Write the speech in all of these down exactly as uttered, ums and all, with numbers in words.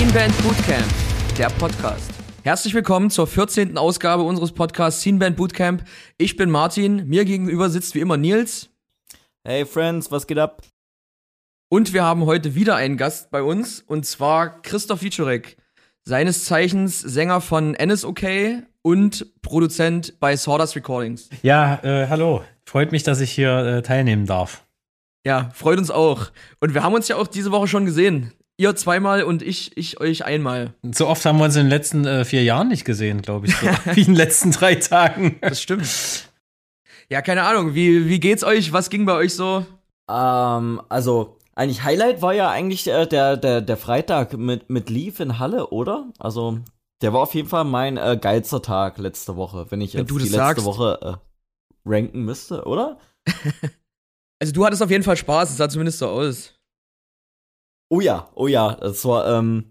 Scene Band Bootcamp, der Podcast. Herzlich willkommen zur vierzehnten Ausgabe unseres Podcasts Scene Band Bootcamp. Ich bin Martin, mir gegenüber sitzt wie immer Nils. Hey Friends, was geht ab? Und wir haben heute wieder einen Gast bei uns, und zwar Christoph Wieczorek, seines Zeichens Sänger von N S O K und Produzent bei Sawdust Recordings. Ja, äh, hallo. Freut mich, dass ich hier äh, teilnehmen darf. Ja, freut uns auch. Und wir haben uns ja auch diese Woche schon gesehen. Ihr zweimal und ich, ich euch einmal. So oft haben wir uns in den letzten äh, vier Jahren nicht gesehen, glaube ich. So, wie in den letzten drei Tagen. Das stimmt. Ja, keine Ahnung. Wie, wie geht's euch? Was ging bei euch so? Ähm, also, eigentlich Highlight war ja eigentlich äh, der, der, der Freitag mit, mit Leaf in Halle, oder? Also, der war auf jeden Fall mein äh, geilster Tag letzte Woche, wenn ich Wenn jetzt du die das letzte sagst. Woche äh, ranken müsste, oder? Also du hattest auf jeden Fall Spaß, es sah zumindest so aus. Oh ja, oh ja, das war, ähm,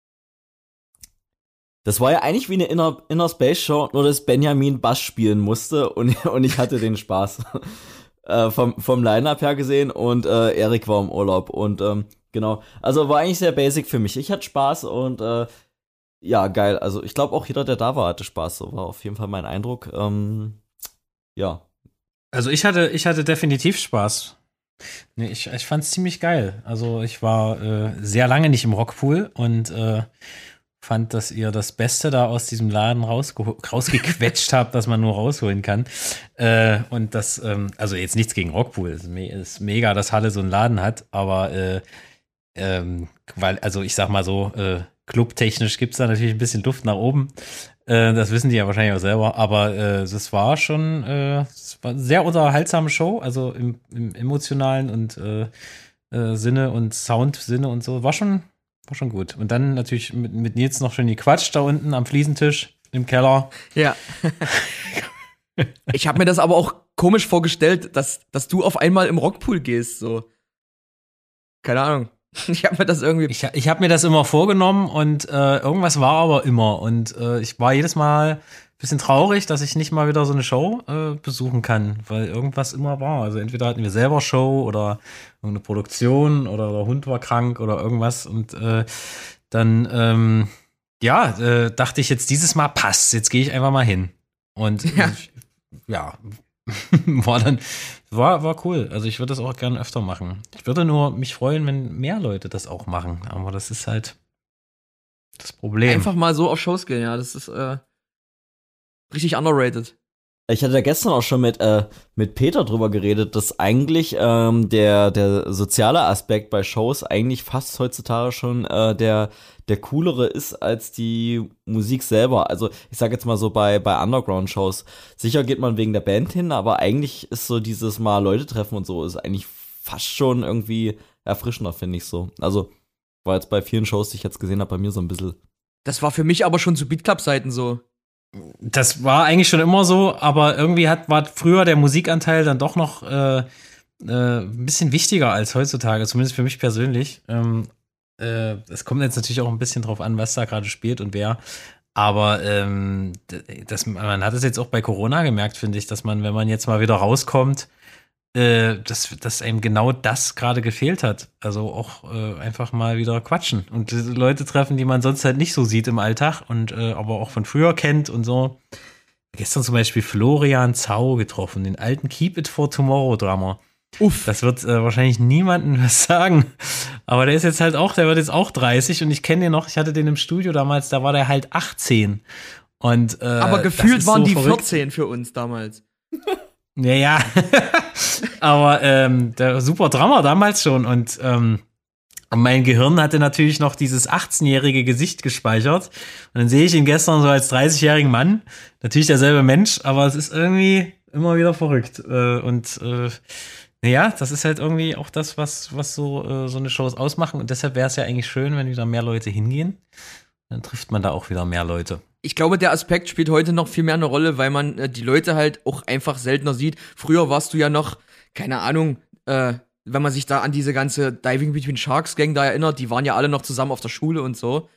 das war ja eigentlich wie eine Inner, Inner Space Show, nur dass Benjamin Bass spielen musste und, und ich hatte den Spaß. äh, vom, vom Line-Up her gesehen und äh, Erik war im Urlaub und, ähm, genau. Also war eigentlich sehr basic für mich. Ich hatte Spaß und, äh, ja, geil. Also ich glaube auch jeder, der da war, hatte Spaß. So war auf jeden Fall mein Eindruck. Ähm, ja. Also ich hatte, ich hatte definitiv Spaß. Nee, ich, ich fand's ziemlich geil. Also ich war äh, sehr lange nicht im Rockpool und äh, fand, dass ihr das Beste da aus diesem Laden rausge- rausgequetscht habt, was man nur rausholen kann. Äh, und das, ähm, also jetzt nichts gegen Rockpool, es ist, me- ist mega, dass Halle so einen Laden hat, aber äh, ähm, weil, also ich sag mal so, äh, clubtechnisch gibt's da natürlich ein bisschen Luft nach oben. Äh, das wissen die ja wahrscheinlich auch selber, aber äh, es war schon äh, es war eine sehr unterhaltsame Show, also im, im emotionalen und äh, äh, Sinne und Sound-Sinne und so. War schon, war schon gut. Und dann natürlich mit, mit Nils noch schön gequatscht da unten am Fliesentisch im Keller. Ja. Ich habe mir das aber auch komisch vorgestellt, dass, dass du auf einmal im Rockpool gehst, so. Keine Ahnung. Ich habe mir das irgendwie. Ich, ich habe mir das immer vorgenommen und äh, irgendwas war aber immer. Und äh, ich war jedes Mal ein bisschen traurig, dass ich nicht mal wieder so eine Show äh, besuchen kann, weil irgendwas immer war. Also entweder hatten wir selber Show oder irgendeine Produktion oder der Hund war krank oder irgendwas. Und äh, dann, ähm, ja, äh, dachte ich jetzt dieses Mal passt. Jetzt gehe ich einfach mal hin. Und Ja. äh, ja, war dann, war, war cool. Also ich würde das auch gerne öfter machen. Ich würde nur mich freuen, wenn mehr Leute das auch machen. Aber das ist halt das Problem. Einfach mal so auf Shows gehen, ja. Das ist äh, richtig underrated. Ich hatte da gestern auch schon mit, äh, mit Peter drüber geredet, dass eigentlich ähm, der, der soziale Aspekt bei Shows eigentlich fast heutzutage schon äh, der, der coolere ist als die Musik selber. Also ich sag jetzt mal so bei, bei Underground-Shows. Sicher geht man wegen der Band hin, aber eigentlich ist so dieses Mal Leute treffen und so ist eigentlich fast schon irgendwie erfrischender, finde ich so. Also war jetzt bei vielen Shows, die ich jetzt gesehen habe, bei mir so ein bisschen. Das war für mich aber schon zu Beat Club-Zeiten so. Das war eigentlich schon immer so, aber irgendwie hat, war früher der Musikanteil dann doch noch äh, äh, ein bisschen wichtiger als heutzutage, zumindest für mich persönlich. Ähm, äh, es kommt jetzt natürlich auch ein bisschen drauf an, was da gerade spielt und wer. Aber ähm, das, man hat es jetzt auch bei Corona gemerkt, finde ich, dass man, wenn man jetzt mal wieder rauskommt, äh, dass, dass einem genau das gerade gefehlt hat. Also auch äh, einfach mal wieder quatschen und diese Leute treffen, die man sonst halt nicht so sieht im Alltag und äh, aber auch von früher kennt und so. Gestern zum Beispiel Florian Zau getroffen, den alten Keep It for Tomorrow Drummer. Uff. Das wird äh, wahrscheinlich niemandem was sagen. Aber der ist jetzt halt auch, der wird jetzt auch dreißig und ich kenne den noch, ich hatte den im Studio damals, da war der halt achtzehn. Und, äh, Aber das gefühlt ist waren so die verrückt. vierzehn für uns damals. Ja, ja. Aber ähm, der super Drummer damals schon und ähm, mein Gehirn hatte natürlich noch dieses achtzehnjährige Gesicht gespeichert und dann sehe ich ihn gestern so als dreißigjährigen Mann, natürlich derselbe Mensch, aber es ist irgendwie immer wieder verrückt äh, und äh, ja, das ist halt irgendwie auch das, was, was so, äh, so eine Shows ausmachen und deshalb wäre es ja eigentlich schön, wenn wieder mehr Leute hingehen, dann trifft man da auch wieder mehr Leute. Ich glaube, der Aspekt spielt heute noch viel mehr eine Rolle, weil man äh, die Leute halt auch einfach seltener sieht. Früher warst du ja noch, keine Ahnung, äh, wenn man sich da an diese ganze Diving Between Sharks Gang da erinnert, die waren ja alle noch zusammen auf der Schule und so.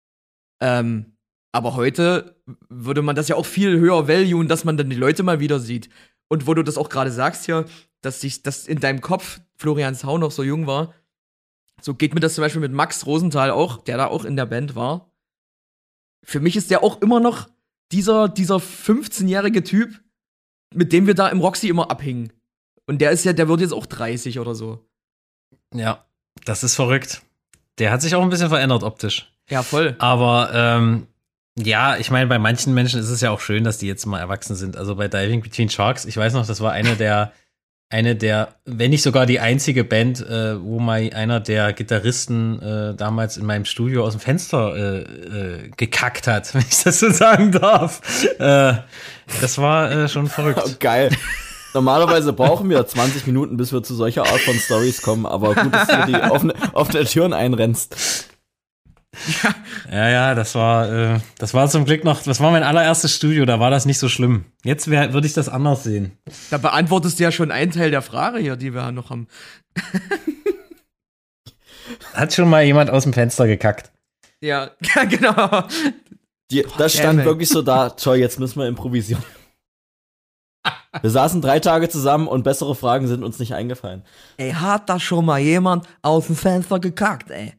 Ähm, aber heute würde man das ja auch viel höher valuen, dass man dann die Leute mal wieder sieht. Und wo du das auch gerade sagst hier, dass sich das in deinem Kopf Florian Zau noch so jung war, So geht mir das zum Beispiel mit Max Rosenthal auch, der da auch in der Band war. Für mich ist der auch immer noch dieser, dieser fünfzehnjährige Typ, mit dem wir da im Roxy immer abhingen. Und der ist ja, der wird jetzt auch dreißig oder so. Ja, das ist verrückt. Der hat sich auch ein bisschen verändert optisch. Ja, voll. Aber ähm, ja, ich meine, bei manchen Menschen ist es ja auch schön, dass die jetzt mal erwachsen sind. Also bei Diving Between Sharks, ich weiß noch, das war eine der, eine der, wenn nicht sogar die einzige Band, äh, wo mal einer der Gitarristen äh, damals in meinem Studio aus dem Fenster äh, äh, gekackt hat, wenn ich das so sagen darf. Äh, das war äh, schon verrückt. Oh, geil. Normalerweise brauchen wir zwanzig Minuten, bis wir zu solcher Art von Stories kommen, aber gut, dass du die offene, offene Türen einrennst. Ja, ja, ja, das war, äh, das war zum Glück noch, das war mein allererstes Studio, da war das nicht so schlimm. Jetzt würde ich das anders sehen. Da beantwortest du ja schon einen Teil der Frage hier, die wir noch haben. Hat schon mal jemand aus dem Fenster gekackt? Ja, genau. Die, das stand Damn, wirklich so da, toll, jetzt müssen wir improvisieren. Wir saßen drei Tage zusammen und bessere Fragen sind uns nicht eingefallen. Ey, hat da schon mal jemand aus dem Fenster gekackt, ey?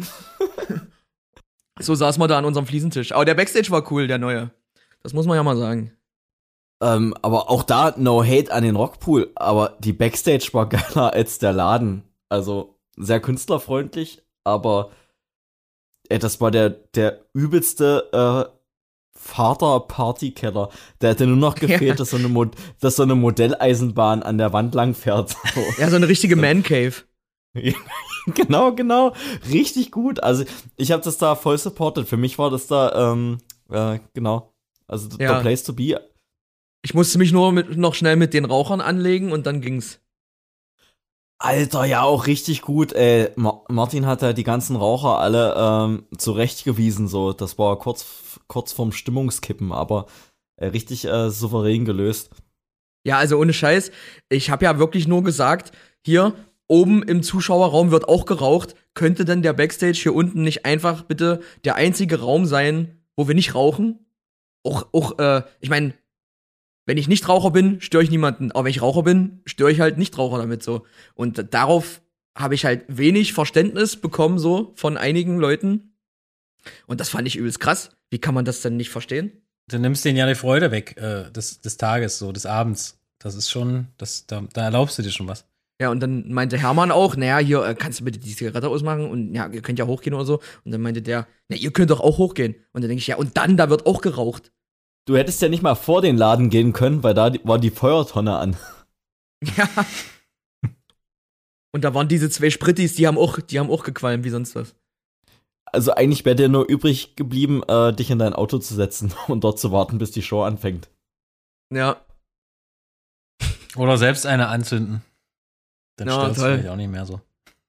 So saßen wir da an unserem Fliesentisch. Aber der Backstage war cool, der neue. Das muss man ja mal sagen. Ähm, aber auch da, no hate an den Rockpool, aber die Backstage war geiler als der Laden. Also sehr künstlerfreundlich, aber ey, das war der, der übelste äh, Vater-Partykeller. Der hätte nur noch gefehlt, ja. dass, so eine Mod- dass so eine Modelleisenbahn an der Wand lang fährt. So. Ja, so eine richtige Man-Cave. Genau, genau. Richtig gut. Also ich habe das da voll supported. Für mich war das da, ähm, äh, genau. Also ja. the place to be. Ich musste mich nur mit, noch schnell mit den Rauchern anlegen und dann ging's. Alter, ja, auch richtig gut, ey. Ma- Martin hat ja die ganzen Raucher alle ähm, zurechtgewiesen, so. Das war kurz, kurz vorm Stimmungskippen, aber äh, richtig äh, souverän gelöst. Ja, also ohne Scheiß. Ich habe ja wirklich nur gesagt, hier oben im Zuschauerraum wird auch geraucht. Könnte denn der Backstage hier unten nicht einfach bitte der einzige Raum sein, wo wir nicht rauchen? Auch, auch äh, ich meine, wenn ich nicht Raucher bin, störe ich niemanden. Aber wenn ich Raucher bin, störe ich halt Nichtraucher damit so. Und darauf habe ich halt wenig Verständnis bekommen, so von einigen Leuten. Und das fand ich übelst krass. Wie kann man das denn nicht verstehen? Du nimmst denen ja die Freude weg äh, des, des Tages, so des Abends. Das ist schon, das, da, da erlaubst du dir schon was. Ja, und dann meinte Hermann auch, naja, hier, äh, kannst du bitte die Zigarette ausmachen? Und ja, ihr könnt ja hochgehen oder so. Und dann meinte der, na, ihr könnt doch auch hochgehen. Und dann denke ich, ja, und dann, da wird auch geraucht. Du hättest ja nicht mal vor den Laden gehen können, weil da die, war die Feuertonne an. Ja. Und da waren diese zwei Sprittis, die haben auch, die haben auch gequalmt wie sonst was. Also eigentlich wäre dir nur übrig geblieben, äh, dich in dein Auto zu setzen und dort zu warten, bis die Show anfängt. Ja. Oder selbst eine anzünden. Dann ja, stört es vielleicht auch nicht mehr so.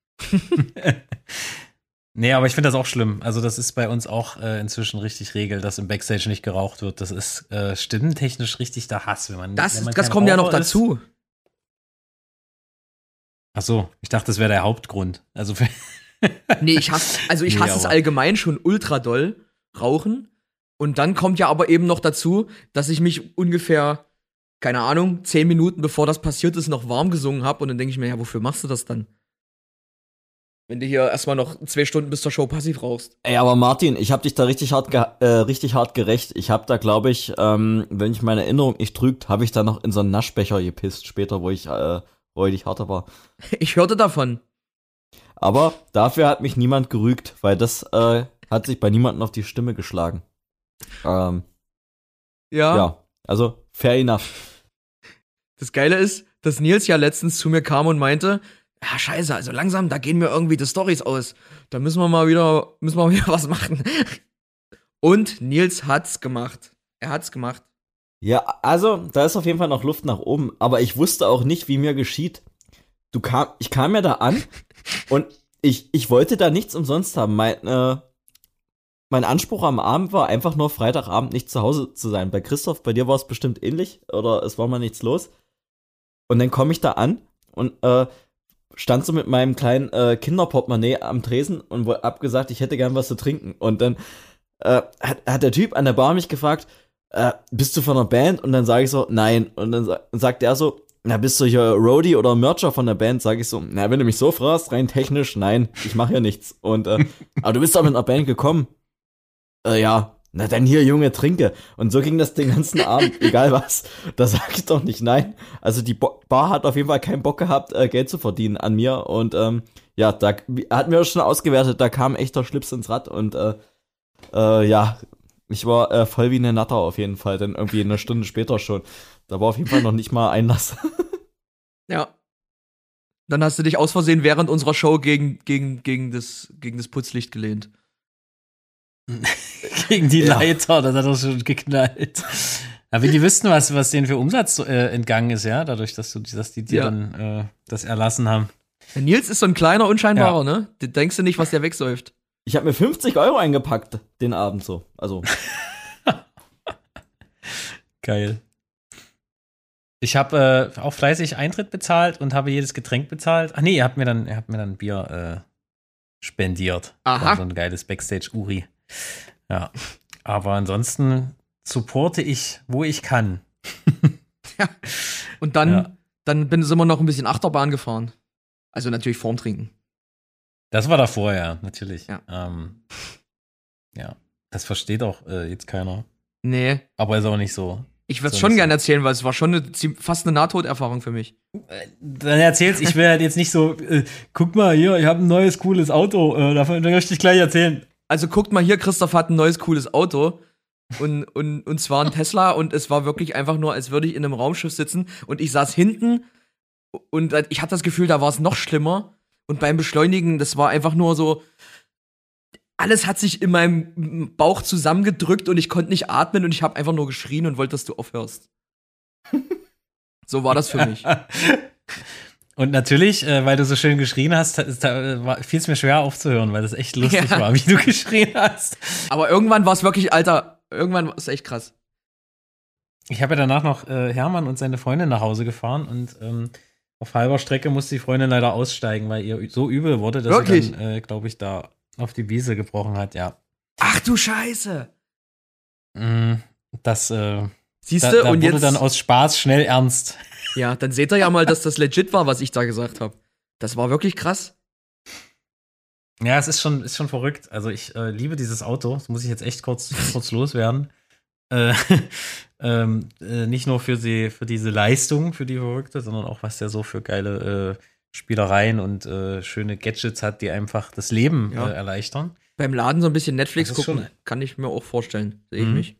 Nee, aber ich finde das auch schlimm. Also das ist bei uns auch äh, inzwischen richtig Regel, dass im Backstage nicht geraucht wird. Das ist äh, stimmtechnisch richtig der Hass, wenn man Das, wenn man das kommt ja noch dazu. Ist. Ach so, ich dachte, das wäre der Hauptgrund. Also für nee, ich hasse, also ich hasse nee, es allgemein schon ultra doll, rauchen. Und dann kommt ja aber eben noch dazu, dass ich mich ungefähr, keine Ahnung, zehn Minuten bevor das passiert ist, noch warm gesungen habe. Und dann denke ich mir, ja, wofür machst du das dann? Wenn du hier erstmal noch zwei Stunden bis zur Show passiv rauchst. Ey, aber Martin, ich hab dich da richtig hart, ge- äh, richtig hart gerecht. Ich hab da, glaube ich, ähm, wenn ich meine Erinnerung nicht trügt, habe ich da noch in so einen Naschbecher gepisst, später, wo ich äh, räudig harter war. Ich hörte davon. Aber dafür hat mich niemand gerügt, weil das äh, hat sich bei niemandem auf die Stimme geschlagen. Ähm, ja. Ja, also fair enough. Das Geile ist, dass Nils ja letztens zu mir kam und meinte, ja, scheiße, also langsam, da gehen mir irgendwie die Storys aus. Da müssen wir mal wieder, müssen wir mal wieder was machen. Und Nils hat's gemacht. Er hat's gemacht. Ja, also, da ist auf jeden Fall noch Luft nach oben. Aber ich wusste auch nicht, wie mir geschieht. Du kam, ich kam ja da an und ich, ich wollte da nichts umsonst haben. Mein, äh, mein Anspruch am Abend war einfach nur Freitagabend nicht zu Hause zu sein. Bei Christoph, bei dir war es bestimmt ähnlich oder es war mal nichts los. Und dann komme ich da an und äh, stand so mit meinem kleinen äh, Kinderportemonnaie am Tresen und hab gesagt, ich hätte gern was zu trinken. Und dann äh, hat, hat der Typ an der Bar mich gefragt, äh, bist du von einer Band? Und dann sage ich so, nein. Und dann sa- sagt er so, na, bist du hier Roadie oder Mercher von der Band? Sag ich so, na, wenn du mich so fragst, rein technisch, nein, ich mache ja nichts. Und, äh, aber du bist doch mit einer Band gekommen. Äh, ja, na dann hier, Junge, trinke. Und so ging das den ganzen Abend, egal was. Da sag ich doch nicht nein. Also die Bo- Bar hat auf jeden Fall keinen Bock gehabt, äh, Geld zu verdienen an mir. Und ähm, ja, da hatten wir schon ausgewertet, da kam echter Schlips ins Rad. Und äh, äh, ja, ich war äh, voll wie eine Natter auf jeden Fall. Dann irgendwie eine Stunde später schon. Da war auf jeden Fall noch nicht mal Einlass. Ja. Dann hast du dich aus Versehen während unserer Show gegen, gegen, gegen, das, gegen das Putzlicht gelehnt. Gegen die Ja. Leiter, das hat er schon geknallt. Aber wenn die wüssten, was, was denen für Umsatz äh, entgangen ist, ja, dadurch, dass, du, dass die dir Ja. dann äh, das erlassen haben. Der Nils ist so ein kleiner, unscheinbarer, ne? Da denkst du nicht, was der wegsäuft. Ich habe mir fünfzig Euro eingepackt den Abend so. Also, Geil. Ich habe äh, auch fleißig Eintritt bezahlt und habe jedes Getränk bezahlt. Ach nee, ihr habt mir dann, ihr habt mir dann Bier äh, spendiert. Aha. War so ein geiles Backstage-Uri. Ja. Aber ansonsten supporte ich, wo ich kann. Und dann, Ja. dann bin, sind wir noch ein bisschen Achterbahn gefahren. Also natürlich vorm Trinken. Das war davor, ja, natürlich. Ja. Ähm, ja. Das versteht auch äh, jetzt keiner. Nee. Aber ist auch nicht so. Ich würde es So schon nicht gerne erzählen, weil es war schon eine, ziem- fast eine Nahtoderfahrung für mich. Dann erzähl's, ich will halt jetzt nicht so, äh, guck mal hier, ich habe ein neues, cooles Auto, äh, davon möchte ich gleich erzählen. Also guckt mal hier, Christoph hat ein neues, cooles Auto. Und, und, und zwar ein Tesla. Und es war wirklich einfach nur, als würde ich in einem Raumschiff sitzen. Und ich saß hinten. Und ich hatte das Gefühl, da war es noch schlimmer. Und beim Beschleunigen, das war einfach nur so, alles hat sich in meinem Bauch zusammengedrückt und ich konnte nicht atmen und ich habe einfach nur geschrien und wollte, dass du aufhörst. So war das für mich. Und natürlich, äh, weil du so schön geschrien hast, fiel es mir schwer aufzuhören, weil das echt lustig Ja. war, wie du geschrien hast. Aber irgendwann war es wirklich, Alter, irgendwann war es echt krass. Ich habe ja danach noch äh, Hermann und seine Freundin nach Hause gefahren und ähm, auf halber Strecke musste die Freundin leider aussteigen, weil ihr so übel wurde, dass Wirklich? sie dann, äh, glaube ich, da auf die Wiese gebrochen hat, ja. Ach du Scheiße. Mm, Das, äh, Siehst da, du, da und wurde jetzt. dann aus Spaß schnell ernst. Ja, dann seht ihr ja mal, dass das legit war, was ich da gesagt habe. Das war wirklich krass. Ja, es ist schon, ist schon verrückt. Also ich äh, liebe dieses Auto. Das muss ich jetzt echt kurz, kurz loswerden. Äh, ähm, äh, nicht nur für, sie, für diese Leistung, für die Verrückte, sondern auch, was der so für geile äh, Spielereien und äh, schöne Gadgets hat, die einfach das Leben Ja. äh, erleichtern. Beim Laden so ein bisschen Netflix Das ist gucken, schon- kann ich mir auch vorstellen. Sehe ich Mhm. mich.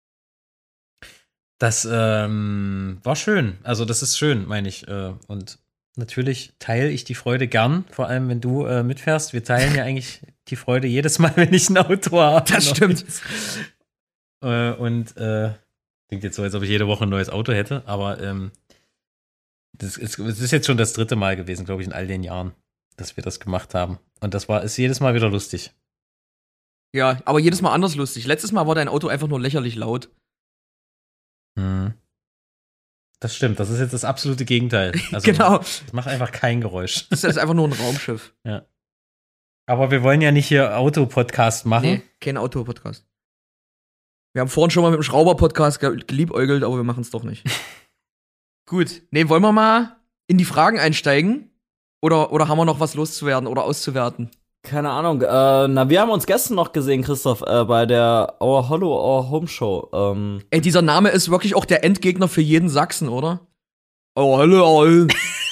Das ähm, war schön. Also das ist schön, meine ich. Äh, und natürlich teile ich die Freude gern, vor allem wenn du äh, mitfährst. Wir teilen ja eigentlich die Freude jedes Mal, wenn ich ein Auto habe. Das stimmt. Äh, und äh, klingt jetzt so, als ob ich jede Woche ein neues Auto hätte, aber ähm, das, ist, es ist jetzt schon das dritte Mal gewesen, glaube ich, in all den Jahren, dass wir das gemacht haben. Und das war ist jedes Mal wieder lustig. Ja, aber jedes Mal anders lustig. Letztes Mal war dein Auto einfach nur lächerlich laut. Hm. Das stimmt, das ist jetzt das absolute Gegenteil. Also, Genau. Es macht einfach kein Geräusch. Das ist einfach nur ein Raumschiff. Aber wir wollen ja nicht hier Auto-Podcast machen. Nee, kein Auto-Podcast. Wir haben vorhin schon mal mit dem Schrauber-Podcast ge- geliebäugelt, aber wir machen es doch nicht. Gut. Nee, wollen wir mal in die Fragen einsteigen? Oder, oder haben wir noch was loszuwerden oder auszuwerten? keine Ahnung. Äh, na, wir haben uns gestern noch gesehen, Christoph, äh, bei der Our Hollow, Our Home Show. Ähm, Ey, dieser Name ist wirklich auch der Endgegner für jeden Sachsen, oder? Oh, hallo, oh,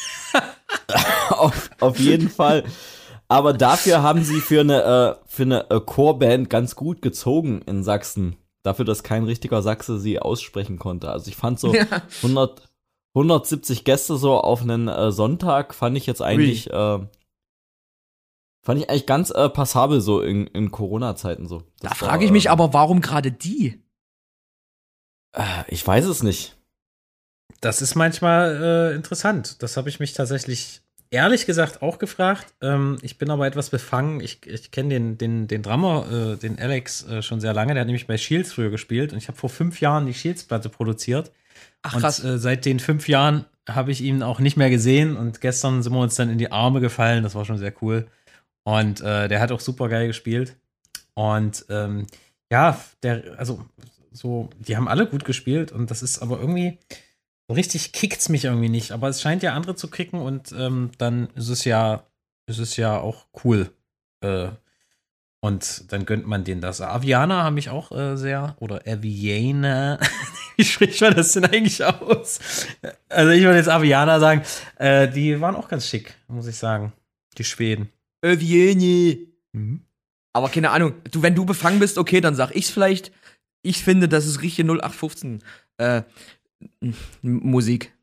auf, auf jeden Fall. Aber dafür haben sie für eine, äh, für eine äh, Chorband ganz gut gezogen in Sachsen. Dafür, dass kein richtiger Sachse sie aussprechen konnte. Also ich fand so Ja. hundert, hundertsiebzig Gäste so auf einen äh, Sonntag fand ich jetzt eigentlich, äh, fand ich eigentlich ganz äh, passabel so in, in Corona-Zeiten so. Da Das war, frage ich mich äh, aber, warum gerade die? äh, ich weiß es nicht. Das ist manchmal äh, interessant. Das habe ich mich tatsächlich ehrlich gesagt auch gefragt. Ähm, ich bin aber etwas befangen. Ich, ich kenne den, den, den Drummer, äh, den Alex, äh, schon sehr lange. Der hat nämlich bei Shields früher gespielt. Und ich habe vor fünf Jahren die Shields-Platte produziert. Ach, Und krass. äh, seit den fünf Jahren habe ich ihn auch nicht mehr gesehen. Und gestern sind wir uns dann in die Arme gefallen. Das war schon sehr cool. Und äh, der hat auch super geil gespielt. Und ähm, ja, der, also so, die haben alle gut gespielt. Und das ist aber irgendwie So richtig kickt's mich irgendwie nicht, aber es scheint ja andere zu kicken und ähm, dann ist es ja, ist es ja auch cool. Äh, und dann gönnt man denen das. Avianer haben mich auch äh, sehr, oder Avianer, wie spricht man das denn eigentlich aus? Also ich würde jetzt Avianer sagen, äh, die waren auch ganz schick, muss ich sagen. Die Schweden. Övieni. Mhm. Aber keine Ahnung, du, wenn du befangen bist, okay, dann sag ich's vielleicht. Ich finde, das ist richtige null acht fünfzehn äh, M- Musik.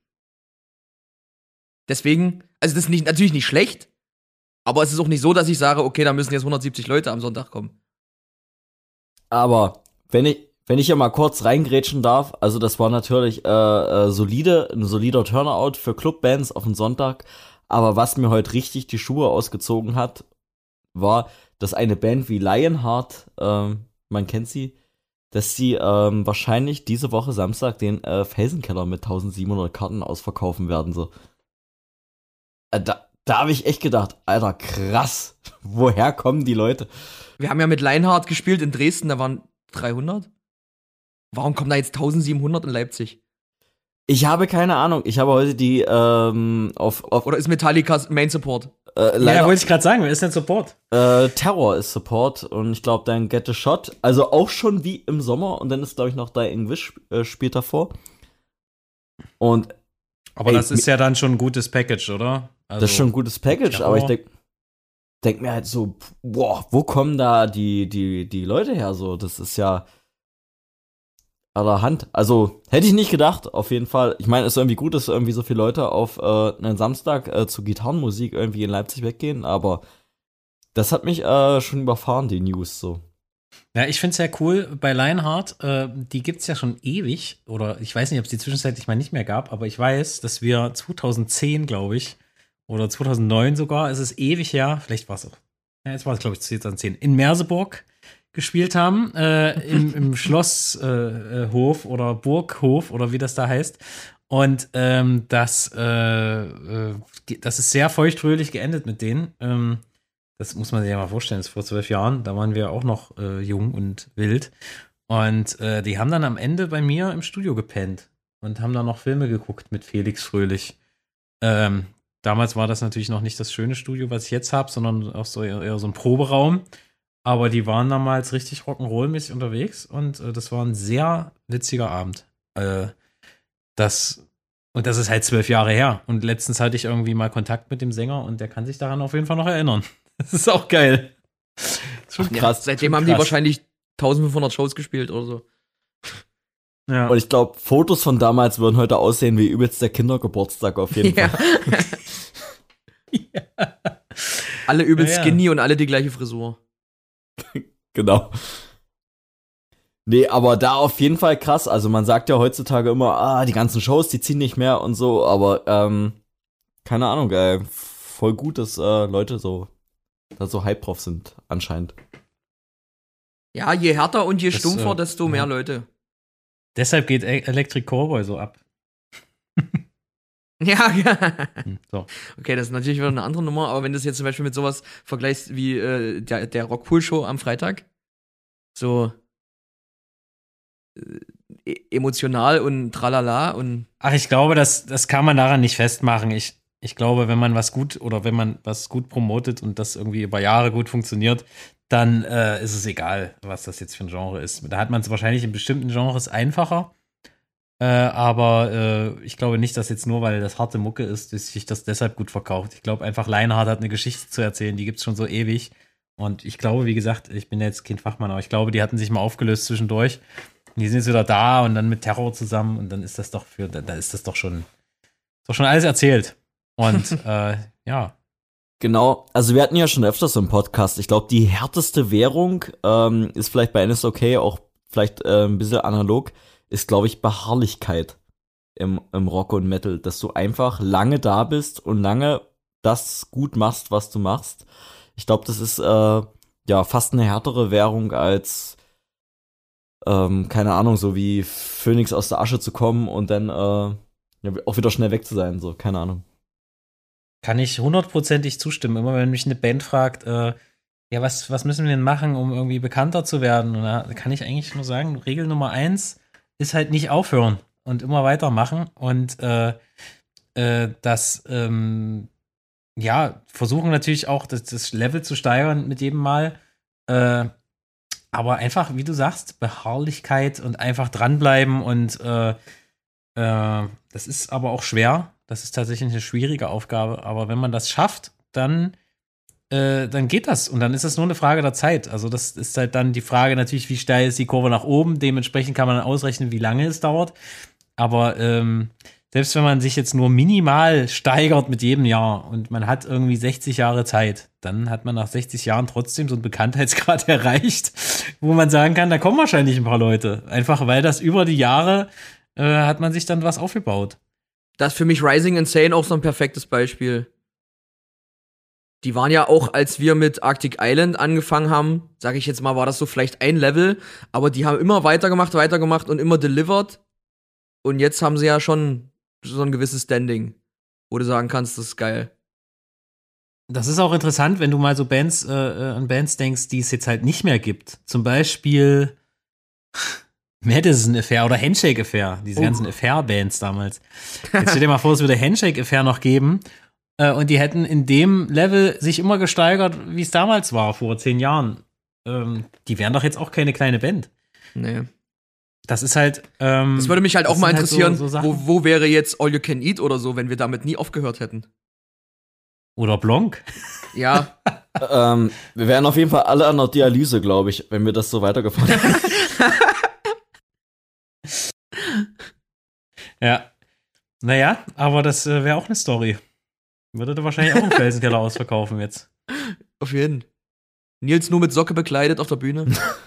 Deswegen, also das ist nicht, natürlich nicht schlecht, aber es ist auch nicht so, dass ich sage, okay, da müssen jetzt hundertsiebzig Leute am Sonntag kommen. Aber wenn ich, wenn ich ja mal kurz reingrätschen darf, also das war natürlich äh, äh, solide, ein solider Turnout für Clubbands auf den Sonntag. Aber was mir heute richtig die Schuhe ausgezogen hat, war, dass eine Band wie Lionheart, ähm, man kennt sie, dass sie ähm, wahrscheinlich diese Woche Samstag den äh, Felsenkeller mit eintausendsiebenhundert Karten ausverkaufen werden. So. Äh, da da habe ich echt gedacht, Alter, krass, woher kommen die Leute? Wir haben ja mit Leinhardt gespielt in Dresden, da waren dreihundert. Warum kommen da jetzt eintausendsiebenhundert in Leipzig? Ich habe keine Ahnung. Ich habe heute die ähm, auf, auf Oder ist Metallica's Main Support? äh, Ja, leider, wollte ich gerade sagen, wer ist denn Support? äh, Terror ist Support und ich glaube dann Get a Shot. Also auch schon wie im Sommer und dann ist glaube ich noch Dying Wish äh, spielt davor. Und Aber Ey, das ist ja dann schon ein gutes Package, oder? Also, das ist schon ein gutes Package, Terror. aber ich denk, denk mir halt so, boah, wo kommen da die, die, die Leute her? So, das ist ja allerhand. Also, hätte ich nicht gedacht, auf jeden Fall. Ich meine, es ist irgendwie gut, dass irgendwie so viele Leute auf äh, einen Samstag äh, zu Gitarrenmusik irgendwie in Leipzig weggehen, aber das hat mich äh, schon überfahren, die News so. Ja, ich finde es ja cool bei Lionheart, äh, die gibt es ja schon ewig, oder ich weiß nicht, ob es die zwischenzeitlich mal nicht mehr gab, aber ich weiß, dass wir zweitausendzehn, glaube ich, oder zweitausendneun sogar, es ist ewig her, vielleicht war es auch, ja, jetzt war es, glaube ich, zweitausendzehn, in Merseburg gespielt haben, äh, im, im Schlosshof äh, Hof oder Burghof oder wie das da heißt. Und ähm, das, äh, äh, das ist sehr feuchtfröhlich geendet mit denen. Ähm, Das muss man sich ja mal vorstellen, das ist vor zwölf Jahren, da waren wir auch noch äh, jung und wild. Und äh, die haben dann am Ende bei mir im Studio gepennt und haben dann noch Filme geguckt mit Felix Fröhlich. Ähm, damals war das natürlich noch nicht das schöne Studio, was ich jetzt habe, sondern auch so eher, eher so ein Proberaum. Aber die waren damals richtig Rock'n'Roll-mäßig unterwegs und äh, das war ein sehr witziger Abend. Äh, das Und das ist halt zwölf Jahre her. Und letztens hatte ich irgendwie mal Kontakt mit dem Sänger und der kann sich daran auf jeden Fall noch erinnern. Das ist auch geil. Schon krass. Ja, seitdem haben die wahrscheinlich eintausendfünfhundert Shows gespielt oder so. Ja. Und ich glaube, Fotos von damals würden heute aussehen wie übelst der Kindergeburtstag auf jeden Ja. Fall. Ja. Alle übel Ja, ja. skinny und alle die gleiche Frisur. Genau. Nee, aber da auf jeden Fall krass. Also man sagt ja heutzutage immer, ah, die ganzen Shows, die ziehen nicht mehr und so, aber ähm, keine Ahnung, äh, voll gut, dass äh, Leute so da so hype drauf sind, anscheinend. Ja, je härter und je Das, stumpfer, äh, desto ja. mehr Leute. Deshalb geht E- Electric Callboy so ab. Ja, ja. Hm, So. Okay, das ist natürlich wieder eine andere Nummer, aber wenn du das jetzt zum Beispiel mit sowas vergleichst wie äh, der, der Rockpool-Show am Freitag, so äh, e- emotional und tralala und Ach, ich glaube, das, das kann man daran nicht festmachen. Ich, ich glaube, wenn man was gut oder wenn man was gut promotet und das irgendwie über Jahre gut funktioniert, dann äh, ist es egal, was das jetzt für ein Genre ist. Da hat man es wahrscheinlich in bestimmten Genres einfacher. Äh, aber äh, ich glaube nicht, dass jetzt nur, weil das harte Mucke ist, dass sich das deshalb gut verkauft. Ich glaube einfach, Lionheart hat eine Geschichte zu erzählen, die gibt's schon so ewig. Und ich glaube, wie gesagt, ich bin ja jetzt kein Fachmann, aber ich glaube, die hatten sich mal aufgelöst zwischendurch. Und die sind jetzt wieder da und dann mit Terror zusammen und dann ist das doch für, da, da ist das doch schon, doch schon alles erzählt. Und äh, ja. Genau, also wir hatten ja schon öfters im Podcast, ich glaube, die härteste Währung ähm, ist vielleicht bei N S O K auch vielleicht äh, ein bisschen analog, ist, glaube ich, Beharrlichkeit im, im Rock und Metal, dass du einfach lange da bist und lange das gut machst, was du machst. Ich glaube, das ist äh, ja fast eine härtere Währung als ähm, keine Ahnung, so wie Phönix aus der Asche zu kommen und dann äh, ja, auch wieder schnell weg zu sein, so, keine Ahnung. Kann ich hundertprozentig zustimmen. Immer wenn mich eine Band fragt, äh, ja, was, was müssen wir denn machen, um irgendwie bekannter zu werden? Und da kann ich eigentlich nur sagen, Regel Nummer eins ist halt nicht aufhören. und immer weitermachen und äh, äh, das ähm, ja, versuchen natürlich auch das, das Level zu steigern mit jedem Mal. Äh, aber einfach, wie du sagst, Beharrlichkeit und einfach dranbleiben und äh, äh, das ist aber auch schwer. Das ist tatsächlich eine schwierige Aufgabe. Aber wenn man das schafft, dann, äh, dann geht das. Und dann ist es nur eine Frage der Zeit. Also das ist halt dann die Frage natürlich, wie steil ist die Kurve nach oben. Dementsprechend kann man dann ausrechnen, wie lange es dauert. Aber ähm, selbst wenn man sich jetzt nur minimal steigert mit jedem Jahr und man hat irgendwie sechzig Jahre Zeit, dann hat man nach sechzig Jahren trotzdem so einen Bekanntheitsgrad erreicht, wo man sagen kann, da kommen wahrscheinlich ein paar Leute. Einfach weil das über die Jahre äh, hat man sich dann was aufgebaut. Das ist für mich Rising Insane auch so ein perfektes Beispiel. Die waren ja auch, als wir mit Arctic Island angefangen haben, sag ich jetzt mal, war das so vielleicht ein Level, aber die haben immer weitergemacht, weitergemacht und immer delivered. Und jetzt haben sie ja schon so ein gewisses Standing, wo du sagen kannst, das ist geil. Das ist auch interessant, wenn du mal so Bands äh, an Bands denkst, die es jetzt halt nicht mehr gibt. Zum Beispiel Madison Affair oder Handshake Affair, diese oh. ganzen Affair-Bands damals. Jetzt stell dir mal vor, es würde Handshake Affair noch geben äh, und die hätten in dem Level sich immer gesteigert, wie es damals war, vor zehn Jahren. Ähm, die wären doch jetzt auch keine kleine Band. Nee. Das ist halt. Ähm, das würde mich halt auch mal interessieren, halt so, so wo, wo wäre jetzt All You Can Eat oder so, wenn wir damit nie aufgehört hätten. Oder Blanc. Ja. ähm, wir wären auf jeden Fall alle an der Dialyse, glaube ich, wenn wir das so weitergefahren hätten. Ja. Naja, aber das äh, wäre auch eine Story. Würde da wahrscheinlich auch im Felsenkeller ausverkaufen jetzt. Auf jeden. Nils nur mit Socke bekleidet auf der Bühne.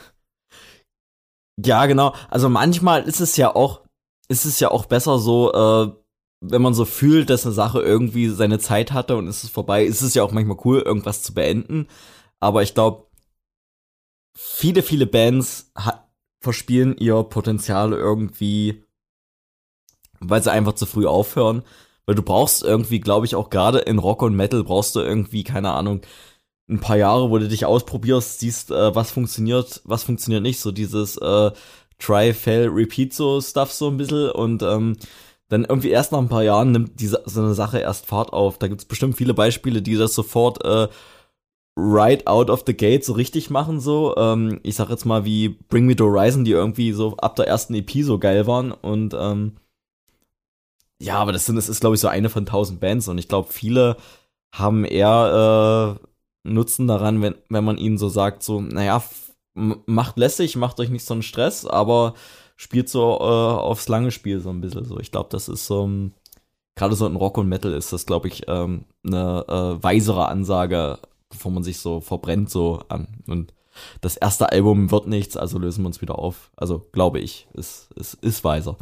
Ja, genau. Also manchmal ist es ja auch, ist es ja auch besser so, äh, wenn man so fühlt, dass eine Sache irgendwie seine Zeit hatte und ist es vorbei, ist es ja auch manchmal cool, irgendwas zu beenden. Aber ich glaube, viele, viele Bands ha- verspielen ihr Potenzial irgendwie, weil sie einfach zu früh aufhören. Weil du brauchst irgendwie, glaube ich, auch gerade in Rock und Metal brauchst du irgendwie, keine Ahnung, ein paar Jahre, wo du dich ausprobierst, siehst, äh, was funktioniert, was funktioniert nicht, so dieses äh, Try, Fail, Repeat so Stuff so ein bisschen und ähm, dann irgendwie erst nach ein paar Jahren nimmt diese, so eine Sache erst Fahrt auf. Da gibt's bestimmt viele Beispiele, die das sofort äh, right out of the gate so richtig machen so. Ähm, ich sag jetzt mal wie Bring Me to Horizon, die irgendwie so ab der ersten E P so geil waren und ähm, ja, aber das, sind, das ist, glaube ich, so eine von tausend Bands und ich glaube, viele haben eher äh, Nutzen daran, wenn, wenn man ihnen so sagt, so, naja, f- macht lässig, macht euch nicht so einen Stress, aber spielt so äh, aufs lange Spiel so ein bisschen so. Ich glaube, das ist so, um, gerade so in Rock und Metal ist das, glaube ich, ähm, eine äh, weisere Ansage, bevor man sich so verbrennt so an. Und das erste Album wird nichts, also lösen wir uns wieder auf. Also, glaube ich, ist, ist, ist weiser.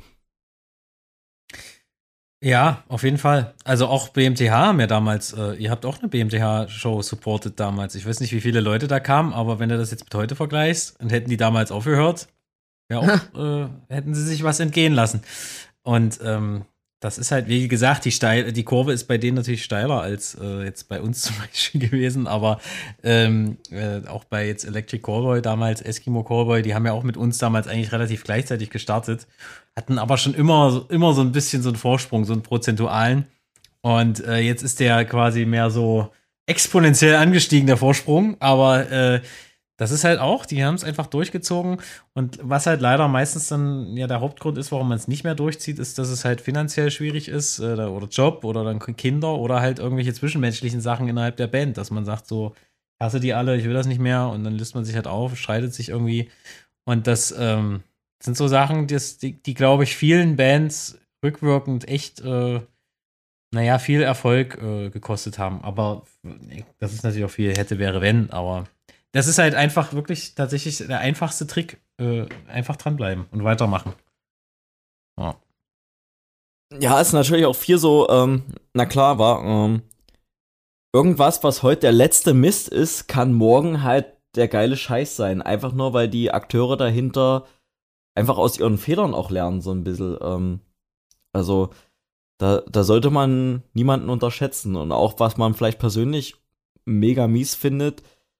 Ja, auf jeden Fall. Also auch B M T H haben ja damals, äh, ihr habt auch eine B M T H-Show supported damals. Ich weiß nicht, wie viele Leute da kamen, aber wenn du das jetzt mit heute vergleichst und hätten die damals aufgehört, ja auch, äh, hätten sie sich was entgehen lassen. Und ähm, das ist halt, wie gesagt, die, steil, die Kurve ist bei denen natürlich steiler als äh, jetzt bei uns zum Beispiel gewesen, aber ähm, äh, auch bei jetzt Electric Callboy damals, Eskimo Callboy, die haben ja auch mit uns damals eigentlich relativ gleichzeitig gestartet, hatten aber schon immer, immer so ein bisschen so einen Vorsprung, so einen prozentualen. Und äh, jetzt ist der quasi mehr so exponentiell angestiegen, der Vorsprung, aber äh, das ist halt auch, die haben es einfach durchgezogen und was halt leider meistens dann ja der Hauptgrund ist, warum man es nicht mehr durchzieht, ist, dass es halt finanziell schwierig ist äh, oder Job oder dann Kinder oder halt irgendwelche zwischenmenschlichen Sachen innerhalb der Band, dass man sagt so, ich hasse die alle, ich will das nicht mehr und dann löst man sich halt auf, streitet sich irgendwie und das ähm, sind so Sachen, die, die, die glaube ich vielen Bands rückwirkend echt äh, naja, viel Erfolg äh, gekostet haben, aber nee, das ist natürlich auch viel hätte, wäre, wenn, aber das ist halt einfach wirklich tatsächlich der einfachste Trick. Äh, einfach dranbleiben und weitermachen. Ja. Ja, ist natürlich auch viel so, ähm, na klar, war, ähm, irgendwas, was heute der letzte Mist ist, kann morgen halt der geile Scheiß sein. Einfach nur, weil die Akteure dahinter einfach aus ihren Fehlern auch lernen, so ein bisschen. Ähm, also, da, da sollte man niemanden unterschätzen. Und auch, was man vielleicht persönlich mega mies findet,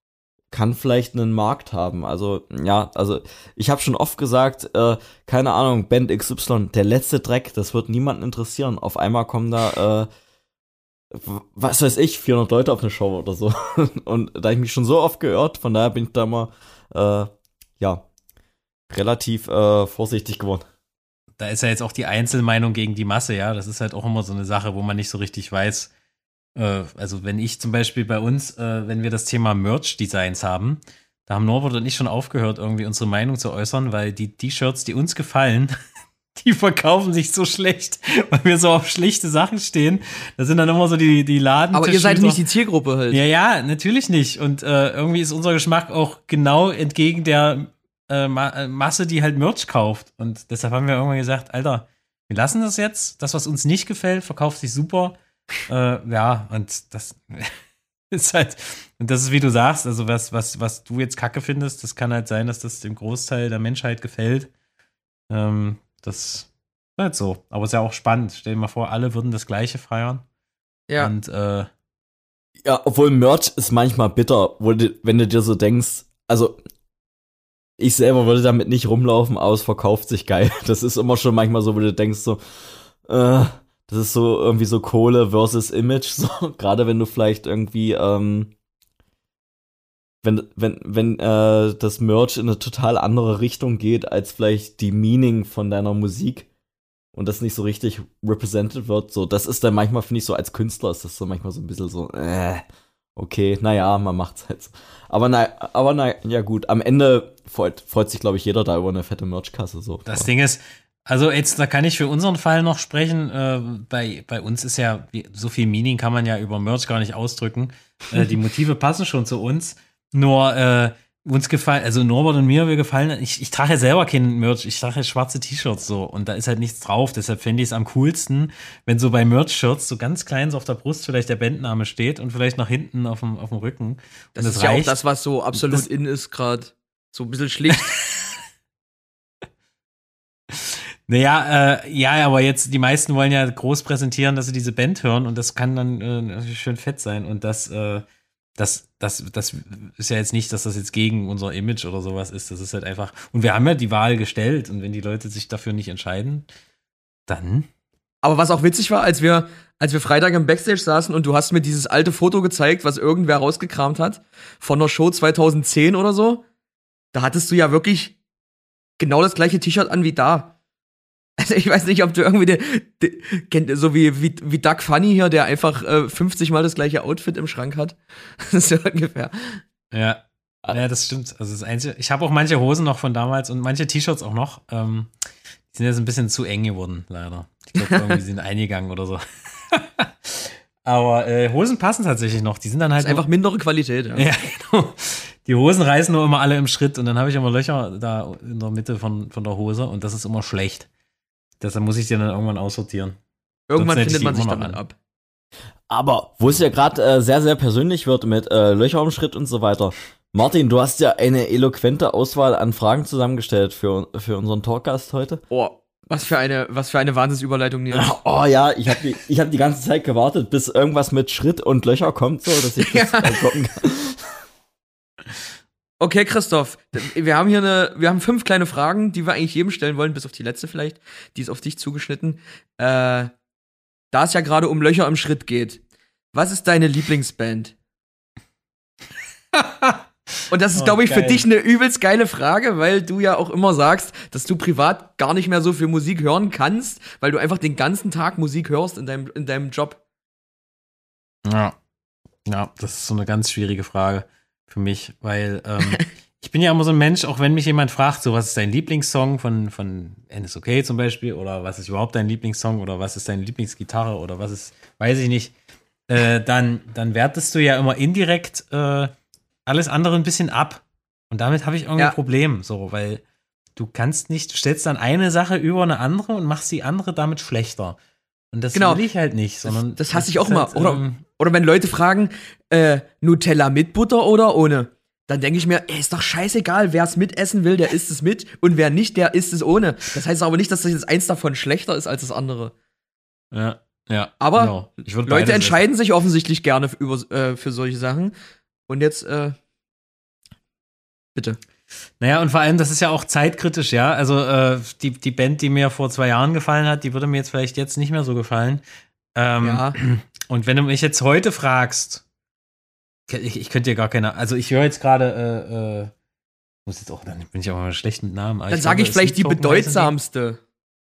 kann vielleicht einen Markt haben. Also, ja, also ich habe schon oft gesagt, äh, keine Ahnung, Band X Y, der letzte Dreck, das wird niemanden interessieren. Auf einmal kommen da, äh, was weiß ich, vierhundert Leute auf eine Show oder so. Und da hab ich mich schon so oft geirrt, von daher bin ich da mal, äh, ja, relativ äh, vorsichtig geworden. Da ist ja jetzt auch die Einzelmeinung gegen die Masse, ja. Das ist halt auch immer so eine Sache, wo man nicht so richtig weiß. Äh, also wenn ich zum Beispiel bei uns, äh, wenn wir das Thema Merch-Designs haben, da haben Norbert und ich schon aufgehört, irgendwie unsere Meinung zu äußern, weil die T-Shirts, die uns gefallen, die verkaufen sich so schlecht, weil wir so auf schlichte Sachen stehen. Das sind dann immer so die, die Laden. Aber ihr seid nicht die Zielgruppe halt. Ja, ja, natürlich nicht. Und äh, irgendwie ist unser Geschmack auch genau entgegen der äh, Ma- Masse, die halt Merch kauft. Und deshalb haben wir irgendwann gesagt, Alter, wir lassen das jetzt. Das, was uns nicht gefällt, verkauft sich super. Äh, ja, und das ist halt, und das ist, wie du sagst, also was, was, was du jetzt kacke findest, das kann halt sein, dass das dem Großteil der Menschheit gefällt. Ähm, das ist halt so. Aber es ist ja auch spannend. Stell dir mal vor, alle würden das Gleiche feiern. Ja. Und, äh, Ja, obwohl Merch ist manchmal bitter, wo du, wenn du dir so denkst, also ich selber würde damit nicht rumlaufen, aber es verkauft sich geil. Das ist immer schon manchmal so, wo du denkst so, äh, das ist so irgendwie so Kohle versus Image, so, gerade wenn du vielleicht irgendwie, ähm, wenn, wenn, wenn äh, das Merch in eine total andere Richtung geht, als vielleicht die Meaning von deiner Musik und das nicht so richtig represented wird, so, das ist dann manchmal, finde ich, so als Künstler ist das so manchmal so ein bisschen so, äh, okay, naja, man macht's halt so. Aber na, aber na, ja gut, am Ende freut, freut sich, glaube ich, jeder da über eine fette Merchkasse, so. das Ding ist, also jetzt, da kann ich für unseren Fall noch sprechen. Äh, bei, bei uns ist ja, wie- so viel Meaning kann man ja über Merch gar nicht ausdrücken. Äh, die Motive passen schon zu uns. Nur äh, uns gefallen, also Norbert und mir, wir gefallen, ich, ich trage ja selber kein Merch, ich trage ja schwarze T-Shirts so und da ist halt nichts drauf. Deshalb fände ich es am coolsten, wenn so bei Merch-Shirts so ganz klein so auf der Brust vielleicht der Bandname steht und vielleicht nach hinten auf dem, auf dem Rücken. Das und ist ja auch reicht. das, was so absolut Das- in ist gerade. So ein bisschen schlicht. Naja, äh, ja, aber jetzt, die meisten wollen ja groß präsentieren, dass sie diese Band hören und das kann dann äh, natürlich schön fett sein und das, äh, das, das, das ist ja jetzt nicht, dass das jetzt gegen unser Image oder sowas ist, das ist halt einfach, und wir haben ja die Wahl gestellt und wenn die Leute sich dafür nicht entscheiden, dann, Aber was auch witzig war, als wir, als wir Freitag im Backstage saßen und du hast mir dieses alte Foto gezeigt, was irgendwer rausgekramt hat, von der Show zweitausendzehn oder so, da hattest du ja wirklich genau das gleiche T-Shirt an wie da. Also ich weiß nicht, ob du irgendwie, de, de, kennt, so wie, wie, wie Doug Funny hier, der einfach äh, fünfzig Mal das gleiche Outfit im Schrank hat. Das ist ja ungefähr. ja, ja, das stimmt, also das Einzige, ich habe auch manche Hosen noch von damals und manche T-Shirts auch noch, ähm, die sind jetzt ein bisschen zu eng geworden, leider. Ich glaube, irgendwie sind eingegangen oder so. Aber äh, Hosen passen tatsächlich noch. Die sind dann halt Das ist einfach mindere Qualität, ja. Ja, genau. Die Hosen reißen nur immer alle im Schritt und dann habe ich immer Löcher da in der Mitte von, von der Hose und das ist immer schlecht. Deshalb muss ich die dann irgendwann aussortieren. Irgendwann Sonst hätte findet ich die man sich immer noch damit an. ab. Aber wo es ja gerade äh, sehr, sehr persönlich wird mit äh, Löcher im Schritt und so weiter. Martin, du hast ja eine eloquente Auswahl an Fragen zusammengestellt für, für unseren Talkgast heute. Oh, was für eine, was für eine Wahnsinnsüberleitung, Nils. Oh ja, ich habe die, ich hab die ganze Zeit gewartet, bis irgendwas mit Schritt und Löcher kommt, so dass ich das Ja. äh, gucken kann. Okay, Christoph, wir haben hier eine, wir haben fünf kleine Fragen, die wir eigentlich jedem stellen wollen, bis auf die letzte vielleicht. Die ist auf dich zugeschnitten. Äh, da es ja gerade um Löcher im Schritt geht, was ist deine Lieblingsband? Und das ist, Oh, glaube ich, für geil. dich eine übelst geile Frage, weil du ja auch immer sagst, dass du privat gar nicht mehr so viel Musik hören kannst, weil du einfach den ganzen Tag Musik hörst in deinem, in deinem Job. Ja. Ja, das ist so eine ganz schwierige Frage für mich, weil ähm, ich bin ja immer so ein Mensch, auch wenn mich jemand fragt, so was ist dein Lieblingssong von, von N S O K zum Beispiel oder was ist überhaupt dein Lieblingssong oder was ist deine Lieblingsgitarre oder was ist, weiß ich nicht, äh, dann, dann wertest du ja immer indirekt äh, alles andere ein bisschen ab. Und damit habe ich irgendwie Ja. ein Problem, so, weil du kannst nicht, du stellst dann eine Sache über eine andere und machst die andere damit schlechter. Und das Genau. will ich halt nicht, sondern. Das hasse ich ist auch mal. halt, Oder, ähm, oder wenn Leute fragen, äh, Nutella mit Butter oder ohne? Dann denke ich mir, ey, ist doch scheißegal, wer es mitessen will, der isst es mit und wer nicht, der isst es ohne. Das heißt aber nicht, dass das jetzt eins davon schlechter ist als das andere. Ja, ja. Aber genau. Ich würd Leute beides entscheiden sich offensichtlich gerne für, über, äh, für solche Sachen. Und jetzt äh, Bitte. Naja, und vor allem, das ist ja auch zeitkritisch, ja. Also äh, die, die Band, die mir vor zwei Jahren gefallen hat, die würde mir jetzt vielleicht jetzt nicht mehr so gefallen. Ähm, Ja. Und wenn du mich jetzt heute fragst, ich, ich könnte dir gar keine, also ich höre jetzt gerade, äh, äh, muss jetzt auch, dann bin ich auch mal schlecht mit Namen. Dann sage ich vielleicht die bedeutsamste.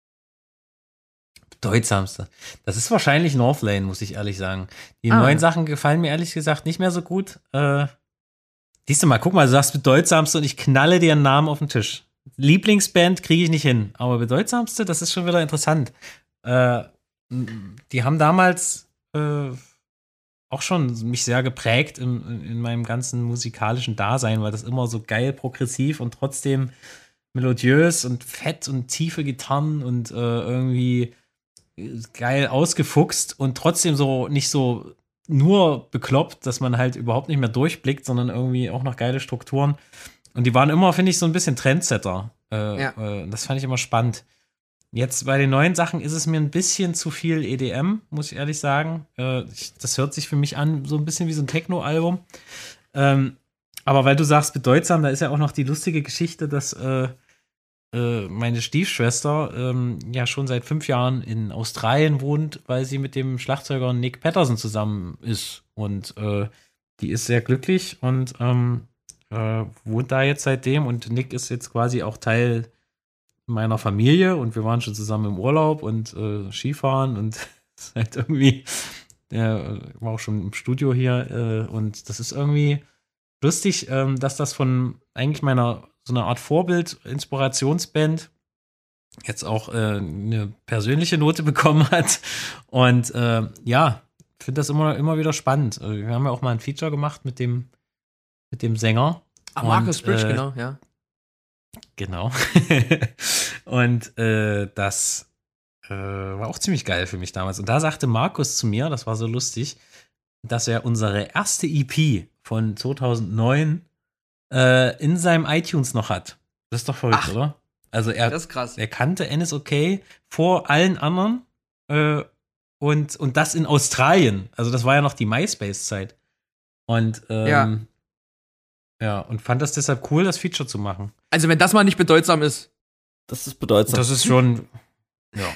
Bedeutsamste. Das ist wahrscheinlich Northlane, muss ich ehrlich sagen. Die Ah. neuen Sachen gefallen mir ehrlich gesagt nicht mehr so gut. Äh, siehst du mal, guck mal, du sagst bedeutsamste und ich knalle dir einen Namen auf den Tisch. Lieblingsband kriege ich nicht hin, aber bedeutsamste, das ist schon wieder interessant. Äh, die haben damals äh, auch schon mich sehr geprägt in, in meinem ganzen musikalischen Dasein, weil das immer so geil progressiv und trotzdem melodiös und fett und tiefe Gitarren und äh, irgendwie geil ausgefuchst und trotzdem so nicht so nur bekloppt, dass man halt überhaupt nicht mehr durchblickt, sondern irgendwie auch noch geile Strukturen. Und die waren immer, finde ich, so ein bisschen Trendsetter. Äh, Ja. äh, das fand ich immer spannend. Jetzt bei den neuen Sachen ist es mir ein bisschen zu viel E D M, muss ich ehrlich sagen. Äh, ich, das hört sich für mich an, so ein bisschen wie so ein Techno-Album. Ähm, aber weil du sagst bedeutsam, da ist ja auch noch die lustige Geschichte, dass äh, äh, meine Stiefschwester ähm, ja schon seit fünf Jahren in Australien wohnt, weil sie mit dem Schlagzeuger Nick Patterson zusammen ist. Und äh, die ist sehr glücklich und ähm, äh, wohnt da jetzt seitdem. Und Nick ist jetzt quasi auch Teil meiner Familie und wir waren schon zusammen im Urlaub und äh, Skifahren und halt irgendwie, er war auch schon im Studio hier äh, und das ist irgendwie lustig, ähm, dass das von eigentlich meiner so einer Art Vorbild, Inspirationsband jetzt auch äh, eine persönliche Note bekommen hat und äh, ja, finde das immer, immer wieder spannend. Wir haben ja auch mal ein Feature gemacht mit dem mit dem Sänger. Ah, Marcus Und, Bridge, äh, genau, ja. Genau. Und äh, das äh, war auch ziemlich geil für mich damals. Und da sagte Markus zu mir, das war so lustig, dass er unsere erste E P von zweitausendneun äh, in seinem iTunes noch hat. Das ist doch verrückt, Ach, oder? Also er, Das ist krass. er kannte N S O K vor allen anderen äh, und, und das in Australien. Also das war ja noch die MySpace-Zeit. Und ähm, Ja. ja, und fand das deshalb cool, das Feature zu machen. Also wenn das mal nicht bedeutsam ist. Das ist bedeutsam. Das ist schon, ja.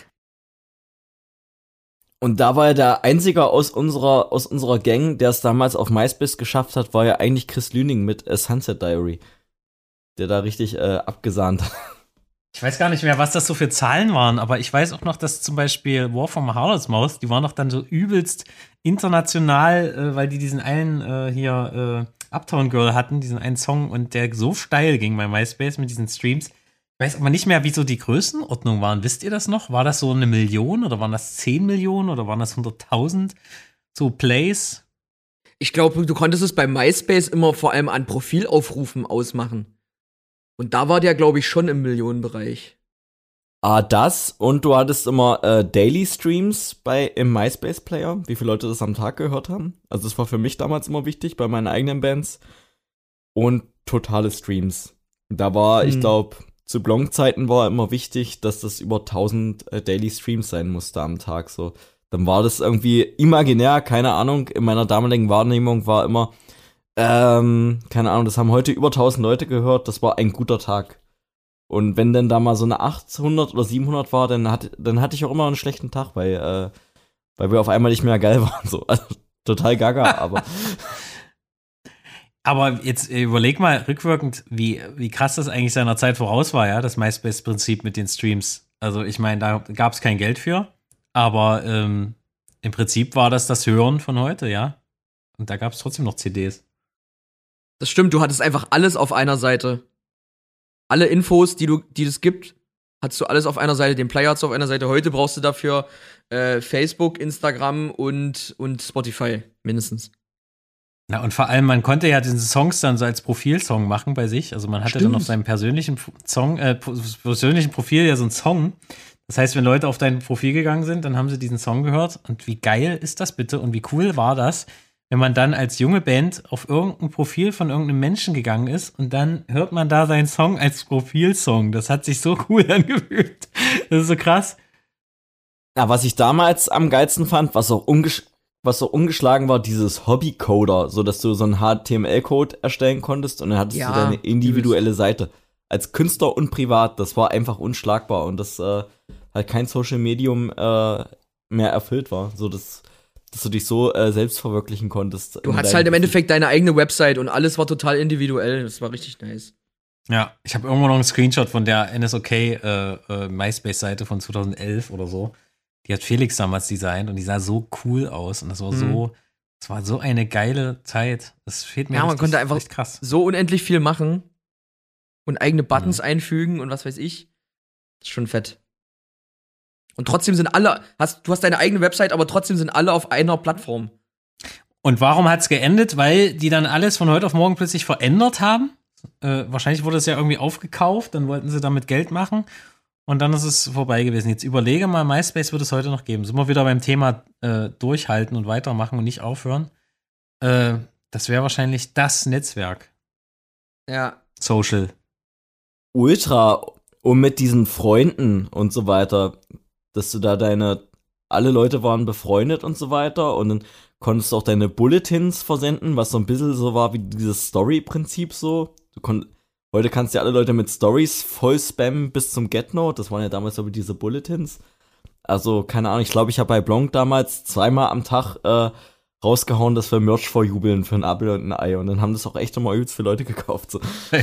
Und da war ja der Einzige aus unserer, aus unserer Gang, der es damals auf MySpace geschafft hat, war ja eigentlich Chris Lüning mit A Sunset Diary. Der da richtig äh, abgesahnt hat. Ich weiß gar nicht mehr, was das so für Zahlen waren, aber ich weiß auch noch, dass zum Beispiel War from Harlot's Mouse, die waren doch dann so übelst international, äh, weil die diesen einen äh, hier äh, Uptown Girl hatten, diesen einen Song und der so steil ging bei MySpace mit diesen Streams. Ich weiß aber nicht mehr, wie so die Größenordnung waren. Wisst ihr das noch? War das so eine Million oder waren das zehn Millionen oder waren das hunderttausend so Plays? Ich glaube, du konntest es bei MySpace immer vor allem an Profilaufrufen ausmachen. Und da war der, glaube ich, schon im Millionenbereich. Ah, das und du hattest immer äh, Daily Streams bei im MySpace Player, wie viele Leute das am Tag gehört haben. Also das war für mich damals immer wichtig bei meinen eigenen Bands. Und totale Streams. Da war, Hm. ich glaube, zu Blonk-Zeiten war immer wichtig, dass das über tausend äh, Daily Streams sein musste am Tag. So, dann war das irgendwie imaginär, keine Ahnung. In meiner damaligen Wahrnehmung war immer, ähm, keine Ahnung, das haben heute über tausend Leute gehört. Das war ein guter Tag. Und wenn dann da mal so eine achthundert oder siebenhundert war, dann, hat, dann hatte ich auch immer einen schlechten Tag, weil, äh, weil wir auf einmal nicht mehr geil waren. So. Also, total gaga, aber. Aber jetzt äh, überleg mal rückwirkend, wie, wie krass das eigentlich seiner Zeit voraus war, ja, das MySpace-Prinzip mit den Streams. Also ich meine, da gab es kein Geld für, aber ähm, im Prinzip war das das Hören von heute, ja. Und da gab es trotzdem noch C Ds. Das stimmt, du hattest einfach alles auf einer Seite. Alle Infos, die du, die es gibt, hattest du alles auf einer Seite. Den Player hast du auf einer Seite. Heute brauchst du dafür äh, Facebook, Instagram und, und Spotify mindestens. Na, und vor allem, man konnte ja diesen Songs dann so als Profilsong machen bei sich. Also man hatte Stimmt. dann auf seinem persönlichen P- Song, äh, p- persönlichen Profil ja so einen Song. Das heißt, wenn Leute auf dein Profil gegangen sind, dann haben sie diesen Song gehört. Und wie geil ist das bitte? Und wie cool war das, wenn man dann als junge Band auf irgendein Profil von irgendeinem Menschen gegangen ist und dann hört man da seinen Song als Profilsong. Das hat sich so cool angefühlt. Das ist so krass. Ja, was ich damals am geilsten fand, was auch ungesch was so ungeschlagen war, dieses Hobbycoder, so dass du so einen H T M L-Code erstellen konntest und dann hattest Ja, du deine individuelle Seite. Als Künstler und privat, das war einfach unschlagbar und das äh, halt kein Social Medium äh, mehr erfüllt war, so dass, dass du dich so äh, selbst verwirklichen konntest. Du hattest halt im Endeffekt deine eigene Website und alles war total individuell. Das war richtig nice. Ja, ich habe irgendwo noch einen Screenshot von der N S O K äh, äh, MySpace-Seite von zweitausendelf oder so. Die hat Felix damals designt und die sah so cool aus und das war Mhm. so, das war so eine geile Zeit. Das fehlt mir Ja, man richtig, konnte einfach echt krass. so unendlich viel machen und eigene Buttons Mhm. einfügen und was weiß ich. Das ist schon fett. Und trotzdem sind alle, hast, du hast deine eigene Website, aber trotzdem sind alle auf einer Plattform. Und warum hat's geendet? Weil die dann alles von heute auf morgen plötzlich verändert haben. Äh, wahrscheinlich wurde es ja irgendwie aufgekauft, dann wollten sie damit Geld machen und dann ist es vorbei gewesen. Jetzt überlege mal, MySpace wird es heute noch geben. Sind wir wieder beim Thema äh, durchhalten und weitermachen und nicht aufhören. Äh, das wäre wahrscheinlich das Netzwerk. Ja. Social. Ultra, und mit diesen Freunden und so weiter, dass du da deine, alle Leute waren befreundet und so weiter und dann konntest du auch deine Bulletins versenden, was so ein bisschen so war wie dieses Story-Prinzip so. Du konnt, heute kannst du ja alle Leute mit Stories voll spammen bis zum Get-No, das waren ja damals so wie diese Bulletins. Also, keine Ahnung, ich glaube, ich habe bei Blanc damals zweimal am Tag äh, rausgehauen, dass wir Merch vorjubeln für ein Apfel und ein Ei und dann haben das auch echt immer übelst viele Leute gekauft. So.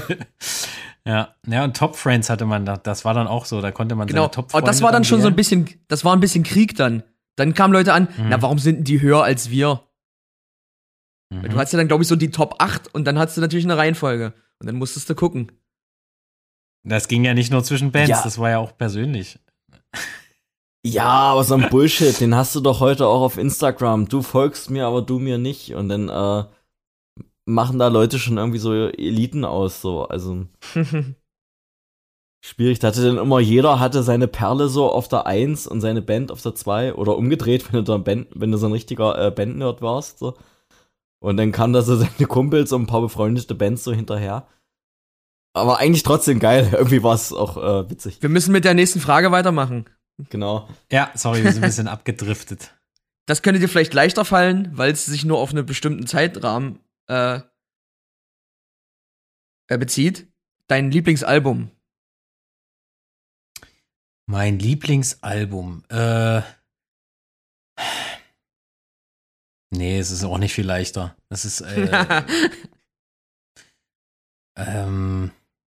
Ja, ja, und Top Friends hatte man da, das war dann auch so, da konnte man Genau. seine Top Aber das war dann schon so ein bisschen. bisschen, das war ein bisschen Krieg dann. Dann kamen Leute an, Mhm. na, warum sind denn die höher als wir? Mhm. Du hattest ja dann, glaube ich, so die Top acht und dann hattest du natürlich eine Reihenfolge. Und dann musstest du gucken. Das ging ja nicht nur zwischen Bands, Ja. das war ja auch persönlich. Ja, aber so ein Bullshit, den hast du doch heute auch auf Instagram. Du folgst mir, aber du mir nicht. Und dann äh, machen da Leute schon irgendwie so Eliten aus, so. Also schwierig. Da hatte dann immer jeder hatte seine Perle so auf der Eins und seine Band auf der Zwei oder umgedreht, wenn du, da Band, wenn du so ein richtiger äh, Bandnerd warst. So. Und dann kamen da so seine Kumpels und ein paar befreundete Bands so hinterher. Aber eigentlich trotzdem geil. Irgendwie war es auch äh, witzig. Wir müssen mit der nächsten Frage weitermachen. Genau. Ja, sorry, wir sind ein bisschen abgedriftet. Das könnte dir vielleicht leichter fallen, weil es sich nur auf einen bestimmten Zeitrahmen äh, äh, bezieht. Dein Lieblingsalbum. Mein Lieblingsalbum. Äh. Nee, es ist auch nicht viel leichter. Das ist, äh, ähm,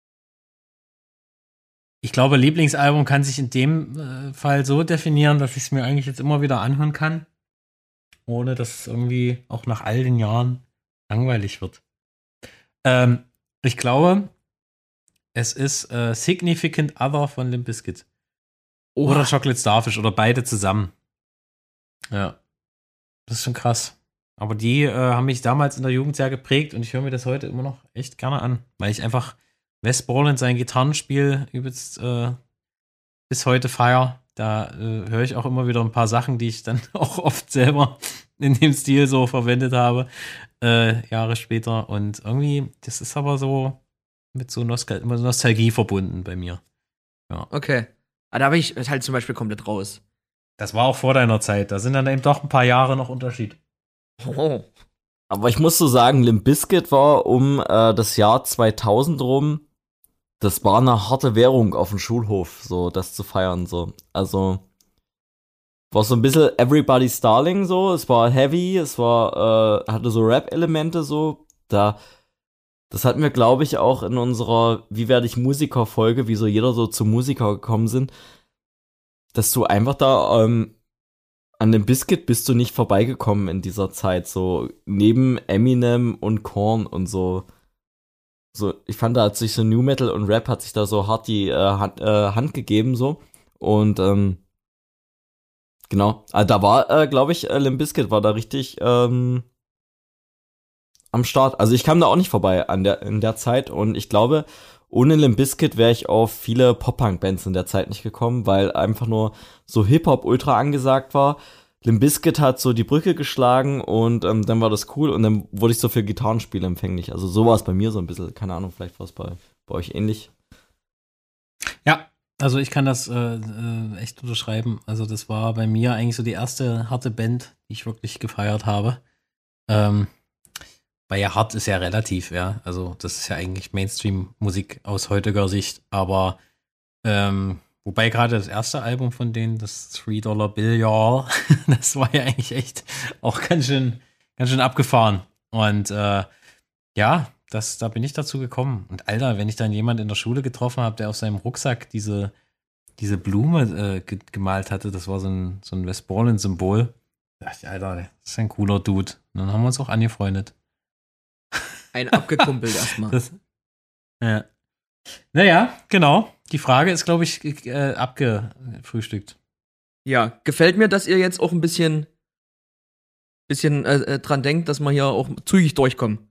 ich glaube, Lieblingsalbum kann sich in dem äh, Fall so definieren, dass ich es mir eigentlich jetzt immer wieder anhören kann, ohne dass es irgendwie auch nach all den Jahren langweilig wird. Ähm, ich glaube, es ist äh, Significant Other von Limp Bizkit. Oder Chocolate Starfish oder beide zusammen. Ja. Das ist schon krass. Aber die äh, haben mich damals in der Jugend sehr geprägt und ich höre mir das heute immer noch echt gerne an, weil ich einfach Wes Borland sein Gitarrenspiel übelst äh, bis heute feier. Da äh, höre ich auch immer wieder ein paar Sachen, die ich dann auch oft selber in dem Stil so verwendet habe, äh, Jahre später. Und irgendwie, das ist aber so mit so Nostal- Nostalgie verbunden bei mir. Ja. Okay. Aber da bin ich halt zum Beispiel komplett raus. Das war auch vor deiner Zeit. Da sind dann eben doch ein paar Jahre noch Unterschied. Oh. Aber ich muss so sagen, Limp Bizkit war um äh, das Jahr zweitausend rum, das war eine harte Währung auf dem Schulhof, so das zu feiern, so. Also war so ein bisschen Everybody's Darling, so. Es war heavy, es war, äh, hatte so Rap-Elemente, so. Da, das hatten wir, glaube ich, auch in unserer Wie werde ich Musiker-Folge, wie so jeder so zu Musiker gekommen sind, dass du einfach da, ähm, an dem Bizkit bist du nicht vorbeigekommen in dieser Zeit, so neben Eminem und Korn und so. So, ich fand, da hat sich so New Metal und Rap hat sich da so hart die äh, Hand, äh, Hand gegeben, so. Und, ähm, genau. Also, da war, äh, glaube ich, äh, Limp Bizkit war da richtig, ähm, am Start. Also, ich kam da auch nicht vorbei an der, in der Zeit und ich glaube, ohne Limp Bizkit wäre ich auf viele Pop-Punk-Bands in der Zeit nicht gekommen, weil einfach nur so Hip-Hop ultra angesagt war. Limp Bizkit hat so die Brücke geschlagen und ähm, dann war das cool und dann wurde ich so für Gitarrenspiele empfänglich. Also so war es bei mir so ein bisschen, keine Ahnung, vielleicht war es bei, bei euch ähnlich. Ja, also ich kann das äh, äh, echt unterschreiben. Also das war bei mir eigentlich so die erste harte Band, die ich wirklich gefeiert habe. Ähm, weil ja hart ist ja relativ, ja. Also das ist ja eigentlich Mainstream-Musik aus heutiger Sicht. Aber ähm, wobei gerade das erste Album von denen, das Three Dollar Bill Y'all, das war ja eigentlich echt auch ganz schön, ganz schön abgefahren. Und äh, ja, das, da bin ich dazu gekommen. Und Alter, wenn ich dann jemand in der Schule getroffen habe, der auf seinem Rucksack diese, diese Blume äh, ge- gemalt hatte, das war so ein, so ein Westmoreland-Symbol, da dachte ich, Alter, das ist ein cooler Dude. Und dann haben wir uns auch angefreundet. Ein abgekumpelt erstmal. Das, ja. Naja, genau. Die Frage ist, glaube ich, äh, abgefrühstückt. Ja, gefällt mir, dass ihr jetzt auch ein bisschen, bisschen äh, äh, dran denkt, dass wir hier auch zügig durchkommen.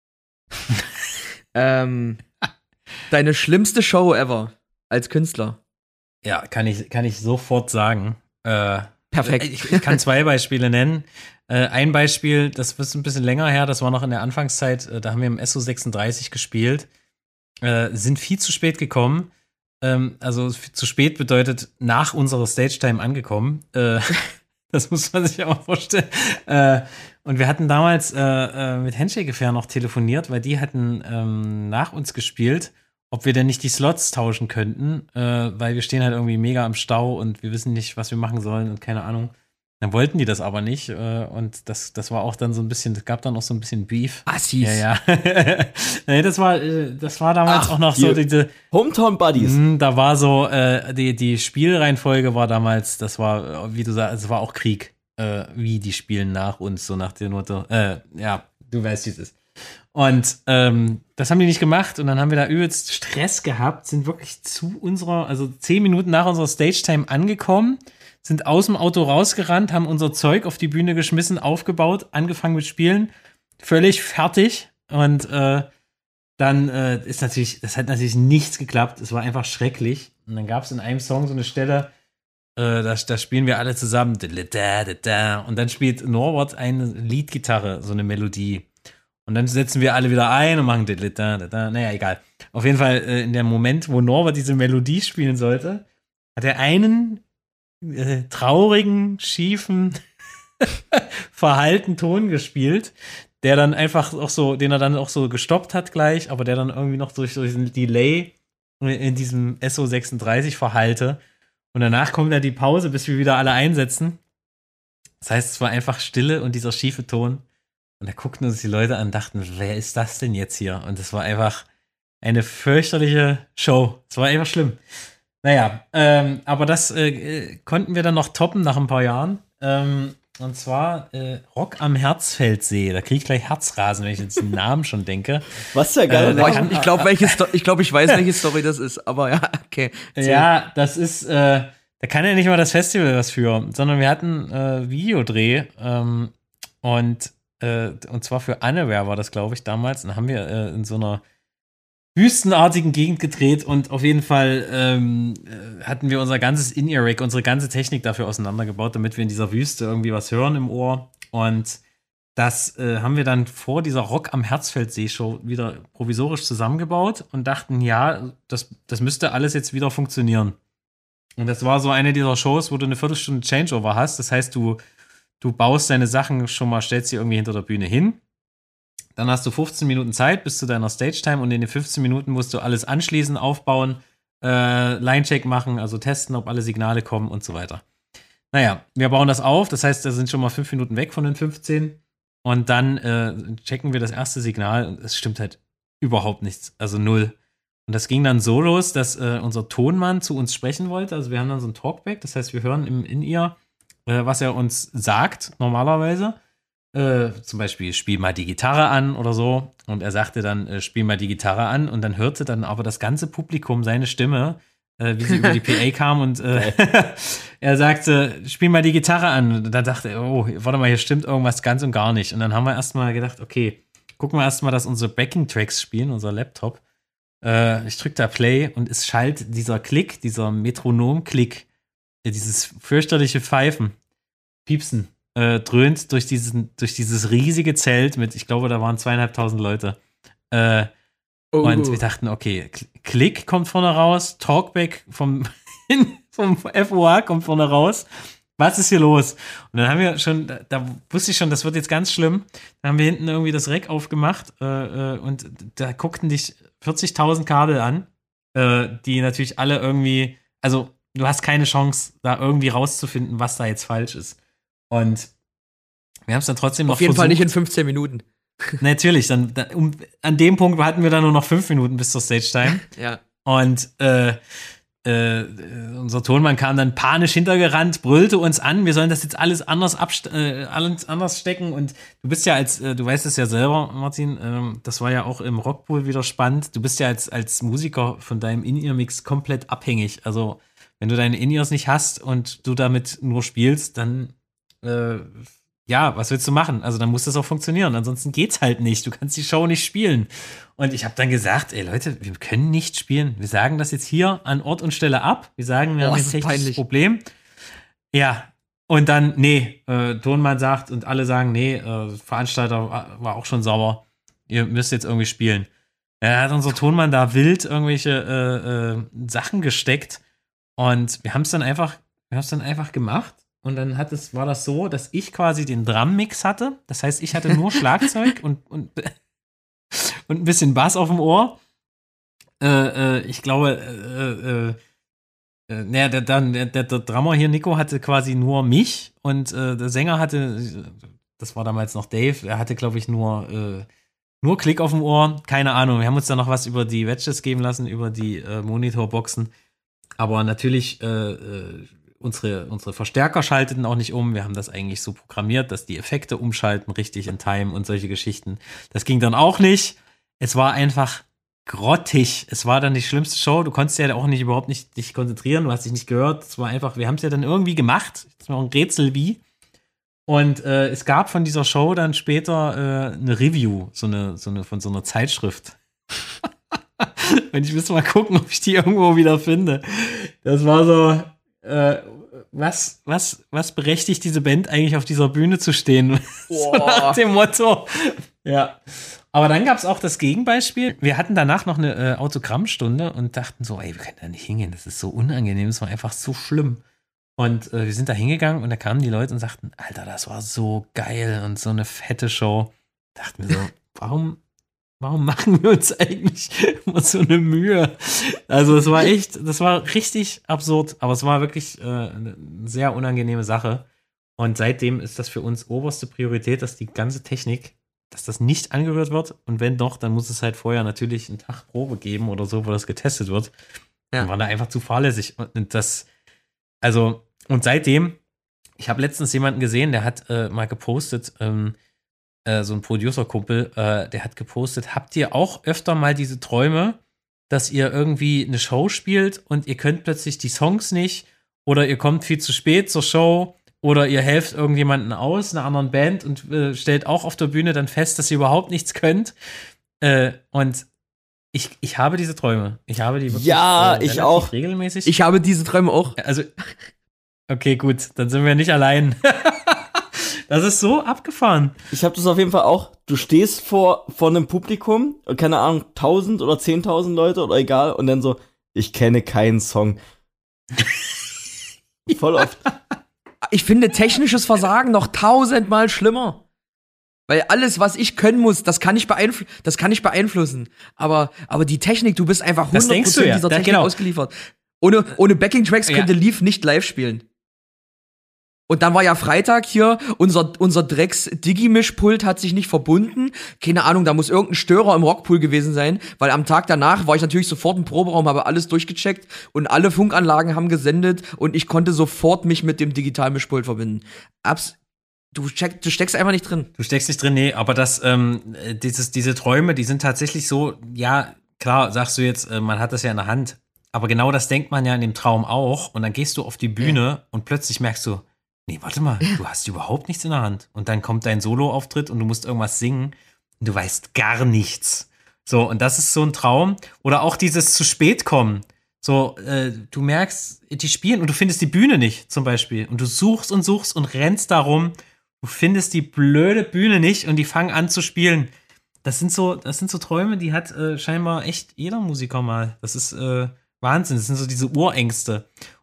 ähm, deine schlimmste Show ever als Künstler. Ja, kann ich, kann ich sofort sagen. Äh, Perfekt. Ich, ich kann zwei Beispiele nennen. Äh, ein Beispiel, das ist ein bisschen länger her, das war noch in der Anfangszeit, äh, da haben wir im S O sechsunddreißig gespielt, äh, sind viel zu spät gekommen. Ähm, also f- zu spät bedeutet nach unserer Stage-Time angekommen. Äh, das muss man sich ja auch vorstellen. Äh, und wir hatten damals äh, äh, mit Handshake Affair noch telefoniert, weil die hatten ähm, nach uns gespielt, ob wir denn nicht die Slots tauschen könnten, äh, weil wir stehen halt irgendwie mega am Stau und wir wissen nicht, was wir machen sollen und keine Ahnung. Dann wollten die das aber nicht äh, und das, das war auch dann so ein bisschen, das gab dann auch so ein bisschen Beef. Assis. Ja, ja. Nee, das war, äh, das war damals Ach, auch noch so die diese, Hometown Buddies. mh, da war so, äh, die, die Spielreihenfolge war damals, das war, äh, wie du sagst, es war auch Krieg, äh, wie die spielen nach uns, so nach dem Motto, äh, ja, du weißt, wie es ist. Und ähm, das haben die nicht gemacht und dann haben wir da übelst Stress gehabt, sind wirklich zu unserer, also zehn Minuten nach unserer Stage-Time angekommen, sind aus dem Auto rausgerannt, haben unser Zeug auf die Bühne geschmissen, aufgebaut, angefangen mit Spielen, völlig fertig und äh, dann äh, ist natürlich, das hat natürlich nichts geklappt, es war einfach schrecklich und dann gab es in einem Song so eine Stelle, äh, da, da spielen wir alle zusammen und dann spielt Norbert eine Leadgitarre, so eine Melodie. Und dann setzen wir alle wieder ein und machen da, da, da. Naja, egal. Auf jeden Fall, äh, in dem Moment, wo Norbert diese Melodie spielen sollte, hat er einen äh, traurigen, schiefen, verhalten Ton gespielt, der dann einfach auch so, den er dann auch so gestoppt hat gleich, aber der dann irgendwie noch durch, durch diesen Delay in diesem S O sechsunddreißig verhallte. Und danach kommt dann die Pause, bis wir wieder alle einsetzen. Das heißt, es war einfach Stille und dieser schiefe Ton. Und da guckten uns die Leute an und dachten, wer ist das denn jetzt hier? Und es war einfach eine fürchterliche Show. Es war einfach schlimm. Naja, ähm, aber das äh, konnten wir dann noch toppen nach ein paar Jahren. Ähm, und zwar äh, Rock am Herzfeldsee. Da kriege ich gleich Herzrasen, wenn ich jetzt den Namen schon denke. Was ja geil. Äh, Boah, ich ich glaube, ich, glaub, ich weiß, welche Story das ist, aber ja, okay. Erzähl. Ja, das ist, äh, da kann ja nicht mal das Festival was für, sondern wir hatten äh, Videodreh ähm, und Äh, und zwar für Unaware war das, glaube ich, damals. Und dann haben wir äh, in so einer wüstenartigen Gegend gedreht und auf jeden Fall ähm, äh, hatten wir unser ganzes In-Ear-Rig, unsere ganze Technik dafür auseinandergebaut, damit wir in dieser Wüste irgendwie was hören im Ohr. Und das äh, haben wir dann vor dieser Rock am Herzfeldsee-Show wieder provisorisch zusammengebaut und dachten, ja, das, das müsste alles jetzt wieder funktionieren. Und das war so eine dieser Shows, wo du eine Viertelstunde Changeover hast. Das heißt, du Du baust deine Sachen schon mal, stellst sie irgendwie hinter der Bühne hin. Dann hast du fünfzehn Minuten Zeit bis zu deiner Stage-Time und in den fünfzehn Minuten musst du alles anschließen, aufbauen, äh, Line-Check machen, also testen, ob alle Signale kommen und so weiter. Naja, wir bauen das auf, das heißt, da sind schon mal fünf Minuten weg von den fünfzehn und dann äh, checken wir das erste Signal und es stimmt halt überhaupt nichts, also null. Und das ging dann so los, dass äh, unser Tonmann zu uns sprechen wollte, also wir haben dann so ein Talkback, das heißt, wir hören im In-Ear, was er uns sagt, normalerweise. Äh, zum Beispiel, spiel mal die Gitarre an oder so. Und er sagte dann, äh, spiel mal die Gitarre an. Und dann hörte dann aber das ganze Publikum seine Stimme, äh, wie sie über die P A kam. Und äh, er sagte, spiel mal die Gitarre an. Und dann dachte er, oh, warte mal, hier stimmt irgendwas ganz und gar nicht. Und dann haben wir erstmal gedacht, okay, gucken wir erstmal, dass unsere Backing-Tracks spielen, unser Laptop. Äh, ich drücke da Play und es schallt dieser Klick, dieser Metronom-Klick, dieses fürchterliche Pfeifen, Piepsen, äh, dröhnt durch, diesen, durch dieses riesige Zelt mit, ich glaube, da waren zweieinhalbtausend Leute. Äh, oh. Und wir dachten, okay, Klick kommt vorne raus, Talkback vom vom F O A kommt vorne raus. Was ist hier los? Und dann haben wir schon, da, da wusste ich schon, das wird jetzt ganz schlimm. Dann haben wir hinten irgendwie das Rack aufgemacht äh, äh, und da guckten dich vierzigtausend Kabel an, äh, die natürlich alle irgendwie, also du hast keine Chance, da irgendwie rauszufinden, was da jetzt falsch ist. Und wir haben es dann trotzdem noch Auf jeden versucht. Fall nicht in fünfzehn Minuten. Natürlich, dann, da, um, an dem Punkt hatten wir dann nur noch fünf Minuten bis zur Stage-Time. Ja. Und äh, äh, unser Tonmann kam dann panisch hintergerannt, brüllte uns an, wir sollen das jetzt alles anders abst- äh, alles anders stecken. Und du bist ja als, äh, du weißt es ja selber, Martin, ähm, das war ja auch im Rockpool wieder spannend. Du bist ja als, als Musiker von deinem In-Ear-Mix komplett abhängig. Also, wenn du deine In-Ears nicht hast und du damit nur spielst, dann äh, ja, was willst du machen? Also dann muss das auch funktionieren, ansonsten geht's halt nicht. Du kannst die Show nicht spielen. Und ich habe dann gesagt, ey Leute, wir können nicht spielen. Wir sagen das jetzt hier an Ort und Stelle ab. Wir sagen, wir Oh, haben ist ein technisches peinlich. Problem. Ja, und dann, nee, äh, Tonmann sagt und alle sagen, nee, äh, Veranstalter war, war auch schon sauer. Ihr müsst jetzt irgendwie spielen. Er hat unser Tonmann da wild irgendwelche äh, äh, Sachen gesteckt. Und wir haben es dann einfach, wir haben es dann einfach gemacht. Und dann hat es, war das so, dass ich quasi den Drum-Mix hatte. Das heißt, ich hatte nur Schlagzeug und, und, und ein bisschen Bass auf dem Ohr. Äh, äh, ich glaube, äh, äh, äh, naja, der, der, der, der Drummer hier, Nico, hatte quasi nur mich. Und äh, der Sänger hatte, das war damals noch Dave, er hatte, glaube ich, nur, äh, nur Klick auf dem Ohr. Keine Ahnung, wir haben uns da noch was über die Wedges geben lassen, über die äh, Monitorboxen. Aber natürlich, äh, äh, Unsere, unsere Verstärker schalteten auch nicht um. Wir haben das eigentlich so programmiert, dass die Effekte umschalten, richtig in Time und solche Geschichten. Das ging dann auch nicht. Es war einfach grottig. Es war dann die schlimmste Show. Du konntest ja auch nicht überhaupt nicht dich konzentrieren. Du hast dich nicht gehört. Es war einfach, wir haben es ja dann irgendwie gemacht. Es war ein Rätsel wie. Und äh, es gab von dieser Show dann später äh, eine Review, so eine, so eine von so einer Zeitschrift. Und ich müsste mal gucken, ob ich die irgendwo wieder finde. Das war so, Äh, was, was, was berechtigt diese Band eigentlich auf dieser Bühne zu stehen? So nach dem Motto. Ja. Aber dann gab es auch das Gegenbeispiel. Wir hatten danach noch eine äh, Autogrammstunde und dachten so, ey, wir können da nicht hingehen. Das ist so unangenehm. Das war einfach so schlimm. Und äh, wir sind da hingegangen und da kamen die Leute und sagten, Alter, das war so geil und so eine fette Show. Dachten wir so, warum Warum machen wir uns eigentlich immer so eine Mühe? Also es war echt, das war richtig absurd, aber es war wirklich äh, eine sehr unangenehme Sache. Und seitdem ist das für uns oberste Priorität, dass die ganze Technik, dass das nicht angerührt wird. Und wenn doch, dann muss es halt vorher natürlich einen Tag Probe geben oder so, wo das getestet wird. Ja. Dann war da einfach zu fahrlässig. Und das, also, und seitdem, ich habe letztens jemanden gesehen, der hat äh, mal gepostet, ähm, so ein Producer-Kumpel, äh, der hat gepostet, habt ihr auch öfter mal diese Träume, dass ihr irgendwie eine Show spielt und ihr könnt plötzlich die Songs nicht oder ihr kommt viel zu spät zur Show oder ihr helft irgendjemanden aus, einer anderen Band und äh, stellt auch auf der Bühne dann fest, dass ihr überhaupt nichts könnt. Äh, und ich, ich habe diese Träume. Ich habe die wirklich ja, äh, ich auch. regelmäßig. Ich habe diese Träume auch. Also, okay, gut, dann sind wir nicht allein. Das ist so abgefahren. Ich habe das auf jeden Fall auch. Du stehst vor, vor einem Publikum, keine Ahnung, tausend oder zehntausend Leute oder egal, und dann so, ich kenne keinen Song. Voll oft. Ich finde technisches Versagen noch tausendmal schlimmer. Weil alles, was ich können muss, das kann ich, beeinfl- das kann ich beeinflussen. Aber, aber die Technik, du bist einfach hundert Prozent denkst du ja. dieser Da, Technik genau. ausgeliefert. Ohne, ohne Backing-Tracks Ja. könnte Leaf nicht live spielen. Und dann war ja Freitag hier, unser, unser Drecks-Digi-Mischpult hat sich nicht verbunden. Keine Ahnung, da muss irgendein Störer im Rockpool gewesen sein, weil am Tag danach war ich natürlich sofort im Proberaum, habe alles durchgecheckt und alle Funkanlagen haben gesendet und ich konnte sofort mich mit dem Digital-Mischpult verbinden. Abs- du, check, du steckst einfach nicht drin. Du steckst nicht drin, nee, aber das, ähm, dieses, diese Träume, die sind tatsächlich so, ja, klar, sagst du jetzt, äh, man hat das ja in der Hand, aber genau das denkt man ja in dem Traum auch und dann gehst du auf die Bühne ja. und plötzlich merkst du, nee, warte mal, du hast überhaupt nichts in der Hand. Und dann kommt dein Solo-Auftritt und du musst irgendwas singen und du weißt gar nichts. So, und das ist so ein Traum. Oder auch dieses zu spät kommen. So, äh, du merkst, die spielen und du findest die Bühne nicht, zum Beispiel. Und du suchst und suchst und rennst darum. Du findest die blöde Bühne nicht und die fangen an zu spielen. Das sind so, das sind so Träume, die hat äh, scheinbar echt jeder Musiker mal. Das ist äh, Wahnsinn. Das sind so diese Urängste.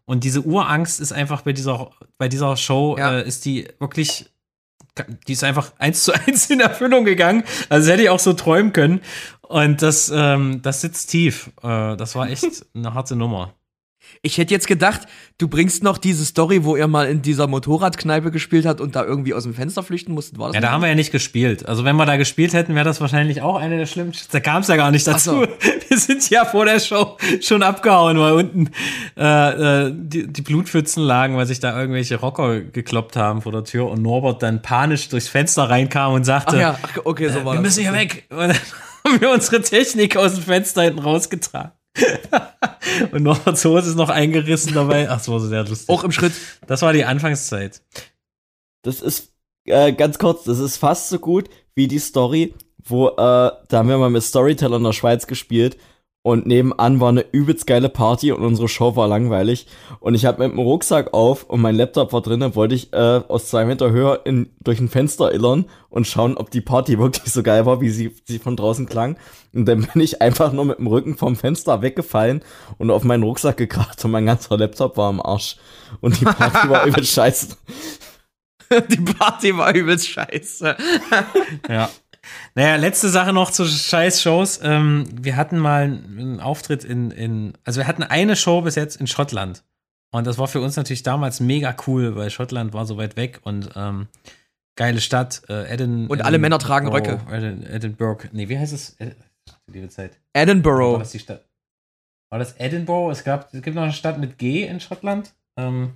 Und diese Urangst ist einfach bei dieser, bei dieser Show, Ja. äh, ist die wirklich, die ist einfach eins zu eins in Erfüllung gegangen. Also hätte ich auch so träumen können. Und das, ähm, das sitzt tief. Äh, das war echt eine harte Nummer. Ich hätte jetzt gedacht, du bringst noch diese Story, wo ihr mal in dieser Motorradkneipe gespielt habt und da irgendwie aus dem Fenster flüchten musstet. War das Ja, da nicht? haben wir ja nicht gespielt. Also wenn wir da gespielt hätten, wäre das wahrscheinlich auch eine der schlimmsten. Da kam es ja gar nicht dazu. Ach so. Wir sind ja vor der Show schon abgehauen, weil unten äh, äh, die, die Blutpfützen lagen, weil sich da irgendwelche Rocker gekloppt haben vor der Tür und Norbert dann panisch durchs Fenster reinkam und sagte, Ach ja, ach, okay, so äh, war wir das. müssen hier weg. Und dann haben wir unsere Technik aus dem Fenster hinten rausgetragen. Und Norberts Hose ist noch eingerissen dabei. Ach, das war so sehr lustig. Auch im Schritt. Das war die Anfangszeit. Das ist, äh, ganz kurz, das ist fast so gut wie die Story, wo, äh, da haben wir mal mit Storyteller in der Schweiz gespielt und nebenan war eine übelst geile Party und unsere Show war langweilig und ich hab mit dem Rucksack auf und mein Laptop war drin, wollte ich, äh, aus zwei Meter Höhe in, durch ein Fenster illern und schauen, ob die Party wirklich so geil war, wie sie, sie von draußen klang. Und dann bin ich einfach nur mit dem Rücken vom Fenster weggefallen und auf meinen Rucksack gekracht und mein ganzer Laptop war am Arsch. Und die Party war übelst scheiße. Die Party war übelst scheiße. Ja. Naja, letzte Sache noch zu Scheiß-Shows. Ähm, wir hatten mal einen Auftritt in, in, also wir hatten eine Show bis jetzt in Schottland. Und das war für uns natürlich damals mega cool, weil Schottland war so weit weg und ähm, geile Stadt. Äh, Edin, Und alle Männer tragen Röcke. Edin, Edinburgh. Nee, wie heißt es? Ed, liebe Zeit. War Edinburgh. das die Stadt? War das Edinburgh? Es gab, es gibt noch eine Stadt mit G in Schottland. Ähm,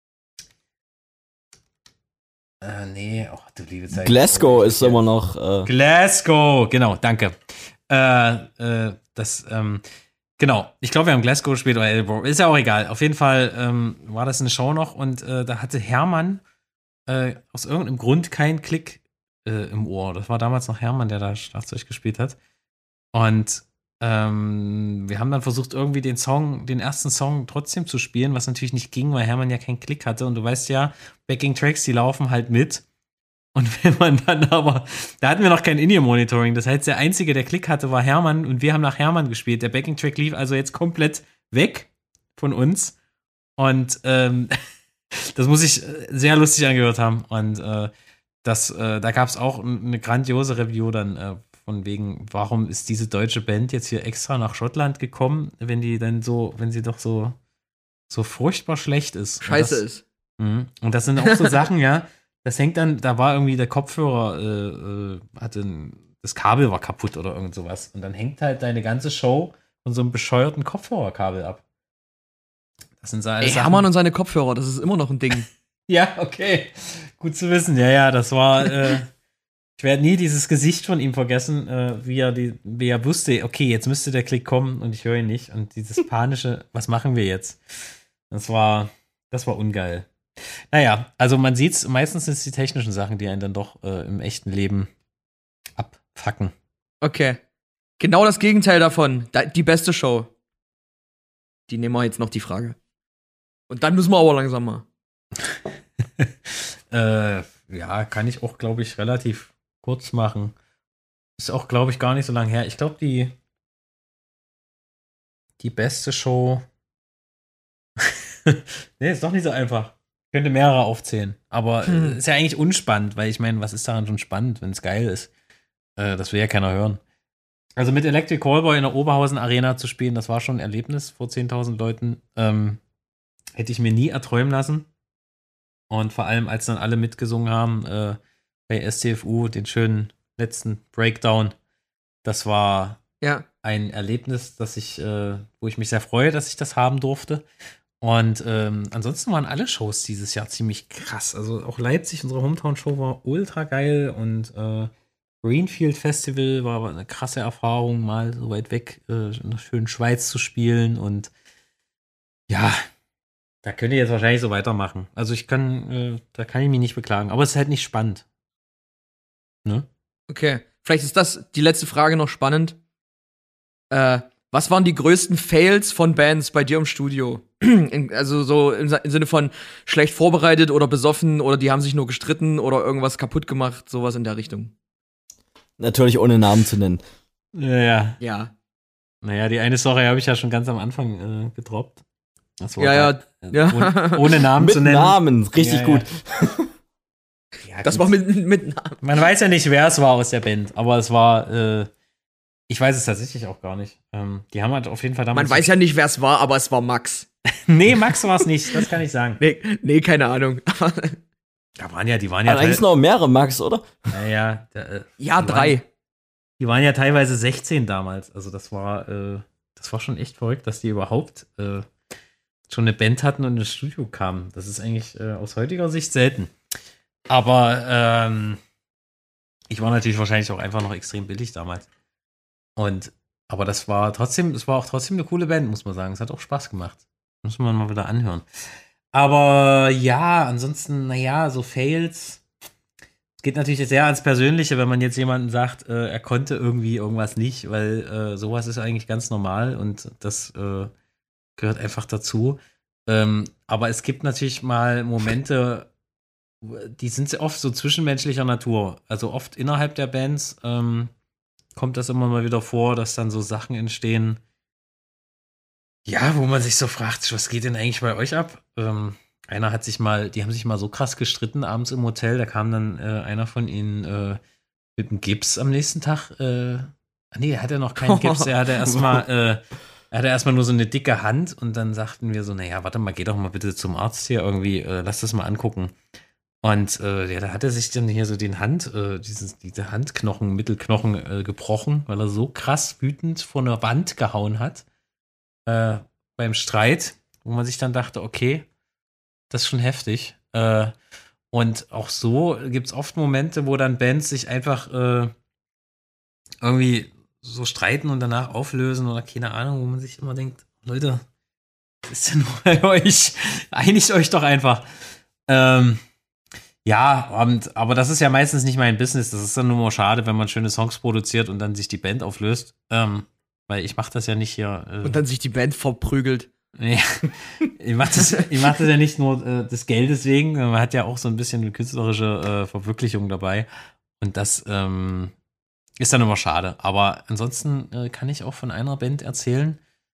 äh, nee, oh, du liebe Zeit. Glasgow Oh, ist immer noch, äh, Glasgow, genau, danke. Äh, äh, das, ähm, genau, ich glaube, wir haben Glasgow gespielt oder Edinburgh, ist ja auch egal. Auf jeden Fall ähm, war das eine Show noch und äh, da hatte Hermann äh, aus irgendeinem Grund keinen Klick äh, im Ohr. Das war damals noch Hermann, der da Schlagzeug gespielt hat. Und ähm, wir haben dann versucht, irgendwie den Song, den ersten Song trotzdem zu spielen, was natürlich nicht ging, weil Hermann ja keinen Klick hatte. Und du weißt ja, Backing-Tracks, die laufen halt mit. Und wenn man dann aber, da hatten wir noch kein In-Ear-Monitoring. Das heißt, der Einzige, der Klick hatte, war Hermann und wir haben nach Hermann gespielt. Der Backing-Track lief also jetzt komplett weg von uns. Und ähm, das muss ich sehr lustig angehört haben. Und äh, das, äh, da gab es auch eine grandiose Review dann äh, von wegen, warum ist diese deutsche Band jetzt hier extra nach Schottland gekommen, wenn die dann so, wenn sie doch so, so furchtbar schlecht ist. Scheiße und das, ist. Mh. Und das sind auch so Sachen, ja, das hängt dann, da war irgendwie der Kopfhörer, äh, äh, hatte ein, das Kabel war kaputt oder irgend sowas. Und dann hängt halt deine ganze Show von so einem bescheuerten Kopfhörerkabel ab. Das sind so alles Ey, Sachen- Hermann und seine Kopfhörer, das ist immer noch ein Ding. Ja, okay. Gut zu wissen. Ja, ja, das war. Äh, ich werde nie dieses Gesicht von ihm vergessen, äh, wie, er die, wie er wusste, okay, jetzt müsste der Klick kommen und ich höre ihn nicht. Und dieses panische, was machen wir jetzt? Das war, das war ungeil. Naja, also man sieht's, meistens sind es die technischen Sachen, die einen dann doch äh, im echten Leben abfacken. Okay. Genau das Gegenteil davon. Da, die beste Show. Die nehmen wir jetzt noch die Frage. Und dann müssen wir aber langsam mal. äh, ja, kann ich auch, glaube ich, relativ kurz machen. Ist auch, glaube ich, gar nicht so lange her. Ich glaube, die die beste Show nee, ist doch nicht so einfach. Ich könnte mehrere aufzählen. Aber Hm. äh, ist ja eigentlich unspannend, weil ich meine, was ist daran schon spannend, wenn es geil ist? Äh, das will ja keiner hören. Also mit Electric Callboy in der Oberhausen Arena zu spielen, das war schon ein Erlebnis vor zehntausend Leuten. Ähm, hätte ich mir nie erträumen lassen. Und vor allem, als dann alle mitgesungen haben äh, bei S T F U, den schönen letzten Breakdown, das war Ja. ein Erlebnis, das ich, äh, wo ich mich sehr freue, dass ich das haben durfte. Und ähm, ansonsten waren alle Shows dieses Jahr ziemlich krass. Also auch Leipzig, unsere Hometown-Show war ultra geil und äh, Greenfield Festival war aber eine krasse Erfahrung, mal so weit weg äh, in der schönen Schweiz zu spielen und ja, da könnt ihr jetzt wahrscheinlich so weitermachen. Also ich kann, äh, da kann ich mich nicht beklagen, aber es ist halt nicht spannend. Ne? Okay. Vielleicht ist das die letzte Frage noch spannend. Äh, was waren die größten Fails von Bands bei dir im Studio? In, also so im, im Sinne von schlecht vorbereitet oder besoffen oder die haben sich nur gestritten oder irgendwas kaputt gemacht, sowas in der Richtung. natürlich ohne Namen zu nennen. Ja, ja. Ja. Naja, die eine Story habe ich ja schon ganz am Anfang äh, gedroppt. Das Ja, ja, da, äh, ja. Ohne, ohne Namen Mit zu nennen. Namen, richtig Ja, gut. Ja. Ja, Das gut. war mit, mit Namen. Man weiß ja nicht, wer es war aus der Band, aber es war, äh, ich weiß es tatsächlich auch gar nicht. Ähm, die haben halt auf jeden Fall damals. Man weiß ja nicht, wer es war, aber es war Max. Nee, Max war es nicht, das kann ich sagen. Nee, nee keine Ahnung. Da waren ja, die waren ja. Aber eigentlich noch mehrere Max, oder? Naja, äh, ja, die drei. Waren, die waren ja teilweise sechzehn damals. Also das war, äh, das war schon echt verrückt, dass die überhaupt äh, schon eine Band hatten und ins Studio kamen. Das ist eigentlich äh, aus heutiger Sicht selten. Aber ähm, ich war natürlich wahrscheinlich auch einfach noch extrem billig damals. Und aber das war trotzdem, es war auch trotzdem eine coole Band, muss man sagen. Es hat auch Spaß gemacht. Muss man mal wieder anhören. Aber ja, ansonsten, naja, so Fails. Es geht natürlich sehr ans Persönliche, wenn man jetzt jemandem sagt, äh, er konnte irgendwie irgendwas nicht, weil äh, sowas ist eigentlich ganz normal und das äh, gehört einfach dazu. Ähm, aber es gibt natürlich mal Momente, die sind oft so zwischenmenschlicher Natur. Also oft innerhalb der Bands ähm, kommt das immer mal wieder vor, dass dann so Sachen entstehen, ja, wo man sich so fragt, was geht denn eigentlich bei euch ab? Ähm, einer hat sich mal, die haben sich mal so krass gestritten abends im Hotel, da kam dann äh, einer von ihnen äh, mit einem Gips am nächsten Tag. Äh, nee, er hatte noch keinen Gips, er hatte erstmal äh, er hatte erstmal nur so eine dicke Hand und dann sagten wir so, naja, warte mal, geh doch mal bitte zum Arzt hier irgendwie, äh, lass das mal angucken. Und äh, ja, da hat er sich dann hier so den Hand, äh, dieses, diese Handknochen, Mittelknochen äh, gebrochen, weil er so krass wütend vor einer Wand gehauen hat. Äh, beim Streit, wo man sich dann dachte, okay, das ist schon heftig. Äh, und auch so gibt es oft Momente, wo dann Bands sich einfach äh, irgendwie so streiten und danach auflösen oder keine Ahnung, wo man sich immer denkt, Leute, was ist denn bei euch? Einigt euch doch einfach. Ähm, ja, und, aber das ist ja meistens nicht mein Business. Das ist dann nur mal schade, wenn man schöne Songs produziert und dann sich die Band auflöst. Ähm, Weil ich mache das ja nicht hier. Äh, und dann sich die Band verprügelt. Ja, ich mache das, ich mach das ja nicht nur äh, des Geldes wegen, man hat ja auch so ein bisschen eine künstlerische äh, Verwirklichung dabei. Und das ähm, ist dann immer schade. Aber ansonsten äh, kann ich auch von einer Band erzählen.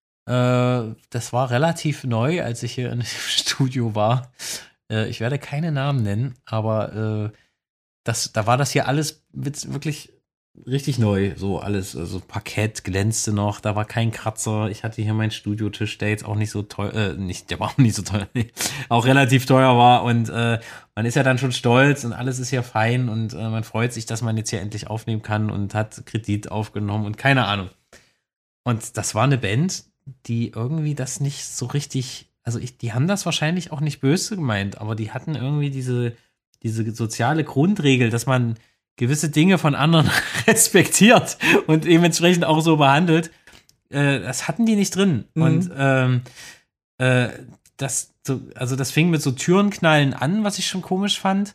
Äh, das war relativ neu, als ich hier im Studio war. Äh, ich werde keine Namen nennen, aber äh, das, da war das hier alles wirklich richtig neu, so alles, also Parkett glänzte noch, da war kein Kratzer, ich hatte hier meinen Studiotisch, der jetzt auch nicht so teuer, äh, nicht, der war auch nicht so teuer, nee, auch relativ teuer war und äh, man ist ja dann schon stolz und alles ist ja fein und äh, man freut sich, dass man jetzt hier endlich aufnehmen kann und hat Kredit aufgenommen und keine Ahnung. Und das war eine Band, die irgendwie das nicht so richtig, also ich, die haben das wahrscheinlich auch nicht böse gemeint, aber die hatten irgendwie diese, diese soziale Grundregel, dass man gewisse Dinge von anderen respektiert und dementsprechend auch so behandelt, äh, das hatten die nicht drin. Mhm. Und ähm, äh, das, so, also das fing mit so Türenknallen an, was ich schon komisch fand.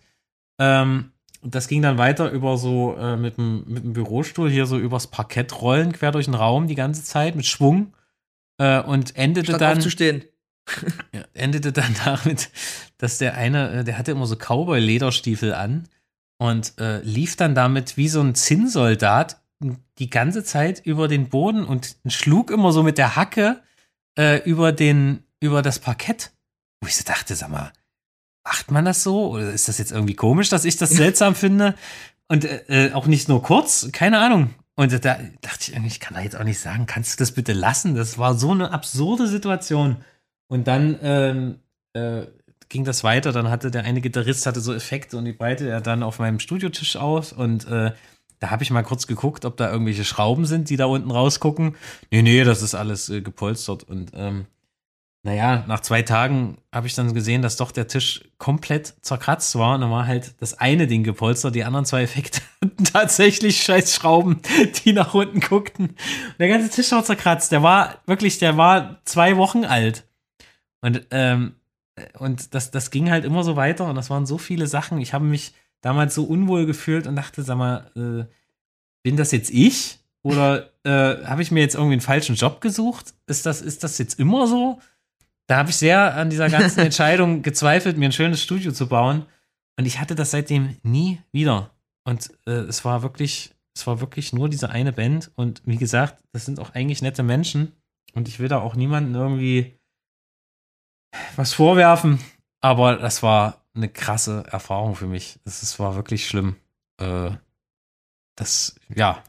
Ähm, und das ging dann weiter über so äh, mit dem mit dem Bürostuhl hier so übers Parkett rollen, quer durch den Raum die ganze Zeit mit Schwung äh, und endete Statt dann aufzustehen. ja, endete dann damit, dass der eine, der hatte immer so Cowboy-Lederstiefel an. Und äh, lief dann damit wie so ein Zinnsoldat die ganze Zeit über den Boden und schlug immer so mit der Hacke äh, über, den, über das Parkett. Wo ich so dachte, sag mal, macht man das so? Oder ist das jetzt irgendwie komisch, dass ich das seltsam finde? Und äh, auch nicht nur kurz, keine Ahnung. Und da dachte ich irgendwie, ich kann da jetzt auch nicht sagen, kannst du das bitte lassen? Das war so eine absurde Situation. Und dann ähm, äh, ging das weiter, dann hatte der eine Gitarrist hatte so Effekte und die breitete er dann auf meinem Studiotisch aus und äh, da habe ich mal kurz geguckt, ob da irgendwelche Schrauben sind, die da unten rausgucken. Nee, nee, das ist alles äh, gepolstert und ähm, naja, nach zwei Tagen habe ich dann gesehen, dass doch der Tisch komplett zerkratzt war und dann war halt das eine Ding gepolstert, die anderen zwei Effekte hatten tatsächlich scheiß Schrauben, die nach unten guckten. Und der ganze Tisch war zerkratzt, der war wirklich, der war zwei Wochen alt und ähm, Und das, das ging halt immer so weiter und das waren so viele Sachen. Ich habe mich damals so unwohl gefühlt und dachte, sag mal, äh, bin das jetzt ich? Oder äh, habe ich mir jetzt irgendwie einen falschen Job gesucht? Ist das, ist das jetzt immer so? Da habe ich sehr an dieser ganzen Entscheidung gezweifelt, mir ein schönes Studio zu bauen. Und ich hatte das seitdem nie wieder. Und äh, es war wirklich, es war wirklich nur diese eine Band. Und wie gesagt, das sind auch eigentlich nette Menschen. Und ich will da auch niemanden irgendwie was vorwerfen, aber das war eine krasse Erfahrung für mich. Das, das war wirklich schlimm. Äh, das, ja,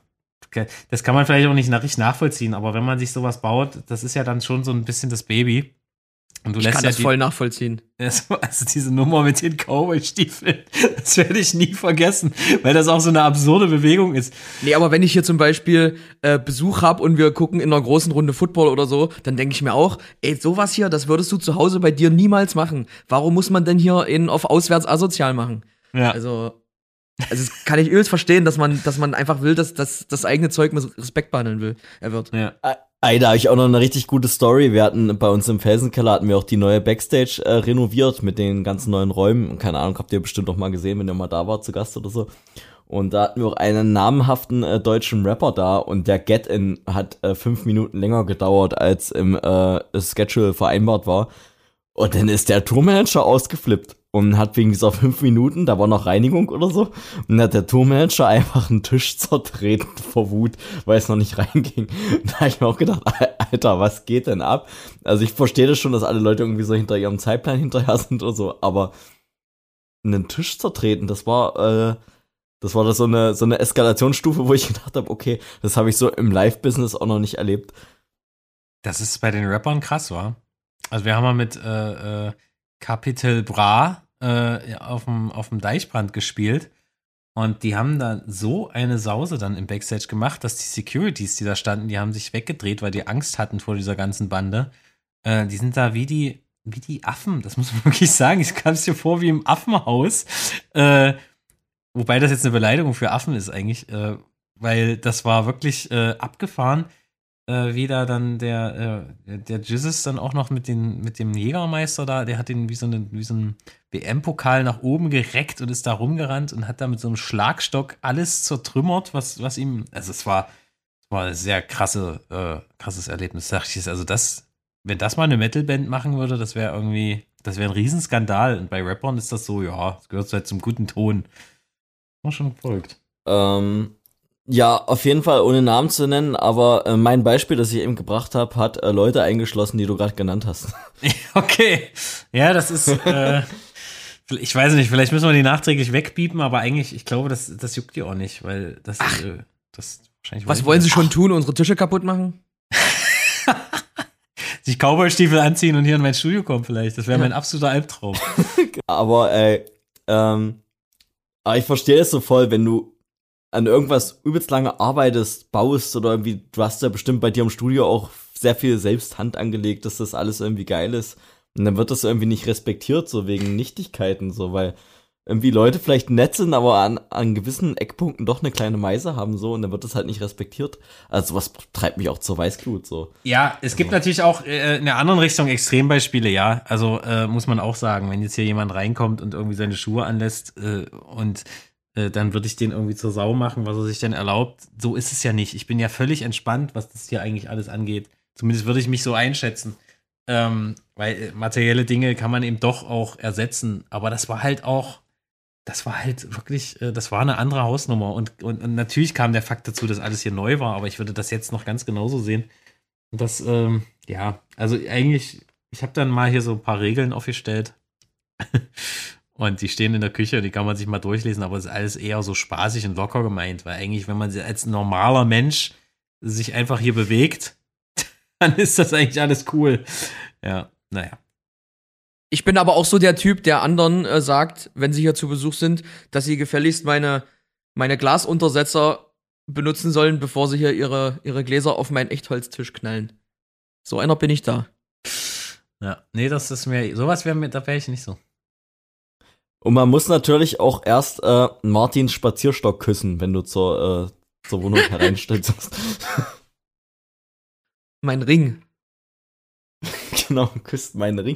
das kann man vielleicht auch nicht nach, richtig nachvollziehen, aber wenn man sich sowas baut, das ist ja dann schon so ein bisschen das Baby. Und du Ich lässt kann ja das die, voll nachvollziehen. Also, also diese Nummer mit den Cowboy-Stiefeln, das werde ich nie vergessen, weil das auch so eine absurde Bewegung ist. Nee, aber wenn ich hier zum Beispiel äh, Besuch hab und wir gucken in einer großen Runde Football oder so, dann denke ich mir auch, ey, sowas hier, das würdest du zu Hause bei dir niemals machen. Warum muss man denn hier in auf auswärts asozial machen? Ja. Also, also das kann ich übelst verstehen, dass man, dass man einfach will, dass, dass das eigene Zeug mit Respekt behandeln will. Er wird. Ja. Ey, da habe ich auch noch eine richtig gute Story. Wir hatten bei uns im Felsenkeller hatten wir auch die neue Backstage äh, renoviert mit den ganzen neuen Räumen. Keine Ahnung, habt ihr bestimmt auch mal gesehen, wenn ihr mal da wart zu Gast oder so. Und da hatten wir auch einen namhaften äh, deutschen Rapper da und der Get-In hat äh, fünf Minuten länger gedauert, als im äh, Schedule vereinbart war. Und dann ist der Tourmanager ausgeflippt und hat wegen dieser fünf Minuten, da war noch Reinigung oder so, und hat der Tourmanager einfach einen Tisch zertreten vor Wut, weil es noch nicht reinging. Da habe ich mir auch gedacht, Alter, was geht denn ab? Also ich verstehe das schon, dass alle Leute irgendwie so hinter ihrem Zeitplan hinterher sind oder so, aber einen Tisch zertreten, das war, äh, das war da so eine, so eine Eskalationsstufe, wo ich gedacht habe, okay, das habe ich so im Live-Business auch noch nicht erlebt. Das ist bei den Rappern krass, war. Also wir haben mal mit äh, äh, Capital Bra äh, auf dem auf dem Deichbrand gespielt und die haben da so eine Sause dann im Backstage gemacht, dass die Securities, die da standen, die haben sich weggedreht, weil die Angst hatten vor dieser ganzen Bande. Äh, die sind da wie die wie die Affen, das muss man wirklich sagen. Ich kam es dir vor wie im Affenhaus. Äh, wobei das jetzt eine Beleidigung für Affen ist eigentlich, äh, weil das war wirklich äh, abgefahren. Äh, wie da dann der, äh, der Jesus dann auch noch mit, den, mit dem Jägermeister da, der hat den wie so, eine, wie so ein W M-Pokal nach oben gereckt und ist da rumgerannt und hat da mit so einem Schlagstock alles zertrümmert, was, was ihm, also es war, es war ein sehr krasse, äh, krasses Erlebnis, sag ich jetzt. Also das, wenn das mal eine Metalband machen würde, das wäre irgendwie, das wäre ein Riesenskandal. Und bei Rappern ist das so, ja, das gehört halt zum guten Ton. War schon verrückt. Ähm, ja, auf jeden Fall, ohne Namen zu nennen, aber äh, mein Beispiel, das ich eben gebracht habe, hat äh, Leute eingeschlossen, die du gerade genannt hast. Okay. Ja, das ist, äh, ich weiß nicht, vielleicht müssen wir die nachträglich wegbiepen, aber eigentlich, ich glaube, das, das juckt die auch nicht, weil das, äh, das wahrscheinlich. Was wollen sie schon tun? Unsere Tische kaputt machen? Sich Cowboy-Stiefel anziehen und hier in mein Studio kommen vielleicht. Das wäre mein absoluter Albtraum. Aber, ey, ähm, aber ich verstehe es so voll, wenn du an irgendwas übelst lange arbeitest, baust oder irgendwie, du hast ja bestimmt bei dir im Studio auch sehr viel selbst Hand angelegt, dass das alles irgendwie geil ist. Und dann wird das irgendwie nicht respektiert, so wegen Nichtigkeiten, so, weil irgendwie Leute vielleicht nett sind, aber an, an gewissen Eckpunkten doch eine kleine Meise haben, so, und dann wird das halt nicht respektiert. Also was treibt mich auch zur Weißglut, so. Ja, es gibt natürlich auch äh, in der anderen Richtung Extrembeispiele, ja. Also äh, muss man auch sagen, wenn jetzt hier jemand reinkommt und irgendwie seine Schuhe anlässt äh, und äh, dann würde ich den irgendwie zur Sau machen, was er sich denn erlaubt. So ist es ja nicht. Ich bin ja völlig entspannt, was das hier eigentlich alles angeht. Zumindest würde ich mich so einschätzen. Ähm, weil äh, materielle Dinge kann man eben doch auch ersetzen. Aber das war halt auch, das war halt wirklich, äh, das war eine andere Hausnummer. Und, und, und natürlich kam der Fakt dazu, dass alles hier neu war, aber ich würde das jetzt noch ganz genauso sehen. Und das, ähm, ja, also eigentlich, ich habe dann mal hier so ein paar Regeln aufgestellt. Und die stehen in der Küche und die kann man sich mal durchlesen, aber es ist alles eher so spaßig und locker gemeint, weil eigentlich, wenn man als normaler Mensch sich einfach hier bewegt, dann ist das eigentlich alles cool. Ja, naja. Ich bin aber auch so der Typ, der anderen äh, sagt, wenn sie hier zu Besuch sind, dass sie gefälligst meine, meine Glasuntersetzer benutzen sollen, bevor sie hier ihre, ihre Gläser auf meinen Echtholztisch knallen. So einer bin ich da. Ja, nee, das ist mir, sowas wäre mir, da wäre ich nicht so. Und man muss natürlich auch erst äh, Martins Spazierstock küssen, wenn du zur, äh, zur Wohnung hereinstellst. Mein Ring. Genau, küsst meinen Ring.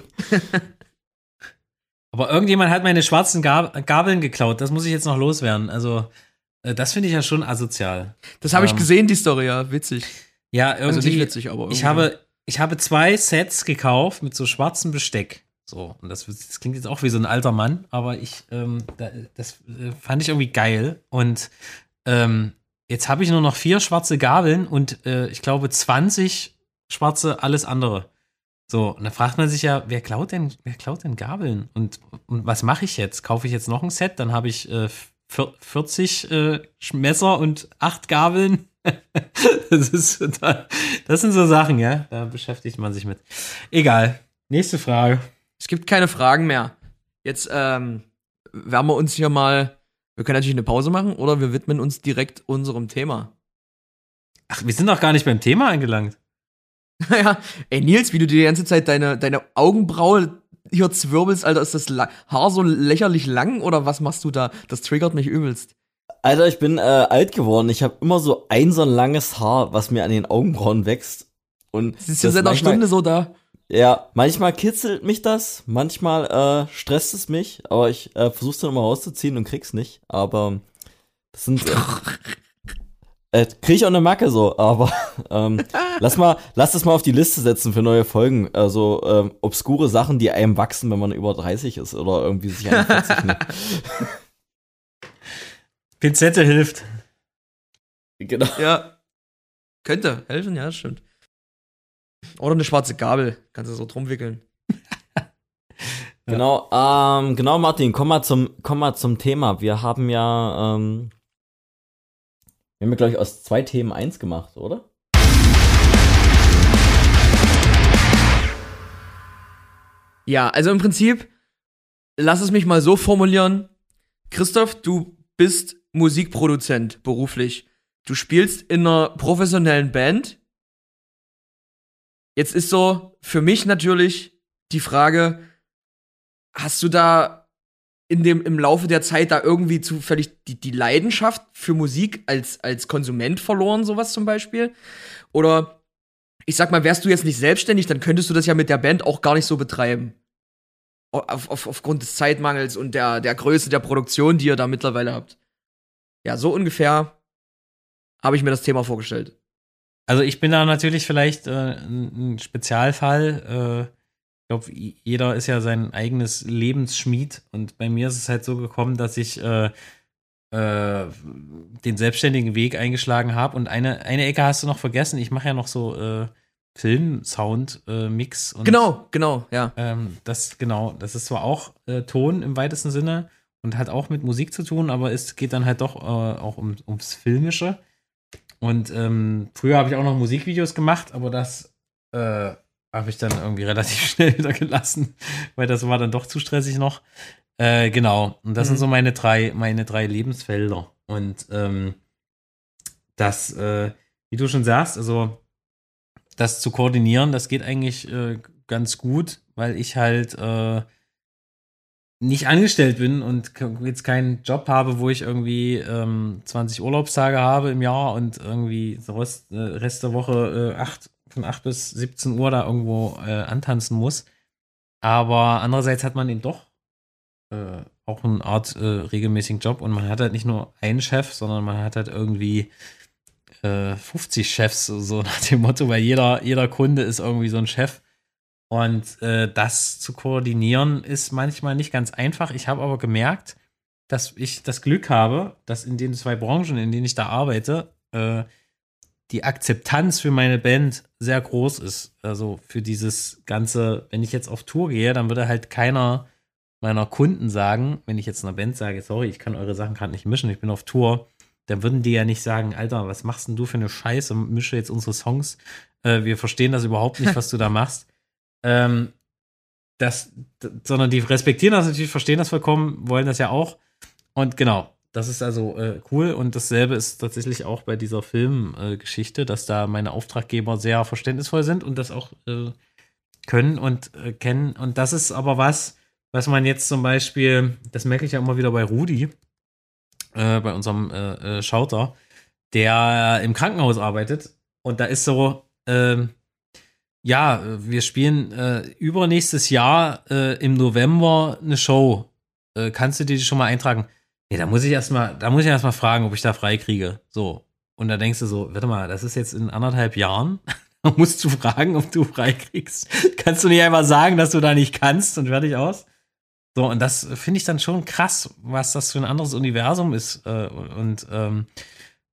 Aber irgendjemand hat meine schwarzen Gab- Gabeln geklaut. Das muss ich jetzt noch loswerden. Also, äh, das finde ich ja schon asozial. Das habe Ähm, ich gesehen, die Story, ja, witzig. Ja, irgendwie. Also nicht witzig, aber irgendwie. Ich habe, ich habe zwei Sets gekauft mit so schwarzem Besteck. So, und das, das klingt jetzt auch wie so ein alter Mann, aber ich, ähm, da, das äh, fand ich irgendwie geil. Und ähm, jetzt habe ich nur noch vier schwarze Gabeln und äh, ich glaube zwanzig schwarze alles andere. So, und da fragt man sich ja, wer klaut denn, wer klaut denn Gabeln? Und, und was mache ich jetzt? Kaufe ich jetzt noch ein Set? Dann habe ich äh, vierzig äh, Messer und acht Gabeln. das, ist total, das sind so Sachen, ja. Da beschäftigt man sich mit. Egal. Nächste Frage. Es gibt keine Fragen mehr. Jetzt ähm, werden wir uns hier mal, wir können natürlich eine Pause machen oder wir widmen uns direkt unserem Thema. Ach, wir sind doch gar nicht beim Thema angelangt. Naja, ey Nils, wie du dir die ganze Zeit deine, deine Augenbraue hier zwirbelst, Alter, ist das La- Haar so lächerlich lang oder was machst du da? Das triggert mich übelst. Alter, ich bin äh, alt geworden. Ich habe immer so ein so langes Haar, was mir an den Augenbrauen wächst. Und Das ist ja seit einer Stunde so da. Ja, manchmal kitzelt mich das, manchmal äh, stresst es mich, aber ich äh, versuch's dann immer rauszuziehen und krieg's nicht. Aber das sind äh, äh, krieg ich auch eine Macke so, aber ähm, lass mal, lass das mal auf die Liste setzen für neue Folgen. Also ähm, obskure Sachen, die einem wachsen, wenn man über dreißig ist oder irgendwie sich einundvierzig nimmt. Pinzette hilft. Genau. Ja. Könnte helfen, ja, stimmt. Oder eine schwarze Gabel. Kannst du so drum wickeln. Genau, ähm, genau, Martin, komm mal zum, komm mal zum Thema. Wir haben ja, ähm, wir haben ja, glaube ich, aus zwei Themen eins gemacht, oder? Ja, also im Prinzip, lass es mich mal so formulieren. Christoph, du bist Musikproduzent beruflich. Du spielst in einer professionellen Band. Jetzt ist so für mich natürlich die Frage, hast du da in dem, im Laufe der Zeit da irgendwie zufällig die, die Leidenschaft für Musik als, als Konsument verloren, sowas zum Beispiel? Oder ich sag mal, wärst du jetzt nicht selbstständig, dann könntest du das ja mit der Band auch gar nicht so betreiben. Auf, auf, aufgrund des Zeitmangels und der, der Größe der Produktion, die ihr da mittlerweile habt. Ja, so ungefähr habe ich mir das Thema vorgestellt. Also ich bin da natürlich vielleicht äh, ein, ein Spezialfall. Äh, ich glaube, jeder ist ja sein eigenes Lebensschmied. Und bei mir ist es halt so gekommen, dass ich äh, äh, den selbstständigen Weg eingeschlagen habe. Und eine, eine Ecke hast du noch vergessen. Ich mache ja noch so äh, Film-Sound-Mix. Äh, genau, genau, ja. Ähm, das, genau, das ist zwar auch äh, Ton im weitesten Sinne und hat auch mit Musik zu tun, aber es geht dann halt doch äh, auch um, ums Filmische. Und ähm, früher habe ich auch noch Musikvideos gemacht, aber das äh, habe ich dann irgendwie relativ schnell wieder gelassen, weil das war dann doch zu stressig noch. Äh, genau, und das mhm. sind so meine drei, meine drei Lebensfelder. Und ähm, das, äh, wie du schon sagst, also das zu koordinieren, das geht eigentlich äh, ganz gut, weil ich halt äh, nicht angestellt bin und jetzt keinen Job habe, wo ich irgendwie ähm, zwanzig Urlaubstage habe im Jahr und irgendwie den Rest, äh, Rest der Woche äh, acht, von acht bis siebzehn Uhr da irgendwo äh, antanzen muss. Aber andererseits hat man eben doch äh, auch eine Art äh, regelmäßigen Job und man hat halt nicht nur einen Chef, sondern man hat halt irgendwie äh, fünfzig Chefs, so nach dem Motto, weil jeder, jeder Kunde ist irgendwie so ein Chef. Und äh, das zu koordinieren ist manchmal nicht ganz einfach. Ich habe aber gemerkt, dass ich das Glück habe, dass in den zwei Branchen, in denen ich da arbeite, äh, die Akzeptanz für meine Band sehr groß ist. Also für dieses ganze, wenn ich jetzt auf Tour gehe, dann würde halt keiner meiner Kunden sagen, wenn ich jetzt einer Band sage, sorry, ich kann eure Sachen gerade nicht mischen, ich bin auf Tour, dann würden die ja nicht sagen, Alter, was machst denn du für eine Scheiße, mische jetzt unsere Songs, äh, wir verstehen das überhaupt nicht, was du da machst. Ähm, das, d- sondern die respektieren das natürlich, verstehen das vollkommen, wollen das ja auch. Und genau, das ist also äh, cool. Und dasselbe ist tatsächlich auch bei dieser Filmgeschichte, äh, dass da meine Auftraggeber sehr verständnisvoll sind und das auch äh, können und äh, kennen. Und das ist aber was, was man jetzt zum Beispiel, das merke ich ja immer wieder bei Rudi, äh, bei unserem äh, äh, Schauter, der im Krankenhaus arbeitet. Und da ist so, ähm, ja, wir spielen äh, übernächstes Jahr äh, im November eine Show. Äh, kannst du dir die schon mal eintragen? Nee, da muss ich erstmal, da muss ich erstmal fragen, ob ich da frei kriege. So. Und da denkst du so, warte mal, das ist jetzt in anderthalb Jahren. Da musst du fragen, ob du frei kriegst. Kannst du nicht einfach sagen, dass du da nicht kannst und fertig aus? So, und das finde ich dann schon krass, was das für ein anderes Universum ist. Äh, und ähm,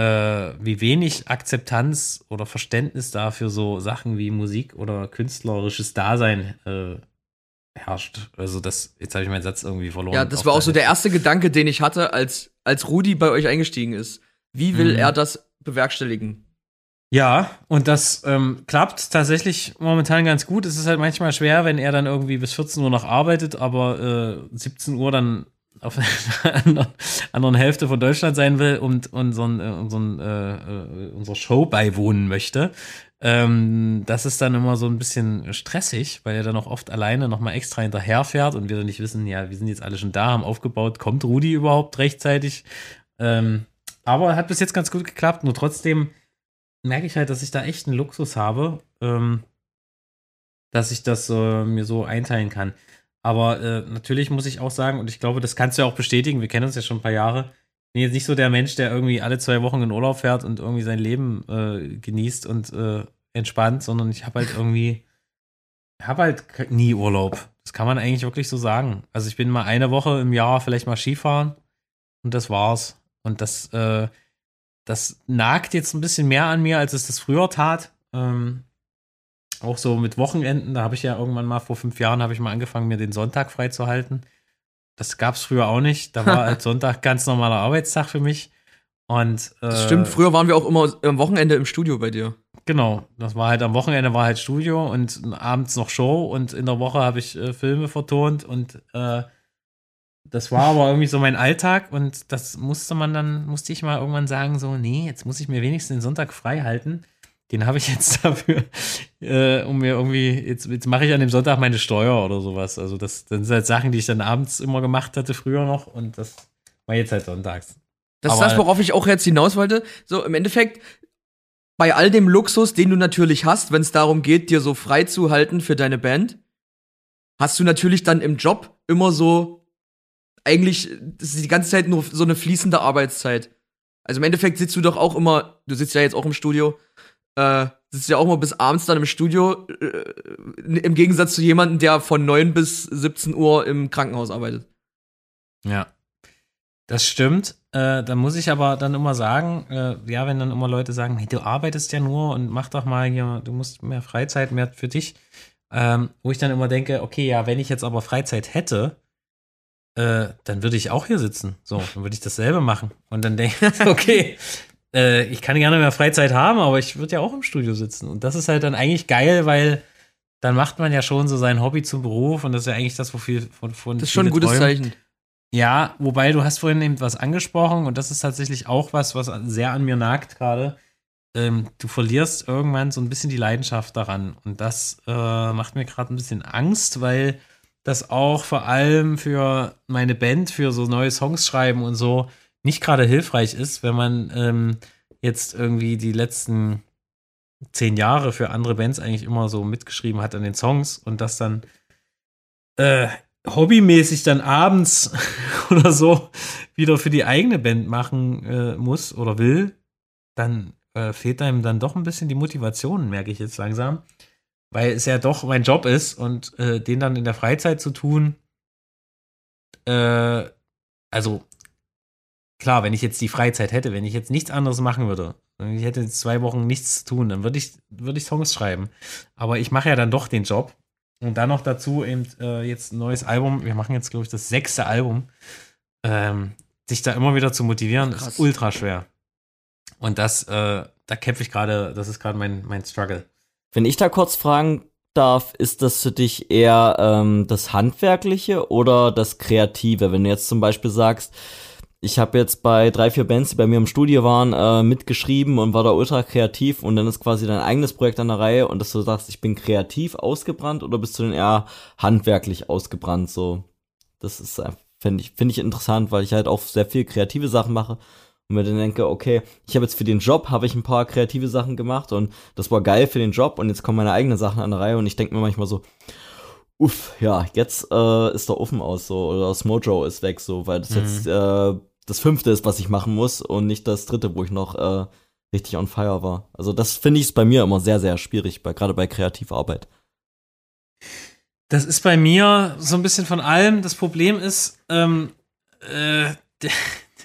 äh, wie wenig Akzeptanz oder Verständnis da für so Sachen wie Musik oder künstlerisches Dasein äh, herrscht. Also das, jetzt habe ich meinen Satz irgendwie verloren. Ja, das war auch so der erste Gedanke, den ich hatte, als, als Rudi bei euch eingestiegen ist. Wie will mhm. er das bewerkstelligen? Ja, und das ähm, klappt tatsächlich momentan ganz gut. Es ist halt manchmal schwer, wenn er dann irgendwie bis vierzehn Uhr noch arbeitet, aber äh, siebzehn Uhr dann auf der anderen Hälfte von Deutschland sein will und unseren, äh, unseren, äh, unserer Show beiwohnen möchte. Ähm, das ist dann immer so ein bisschen stressig, weil er dann auch oft alleine nochmal extra hinterherfährt und wir dann nicht wissen, ja, wir sind jetzt alle schon da, haben aufgebaut, kommt Rudi überhaupt rechtzeitig? Ähm, aber hat bis jetzt ganz gut geklappt, nur trotzdem merke ich halt, dass ich da echt einen Luxus habe, ähm, dass ich das äh, mir so einteilen kann. Aber äh, natürlich muss ich auch sagen, und ich glaube, das kannst du ja auch bestätigen, wir kennen uns ja schon ein paar Jahre, ich bin jetzt nicht so der Mensch, der irgendwie alle zwei Wochen in Urlaub fährt und irgendwie sein Leben äh, genießt und äh, entspannt, sondern ich habe halt irgendwie, habe halt nie Urlaub. Das kann man eigentlich wirklich so sagen. Also ich bin mal eine Woche im Jahr vielleicht mal Skifahren und das war's. Und das, äh, das nagt jetzt ein bisschen mehr an mir, als es das früher tat. Ähm, auch so mit Wochenenden, da habe ich ja irgendwann mal vor fünf Jahren habe ich mal angefangen, mir den Sonntag frei zu halten. Das gab es früher auch nicht. Da war halt Sonntag ganz normaler Arbeitstag für mich. Und, äh, das stimmt, früher waren wir auch immer am Wochenende im Studio bei dir. Genau, das war halt am Wochenende war halt Studio und abends noch Show und in der Woche habe ich äh, Filme vertont und äh, das war aber irgendwie so mein Alltag und das musste man dann, musste ich mal irgendwann sagen, so, nee, jetzt muss ich mir wenigstens den Sonntag frei halten. Den habe ich jetzt dafür, äh, um mir irgendwie, jetzt, jetzt mache ich an dem Sonntag meine Steuer oder sowas. Also das, das sind halt Sachen, die ich dann abends immer gemacht hatte, früher noch und das war jetzt halt sonntags. Das aber, ist das, worauf ich auch jetzt hinaus wollte. So, im Endeffekt, bei all dem Luxus, den du natürlich hast, wenn es darum geht, dir so frei zu halten für deine Band, hast du natürlich dann im Job immer so, eigentlich, das ist die ganze Zeit nur so eine fließende Arbeitszeit. Also im Endeffekt sitzt du doch auch immer, du sitzt ja jetzt auch im Studio, äh, sitzt ja auch mal bis abends dann im Studio, äh, im Gegensatz zu jemandem, der von neun bis siebzehn Uhr im Krankenhaus arbeitet. Ja, das stimmt. Äh, da muss ich aber dann immer sagen, äh, ja, wenn dann immer Leute sagen, hey, du arbeitest ja nur und mach doch mal hier, du musst mehr Freizeit, mehr für dich. Ähm, wo ich dann immer denke, okay, ja, wenn ich jetzt aber Freizeit hätte, äh, dann würde ich auch hier sitzen. So, dann würde ich dasselbe machen. Und dann denke ich, okay, äh, ich kann gerne mehr Freizeit haben, aber ich würde ja auch im Studio sitzen. Und das ist halt dann eigentlich geil, weil dann macht man ja schon so sein Hobby zum Beruf und das ist ja eigentlich das, wofür von, von das ist schon ein gutes träumen. Zeichen. Ja, wobei du hast vorhin eben was angesprochen und das ist tatsächlich auch was, was sehr an mir nagt gerade. Ähm, du verlierst irgendwann so ein bisschen die Leidenschaft daran und das äh, macht mir gerade ein bisschen Angst, weil das auch vor allem für meine Band, für so neue Songs schreiben und so nicht gerade hilfreich ist, wenn man ähm, jetzt irgendwie die letzten zehn Jahre für andere Bands eigentlich immer so mitgeschrieben hat an den Songs und das dann äh, hobbymäßig dann abends oder so wieder für die eigene Band machen äh, muss oder will, dann äh, fehlt einem dann doch ein bisschen die Motivation, merke ich jetzt langsam. Weil es ja doch mein Job ist und äh, den dann in der Freizeit zu tun, äh, also klar, wenn ich jetzt die Freizeit hätte, wenn ich jetzt nichts anderes machen würde, wenn ich hätte jetzt zwei Wochen nichts zu tun, dann würde ich, würde ich Songs schreiben. Aber ich mache ja dann doch den Job. Und dann noch dazu eben äh, jetzt ein neues Album. Wir machen jetzt, glaube ich, das sechste Album. Ähm, sich da immer wieder zu motivieren, Krass. ist ultra schwer. Und das, äh, da kämpfe ich gerade, das ist gerade mein, mein Struggle. Wenn ich da kurz fragen darf, ist das für dich eher ähm, das Handwerkliche oder das Kreative? Wenn du jetzt zum Beispiel sagst, ich habe jetzt bei drei, vier Bands, die bei mir im Studio waren, äh, mitgeschrieben und war da ultra kreativ und dann ist quasi dein eigenes Projekt an der Reihe und dass du sagst, ich bin kreativ ausgebrannt oder bist du denn eher handwerklich ausgebrannt? So, das ist, äh, finde ich, finde ich interessant, weil ich halt auch sehr viel kreative Sachen mache und mir dann denke, okay, ich habe jetzt für den Job, habe ich ein paar kreative Sachen gemacht und das war geil für den Job und jetzt kommen meine eigenen Sachen an der Reihe und ich denke mir manchmal so, uff, ja, jetzt äh, ist der Ofen aus so oder das Mojo ist weg so, weil das mhm. jetzt äh, das fünfte ist, was ich machen muss und nicht das dritte, wo ich noch äh, richtig on fire war. Also das finde ich bei mir immer sehr, sehr schwierig, bei, gerade bei Kreativarbeit. Das ist bei mir so ein bisschen von allem. Das Problem ist, ähm, äh,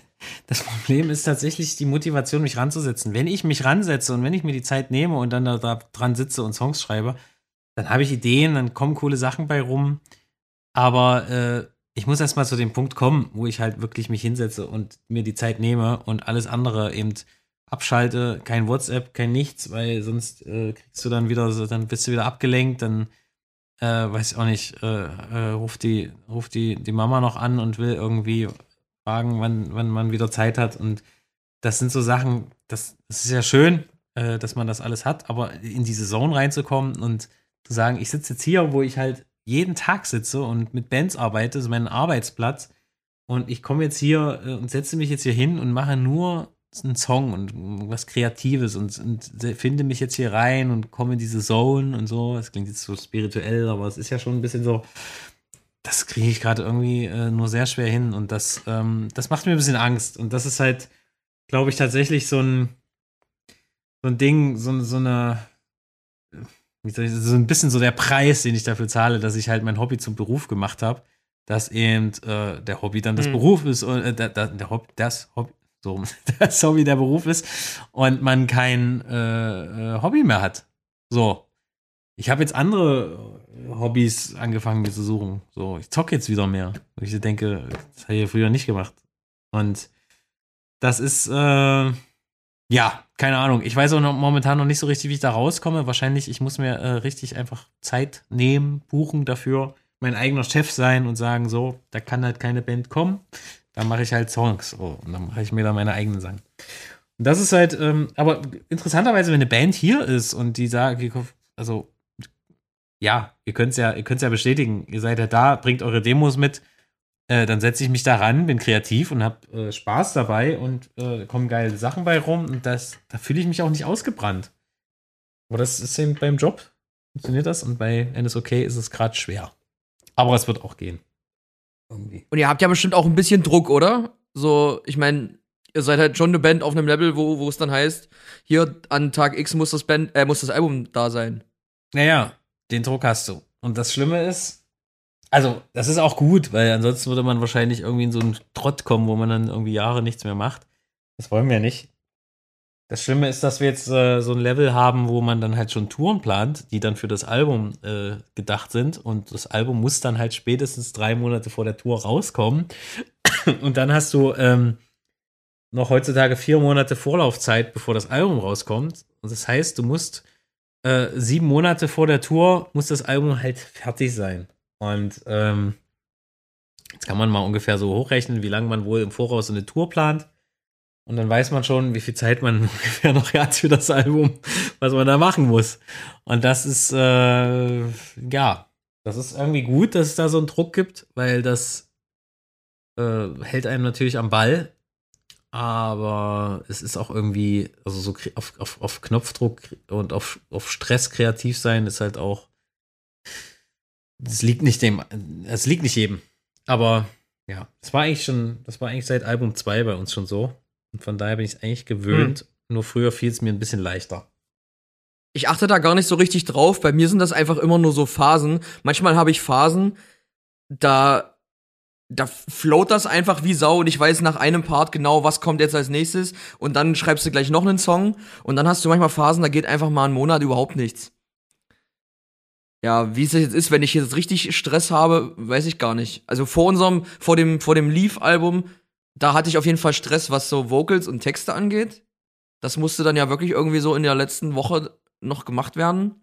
das Problem ist tatsächlich die Motivation, mich ranzusetzen. Wenn ich mich ransetze und wenn ich mir die Zeit nehme und dann da, da dran sitze und Songs schreibe, dann habe ich Ideen, dann kommen coole Sachen bei rum. Aber äh, ich muss erst mal zu dem Punkt kommen, wo ich halt wirklich mich hinsetze und mir die Zeit nehme und alles andere eben abschalte. Kein WhatsApp, kein nichts, weil sonst äh, kriegst du dann wieder, so, dann bist du wieder abgelenkt, dann äh, weiß ich auch nicht, äh, äh, ruft die, ruft die, die Mama noch an und will irgendwie fragen, wann, wann man wieder Zeit hat. Und das sind so Sachen, das, das ist ja schön, äh, dass man das alles hat, aber in diese Zone reinzukommen und zu sagen, ich sitze jetzt hier, wo ich halt jeden Tag sitze und mit Bands arbeite, das ist mein Arbeitsplatz, und ich komme jetzt hier äh, und setze mich jetzt hier hin und mache nur einen Song und was Kreatives und, und finde mich jetzt hier rein und komme in diese Zone und so. Das klingt jetzt so spirituell, aber es ist ja schon ein bisschen so, das kriege ich gerade irgendwie äh, nur sehr schwer hin, und das, ähm, das macht mir ein bisschen Angst, und das ist halt, glaube ich, tatsächlich so ein so ein Ding, so, so eine wie soll ich, so ein bisschen so der Preis, den ich dafür zahle, dass ich halt mein Hobby zum Beruf gemacht habe, dass eben äh, der Hobby dann das mhm. Beruf ist und äh, der, der Hobby, das Hobby, so, das Hobby der Beruf ist und man kein äh, Hobby mehr hat. So. Ich habe jetzt andere Hobbys angefangen mir zu suchen. So, ich zocke jetzt wieder mehr. Und ich denke, das habe ich früher nicht gemacht. Und das ist, äh, ja, keine Ahnung. Ich weiß auch noch momentan noch nicht so richtig, wie ich da rauskomme. Wahrscheinlich, ich muss mir äh, richtig einfach Zeit nehmen, buchen dafür, mein eigener Chef sein und sagen, so, da kann halt keine Band kommen. Dann mache ich halt Songs. Oh, und dann mache ich mir da meine eigenen Sachen. Und das ist halt, ähm, aber interessanterweise, wenn eine Band hier ist und die sagt, also, ja, ihr könnt es ja, ihr könnt's ja bestätigen, ihr seid ja da, bringt eure Demos mit, äh, dann setze ich mich da ran, bin kreativ und habe äh, Spaß dabei und äh, kommen geile Sachen bei rum, und das, da fühle ich mich auch nicht ausgebrannt. Aber das ist eben beim Job, funktioniert das, und bei N S O K ist es gerade schwer. Aber es wird auch gehen. Irgendwie. Und ihr habt ja bestimmt auch ein bisschen Druck, oder? So, ich meine, ihr seid halt schon eine Band auf einem Level, wo, wo es dann heißt, hier an Tag X muss das Band, äh, muss das Album da sein. Naja, den Druck hast du. Und das Schlimme ist, also, das ist auch gut, weil ansonsten würde man wahrscheinlich irgendwie in so einen Trott kommen, wo man dann irgendwie Jahre nichts mehr macht. Das wollen wir nicht. Das Schlimme ist, dass wir jetzt äh, so ein Level haben, wo man dann halt schon Touren plant, die dann für das Album äh, gedacht sind. Und das Album muss dann halt spätestens drei Monate vor der Tour rauskommen. Und dann hast du ähm, noch heutzutage vier Monate Vorlaufzeit, bevor das Album rauskommt. Und das heißt, du musst äh, sieben Monate vor der Tour muss das Album halt fertig sein. Und ähm, jetzt kann man mal ungefähr so hochrechnen, wie lange man wohl im Voraus eine Tour plant. Und dann weiß man schon, wie viel Zeit man ungefähr noch hat für das Album, was man da machen muss. Und das ist, äh, ja, das ist irgendwie gut, dass es da so einen Druck gibt, weil das äh, hält einem natürlich am Ball. Aber es ist auch irgendwie, also so auf, auf, auf Knopfdruck und auf, auf Stress kreativ sein ist halt auch, das liegt nicht dem, es liegt nicht jedem. Aber ja, das war eigentlich schon, das war eigentlich seit Album zwei bei uns schon so. Und von daher bin ich es eigentlich gewöhnt. Hm. Nur früher fiel es mir ein bisschen leichter. Ich achte da gar nicht so richtig drauf. Bei mir sind das einfach immer nur so Phasen. Manchmal habe ich Phasen, da, da float das einfach wie Sau und ich weiß nach einem Part genau, was kommt jetzt als nächstes. Und dann schreibst du gleich noch einen Song. Und dann hast du manchmal Phasen, da geht einfach mal einen Monat überhaupt nichts. Ja, wie es jetzt ist, wenn ich jetzt richtig Stress habe, weiß ich gar nicht. Also vor unserem, vor dem, vor dem Leaf-Album, da hatte ich auf jeden Fall Stress, was so Vocals und Texte angeht. Das musste dann ja wirklich irgendwie so in der letzten Woche noch gemacht werden.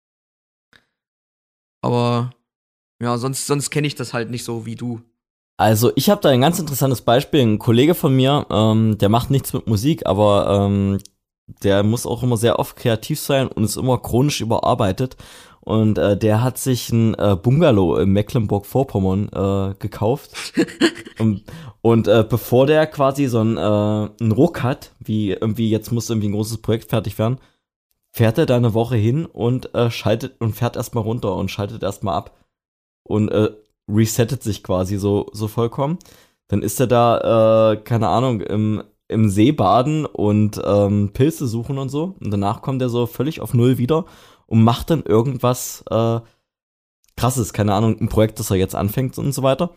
Aber ja, sonst, sonst kenne ich das halt nicht so wie du. Also ich habe da ein ganz interessantes Beispiel. Ein Kollege von mir, ähm, der macht nichts mit Musik, aber ähm, der muss auch immer sehr oft kreativ sein und ist immer chronisch überarbeitet. Und äh, der hat sich ein äh, Bungalow in Mecklenburg-Vorpommern äh, gekauft. und und äh, bevor der quasi so einen, äh, einen Ruck hat, wie irgendwie jetzt muss irgendwie ein großes Projekt fertig werden, fährt er da eine Woche hin und äh, schaltet und fährt erstmal runter und schaltet erstmal ab. Und äh, resettet sich quasi so, so vollkommen. Dann ist er da, äh, keine Ahnung, im, im See baden und ähm, Pilze suchen und so. Und danach kommt er so völlig auf Null wieder und macht dann irgendwas äh, Krasses, keine Ahnung, ein Projekt, das er jetzt anfängt und so weiter.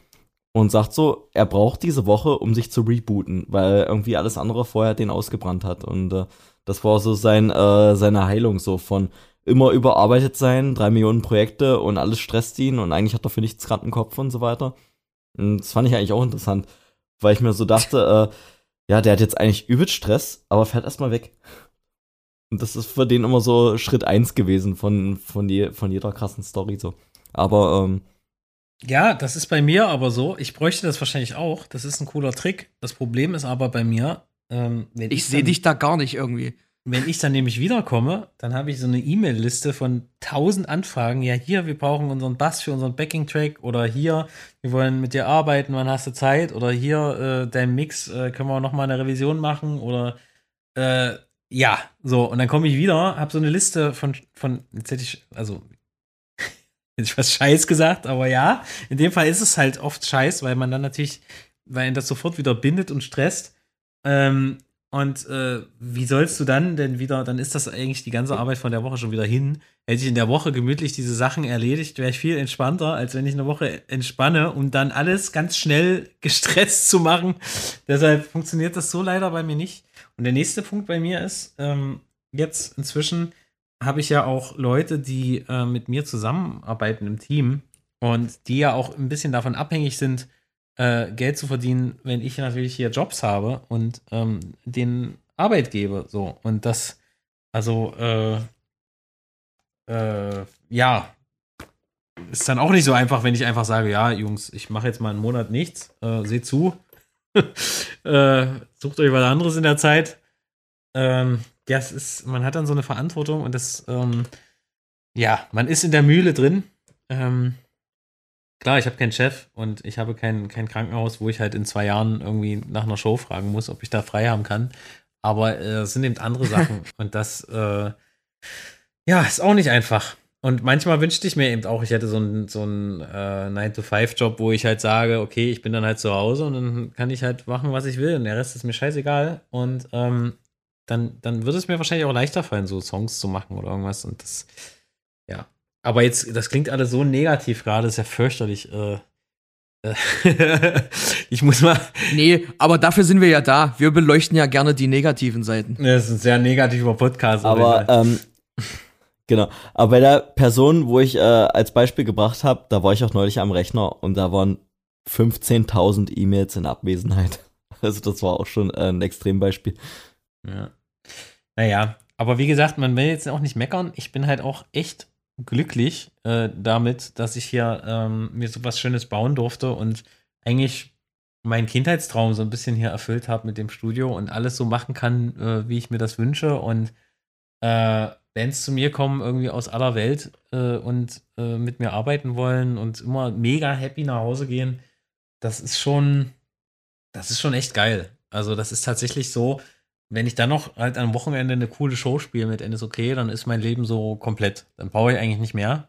und sagt so, er braucht diese Woche, um sich zu rebooten, weil irgendwie alles andere vorher den ausgebrannt hat. Und äh, das war so sein, äh, seine Heilung, so von immer überarbeitet sein, drei Millionen Projekte und alles stresst ihn und eigentlich hat er für nichts gerade einen Kopf und so weiter. Und das fand ich eigentlich auch interessant, weil ich mir so dachte, äh, ja, der hat jetzt eigentlich übelst Stress, aber fährt erstmal weg. Und das ist für den immer so Schritt eins gewesen von, von, je, von jeder krassen Story so. Aber, ähm, Ja, das ist bei mir aber so. Ich bräuchte das wahrscheinlich auch. Das ist ein cooler Trick. Das Problem ist aber bei mir, ähm, wenn Ich sehe dich da gar nicht irgendwie. Wenn ich dann nämlich wiederkomme, dann habe ich so eine E-Mail-Liste von tausend Anfragen. Ja, hier, wir brauchen unseren Bass für unseren Backing-Track. Oder hier, wir wollen mit dir arbeiten, wann hast du Zeit? Oder hier, äh, dein Mix, äh, können wir noch mal eine Revision machen? Oder, äh, ja, so. Und dann komme ich wieder, habe so eine Liste von, von, jetzt hätte ich, also, hätte ich was Scheiß gesagt, aber ja, in dem Fall ist es halt oft Scheiß, weil man dann natürlich, weil ihn das sofort wieder bindet und stresst. Ähm, Und äh, wie sollst du dann denn wieder, dann ist das eigentlich die ganze Arbeit von der Woche schon wieder hin. Hätte ich in der Woche gemütlich diese Sachen erledigt, wäre ich viel entspannter, als wenn ich eine Woche entspanne, um dann alles ganz schnell gestresst zu machen. Deshalb funktioniert das so leider bei mir nicht. Und der nächste Punkt bei mir ist, ähm, jetzt inzwischen habe ich ja auch Leute, die äh, mit mir zusammenarbeiten im Team und die ja auch ein bisschen davon abhängig sind, Äh, Geld zu verdienen, wenn ich natürlich hier Jobs habe und ähm, denen Arbeit gebe. So. Und das, also, äh, äh, ja, ist dann auch nicht so einfach, wenn ich einfach sage, ja, Jungs, ich mache jetzt mal einen Monat nichts, äh, seht zu, äh, sucht euch was anderes in der Zeit. Ähm, ja, es ist, man hat dann so eine Verantwortung und das, ähm, ja, man ist in der Mühle drin. Ähm, Klar, ich habe keinen Chef und ich habe kein, kein Krankenhaus, wo ich halt in zwei Jahren irgendwie nach einer Show fragen muss, ob ich da frei haben kann. Aber äh, es sind eben andere Sachen. Und das, äh, ja, ist auch nicht einfach. Und manchmal wünschte ich mir eben auch, ich hätte so einen so einen äh, nine to five Job, wo ich halt sage, okay, ich bin dann halt zu Hause und dann kann ich halt machen, was ich will. Und der Rest ist mir scheißegal. Und ähm, dann, dann würde es mir wahrscheinlich auch leichter fallen, so Songs zu machen oder irgendwas. Und das, ja. Aber jetzt, das klingt alles so negativ gerade, ist ja fürchterlich. Äh, äh ich muss mal. Nee, aber dafür sind wir ja da. Wir beleuchten ja gerne die negativen Seiten. Das ist ein sehr negativer Podcast. Aber, ähm, genau. Aber bei der Person, wo ich äh, als Beispiel gebracht habe, da war ich auch neulich am Rechner und da waren fünfzehntausend E-Mails in Abwesenheit. Also das war auch schon äh, ein Extrembeispiel. Ja. Naja, aber wie gesagt, man will jetzt auch nicht meckern. Ich bin halt auch echt glücklich äh, damit, dass ich hier ähm, mir so was Schönes bauen durfte und eigentlich meinen Kindheitstraum so ein bisschen hier erfüllt habe mit dem Studio und alles so machen kann, äh, wie ich mir das wünsche. Und äh, Bands zu mir kommen irgendwie aus aller Welt äh, und äh, mit mir arbeiten wollen und immer mega happy nach Hause gehen, das ist schon, das ist schon echt geil. Also das ist tatsächlich so, wenn ich dann noch halt am Wochenende eine coole Show spiele mit N S O K, dann ist mein Leben so komplett. Dann brauche ich eigentlich nicht mehr.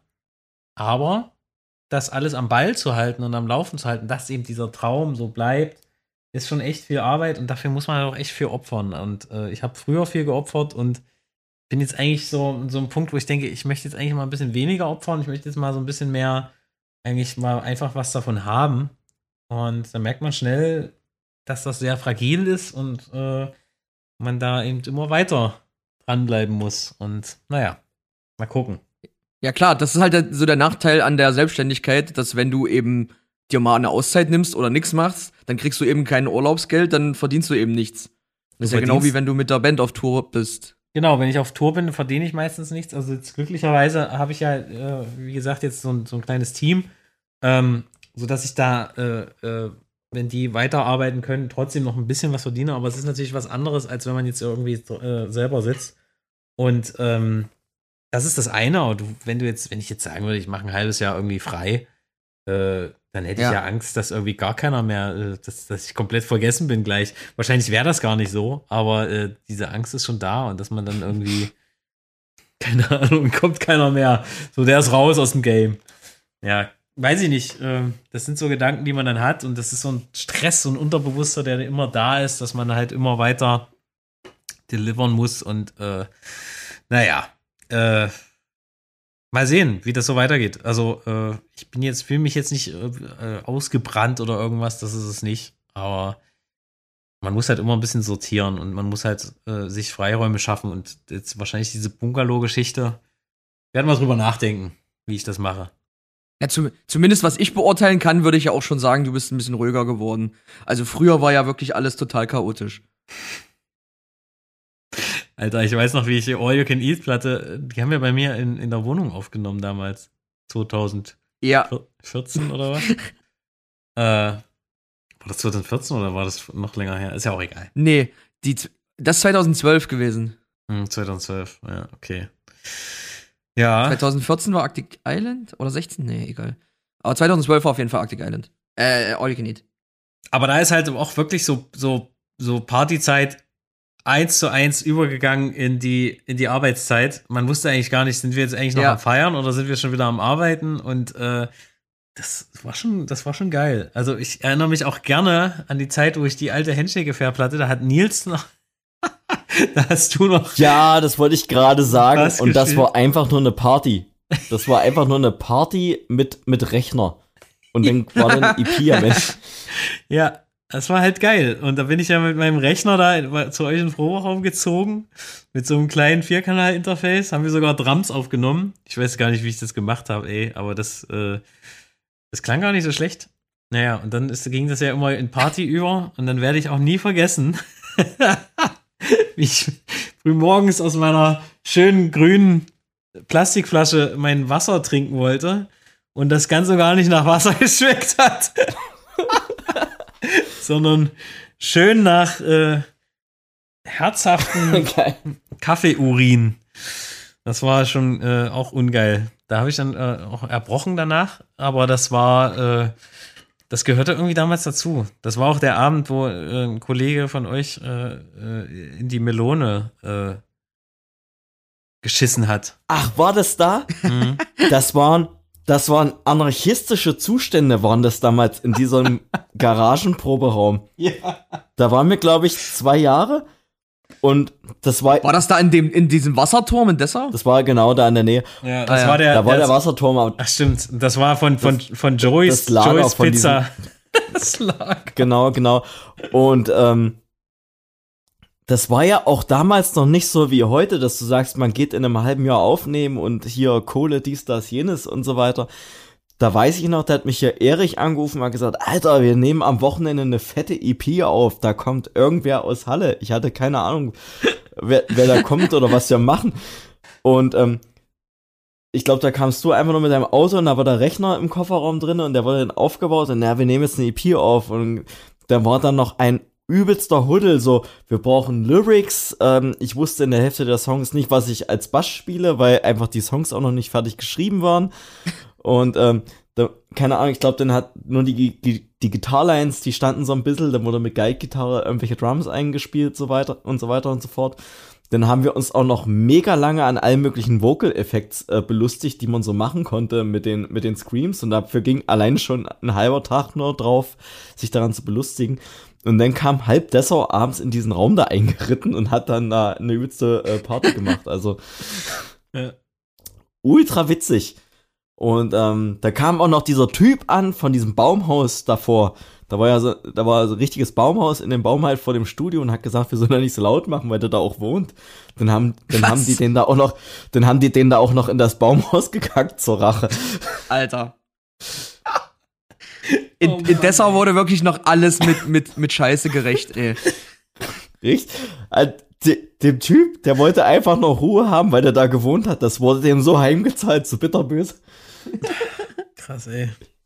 Aber das alles am Ball zu halten und am Laufen zu halten, dass eben dieser Traum so bleibt, ist schon echt viel Arbeit und dafür muss man halt auch echt viel opfern. Und äh, ich habe früher viel geopfert und bin jetzt eigentlich so so ein Punkt, wo ich denke, ich möchte jetzt eigentlich mal ein bisschen weniger opfern. Ich möchte jetzt mal so ein bisschen mehr eigentlich mal einfach was davon haben. Und dann merkt man schnell, dass das sehr fragil ist und äh, man da eben immer weiter dranbleiben muss. Und naja, mal gucken. Ja klar, das ist halt der, so der Nachteil an der Selbstständigkeit, dass wenn du eben dir mal eine Auszeit nimmst oder nichts machst, dann kriegst du eben kein Urlaubsgeld, dann verdienst du eben nichts. Das ist ja genau wie wenn du mit der Band auf Tour bist. Genau, wenn ich auf Tour bin, verdiene ich meistens nichts. Also jetzt glücklicherweise habe ich ja, äh, wie gesagt, jetzt so ein, so ein kleines Team, ähm, sodass ich da äh, äh, wenn die weiterarbeiten können, trotzdem noch ein bisschen was verdiene, aber es ist natürlich was anderes, als wenn man jetzt irgendwie äh, selber sitzt. Und ähm, das ist das eine. Aber du, wenn du jetzt, wenn ich jetzt sagen würde, ich mache ein halbes Jahr irgendwie frei, äh, dann hätte ja. ich ja Angst, dass irgendwie gar keiner mehr, äh, dass, dass ich komplett vergessen bin gleich. Wahrscheinlich wäre das gar nicht so, aber äh, diese Angst ist schon da und dass man dann irgendwie, keine Ahnung, kommt keiner mehr. So, der ist raus aus dem Game. Ja, weiß ich nicht. Das sind so Gedanken, die man dann hat und das ist so ein Stress, so ein Unterbewusster, der immer da ist, dass man halt immer weiter delivern muss und äh, naja, äh, Mal sehen, wie das so weitergeht. Also, äh, ich bin jetzt, fühle mich jetzt nicht äh, ausgebrannt oder irgendwas, das ist es nicht. Aber man muss halt immer ein bisschen sortieren und man muss halt äh, sich Freiräume schaffen. Und jetzt wahrscheinlich diese Bungalow-Geschichte, werden wir drüber nachdenken, wie ich das mache. Ja, zu, zumindest was ich beurteilen kann, würde ich ja auch schon sagen, du bist ein bisschen ruhiger geworden. Also früher war ja wirklich alles total chaotisch. Alter, ich weiß noch, wie ich die All-You-Can-Eat-Platte, die haben wir bei mir in, in der Wohnung aufgenommen damals. zwanzig vierzehn Ja. oder was? äh, war das zwanzig vierzehn oder war das noch länger her? Ist ja auch egal. Nee, die, das ist zwanzig zwölf gewesen. Hm, zwanzig zwölf, ja, okay. Ja. zwanzig vierzehn war Arctic Island? Oder sechzehn? Nee, egal. Aber zwanzig zwölf war auf jeden Fall Arctic Island. Äh, All You Can Eat. Aber da ist halt auch wirklich so, so, so Partyzeit eins zu eins übergegangen in die, in die Arbeitszeit. Man wusste eigentlich gar nicht, sind wir jetzt eigentlich noch Ja. am Feiern oder sind wir schon wieder am Arbeiten? Und äh, das war schon, das war schon geil. Also ich erinnere mich auch gerne an die Zeit, wo ich die alte Handshake-Fair-Platte, da hat Nils noch, da hast du noch. Ja, das wollte ich gerade sagen. Was Und das gespielt? war einfach nur eine Party. Das war einfach nur eine Party mit, mit Rechner. Und dann war dann ein E P am Ende. Ja, das war halt geil. Und da bin ich ja mit meinem Rechner da zu euch in den Proberaum gezogen. Mit so einem kleinen Vierkanal-Interface. Haben wir sogar Drums aufgenommen. Ich weiß gar nicht, wie ich das gemacht habe, ey. Aber das, äh, das klang gar nicht so schlecht. Naja, und dann ist, ging das ja immer in Party über. Und dann werde ich auch nie vergessen, wie ich früh morgens aus meiner schönen grünen Plastikflasche mein Wasser trinken wollte. Und das Ganze gar nicht nach Wasser geschmeckt hat. Sondern schön nach äh, herzhaften Geil. Kaffeeurin. Das war schon äh, auch ungeil. Da habe ich dann äh, auch erbrochen danach, aber das war, äh, das gehörte irgendwie damals dazu. Das war auch der Abend, wo äh, ein Kollege von euch äh, äh, in die Melone äh, geschissen hat. Ach, war das da? Mhm. Das waren, das waren anarchistische Zustände, waren das damals in diesem Garagenproberaum. Ja. Da waren wir, glaube ich, zwei Jahre. Und das war, War das da in dem in diesem Wasserturm in Dessau? das war genau da in der Nähe. Ja, das Ah, ja. war der. Da war der das, Wasserturm. aber Ach stimmt, das war von, von, von Joey's, das Lager Joey's von Pizza. Das lag. Genau, genau. Und ähm, das war ja auch damals noch nicht so wie heute, dass du sagst, man geht in einem halben Jahr aufnehmen und hier Kohle, dies, das, jenes und so weiter. Da weiß ich noch, da hat mich ja Erich angerufen und hat gesagt, Alter, wir nehmen am Wochenende eine fette E P auf, da kommt irgendwer aus Halle. Ich hatte keine Ahnung, wer, wer da kommt oder was wir machen. Und ähm, ich glaube, da kamst du einfach nur mit deinem Auto und da war der Rechner im Kofferraum drin und der wurde dann aufgebaut und na, wir nehmen jetzt eine E P auf. Und da war dann noch ein übelster Huddel, so, wir brauchen Lyrics. Ähm, ich wusste in der Hälfte der Songs nicht, was ich als Bass spiele, weil einfach die Songs auch noch nicht fertig geschrieben waren. Und, ähm, da, keine Ahnung, ich glaube, dann hat nur die, die, die Gitarlines, die standen so ein bisschen, dann wurde mit Guide-Gitarre irgendwelche Drums eingespielt, so weiter und so weiter und so fort. Dann haben wir uns auch noch mega lange an allen möglichen Vocal-Effects äh, belustigt, die man so machen konnte mit den, mit den Screams. Und dafür ging allein schon ein halber Tag nur drauf, sich daran zu belustigen. Und dann kam halb Dessau abends in diesen Raum da eingeritten und hat dann da eine übelste äh, Party gemacht. Also Ja. ultra witzig. Und ähm, da kam auch noch dieser Typ an von diesem Baumhaus davor. Da war ja so, da war so ein richtiges Baumhaus in dem Baum halt vor dem Studio und hat gesagt, wir sollen da nicht so laut machen, weil der da auch wohnt. Dann haben, dann Was? haben die den da auch noch, dann haben die den da auch noch in das Baumhaus gekackt zur Rache. Alter. In, Oh Mann, in Dessau wurde wirklich noch alles mit, mit, mit Scheiße gerecht, ey. Richtig? Äh, de, dem Typ, der wollte einfach noch Ruhe haben, weil der da gewohnt hat. Das wurde dem so heimgezahlt, so bitterböse. Krass, ey.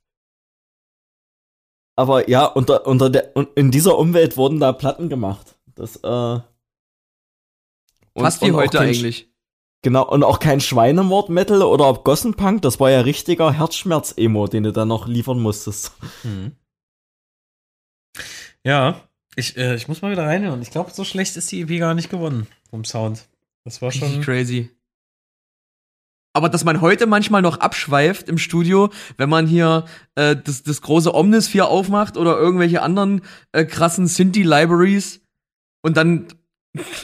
Aber ja, unter, unter der, und in dieser Umwelt wurden da Platten gemacht. Das, äh. und- Fast wie und auch heute kein- eigentlich. Genau, und auch kein Schweinemord-Metal oder Gossenpunk, das war ja richtiger Herzschmerz-Emo, den du dann noch liefern musstest. Mhm. Ja, ich, äh, ich muss mal wieder reinhören. Ich glaube, so schlecht ist die E P gar nicht geworden vom Sound. Das war Richtig schon. crazy. Aber dass man heute manchmal noch abschweift im Studio, wenn man hier äh, das, das große Omnisphere aufmacht oder irgendwelche anderen äh, krassen Synthi-Libraries und dann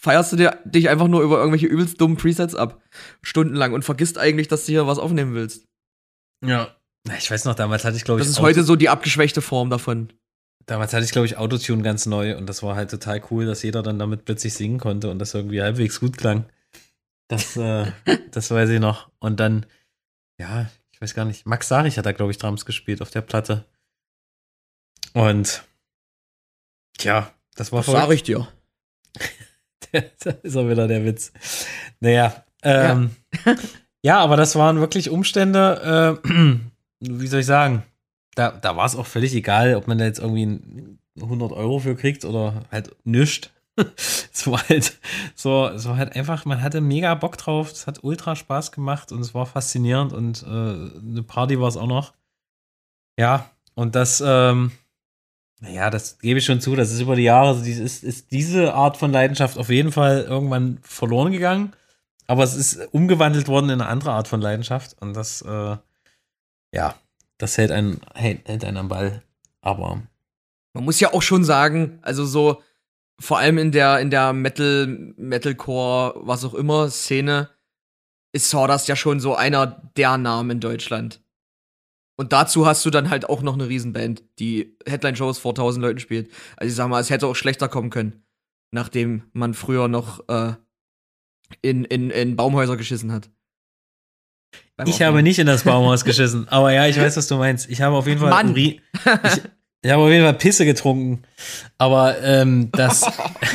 feierst du dir, dich einfach nur über irgendwelche übelst dummen Presets ab. Stundenlang und vergisst eigentlich, dass du hier was aufnehmen willst. Ja. Ich weiß noch, damals hatte ich, glaube ich. Das ist Auto- heute so die abgeschwächte Form davon. Damals hatte ich, glaube ich, Autotune ganz neu und das war halt total cool, dass jeder dann damit plötzlich singen konnte und das irgendwie halbwegs gut klang. Das, äh, das weiß ich noch. Und dann, ja, ich weiß gar nicht, Max Sarich hat da, glaube ich, Drums gespielt auf der Platte. Und, tja, das war voll. Sag ich dir. Da ist auch wieder der Witz. Naja, ähm, ja. ja, aber das waren wirklich Umstände, äh, wie soll ich sagen, da, da war es auch völlig egal, ob man da jetzt irgendwie hundert Euro für kriegt oder halt nischt. Es war halt so, es war halt einfach, man hatte mega Bock drauf, es hat ultra Spaß gemacht und es war faszinierend und äh, eine Party war es auch noch. Ja, und das, ähm, naja, das gebe ich schon zu, das ist über die Jahre, also ist, ist diese Art von Leidenschaft auf jeden Fall irgendwann verloren gegangen, aber es ist umgewandelt worden in eine andere Art von Leidenschaft und das, äh, ja, das hält einen, hält, hält einen am Ball, aber man muss ja auch schon sagen, also so vor allem in der in der Metal Metalcore, was auch immer Szene ist Sawdust ja schon so einer der Namen in Deutschland. Und dazu hast du dann halt auch noch eine Riesenband, die Headline-Shows vor tausend Leuten spielt. Also ich sag mal, es hätte auch schlechter kommen können, nachdem man früher noch äh, in, in, in Baumhäuser geschissen hat. Ich habe nicht in das Baumhaus geschissen, aber ja, ich weiß, was du meinst. Ich habe auf jeden Fall Mann. Uri- ich, ich habe auf jeden Fall Pisse getrunken, aber ähm, das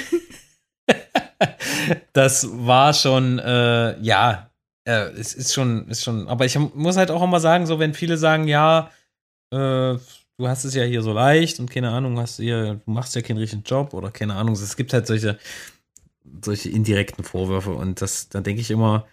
das war schon äh, ja, äh, es ist schon ist schon, aber ich muss halt auch immer sagen, so wenn viele sagen, ja, äh, du hast es ja hier so leicht und keine Ahnung, hast du hier, du machst ja keinen richtigen Job oder keine Ahnung, es gibt halt solche solche indirekten Vorwürfe und das, da denke ich immer,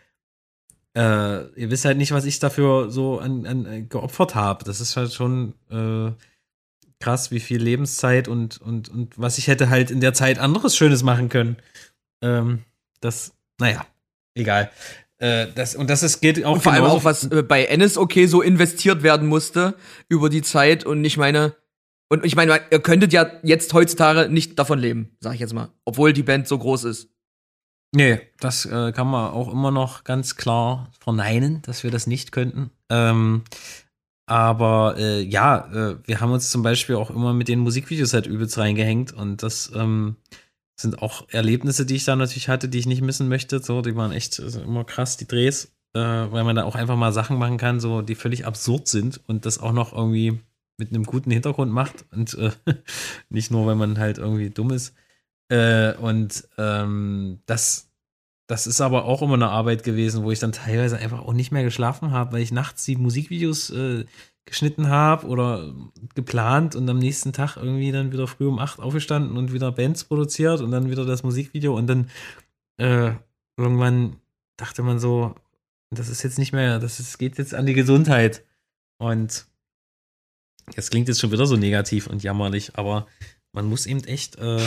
Äh, ihr wisst halt nicht, was ich dafür so an, an geopfert habe. Das ist halt schon äh, krass, wie viel Lebenszeit und, und, und was ich hätte halt in der Zeit anderes Schönes machen können. Ähm, das, naja, egal. Äh, das, und das ist, geht auch und vor allem auch, was äh, bei N S O K so investiert werden musste über die Zeit. Und ich meine, und ich meine, ihr könntet ja jetzt heutzutage nicht davon leben, sag ich jetzt mal, obwohl die Band so groß ist. Nee, das äh, kann man auch immer noch ganz klar verneinen, dass wir das nicht könnten. Ähm, aber äh, ja, äh, wir haben uns zum Beispiel auch immer mit den Musikvideos halt übelst reingehängt und das ähm, sind auch Erlebnisse, die ich da natürlich hatte, die ich nicht missen möchte. So, die waren echt also immer krass, die Drehs, äh, weil man da auch einfach mal Sachen machen kann, so die völlig absurd sind und das auch noch irgendwie mit einem guten Hintergrund macht und äh, nicht nur, weil man halt irgendwie dumm ist. Äh, und ähm, das, das ist aber auch immer eine Arbeit gewesen, wo ich dann teilweise einfach auch nicht mehr geschlafen habe, weil ich nachts die Musikvideos äh, geschnitten habe oder geplant und am nächsten Tag irgendwie dann wieder früh um acht aufgestanden und wieder Bands produziert und dann wieder das Musikvideo und dann äh, irgendwann dachte man so, das ist jetzt nicht mehr, das ist, geht jetzt an die Gesundheit. Und das klingt jetzt schon wieder so negativ und jammerlich, aber man muss eben echt äh,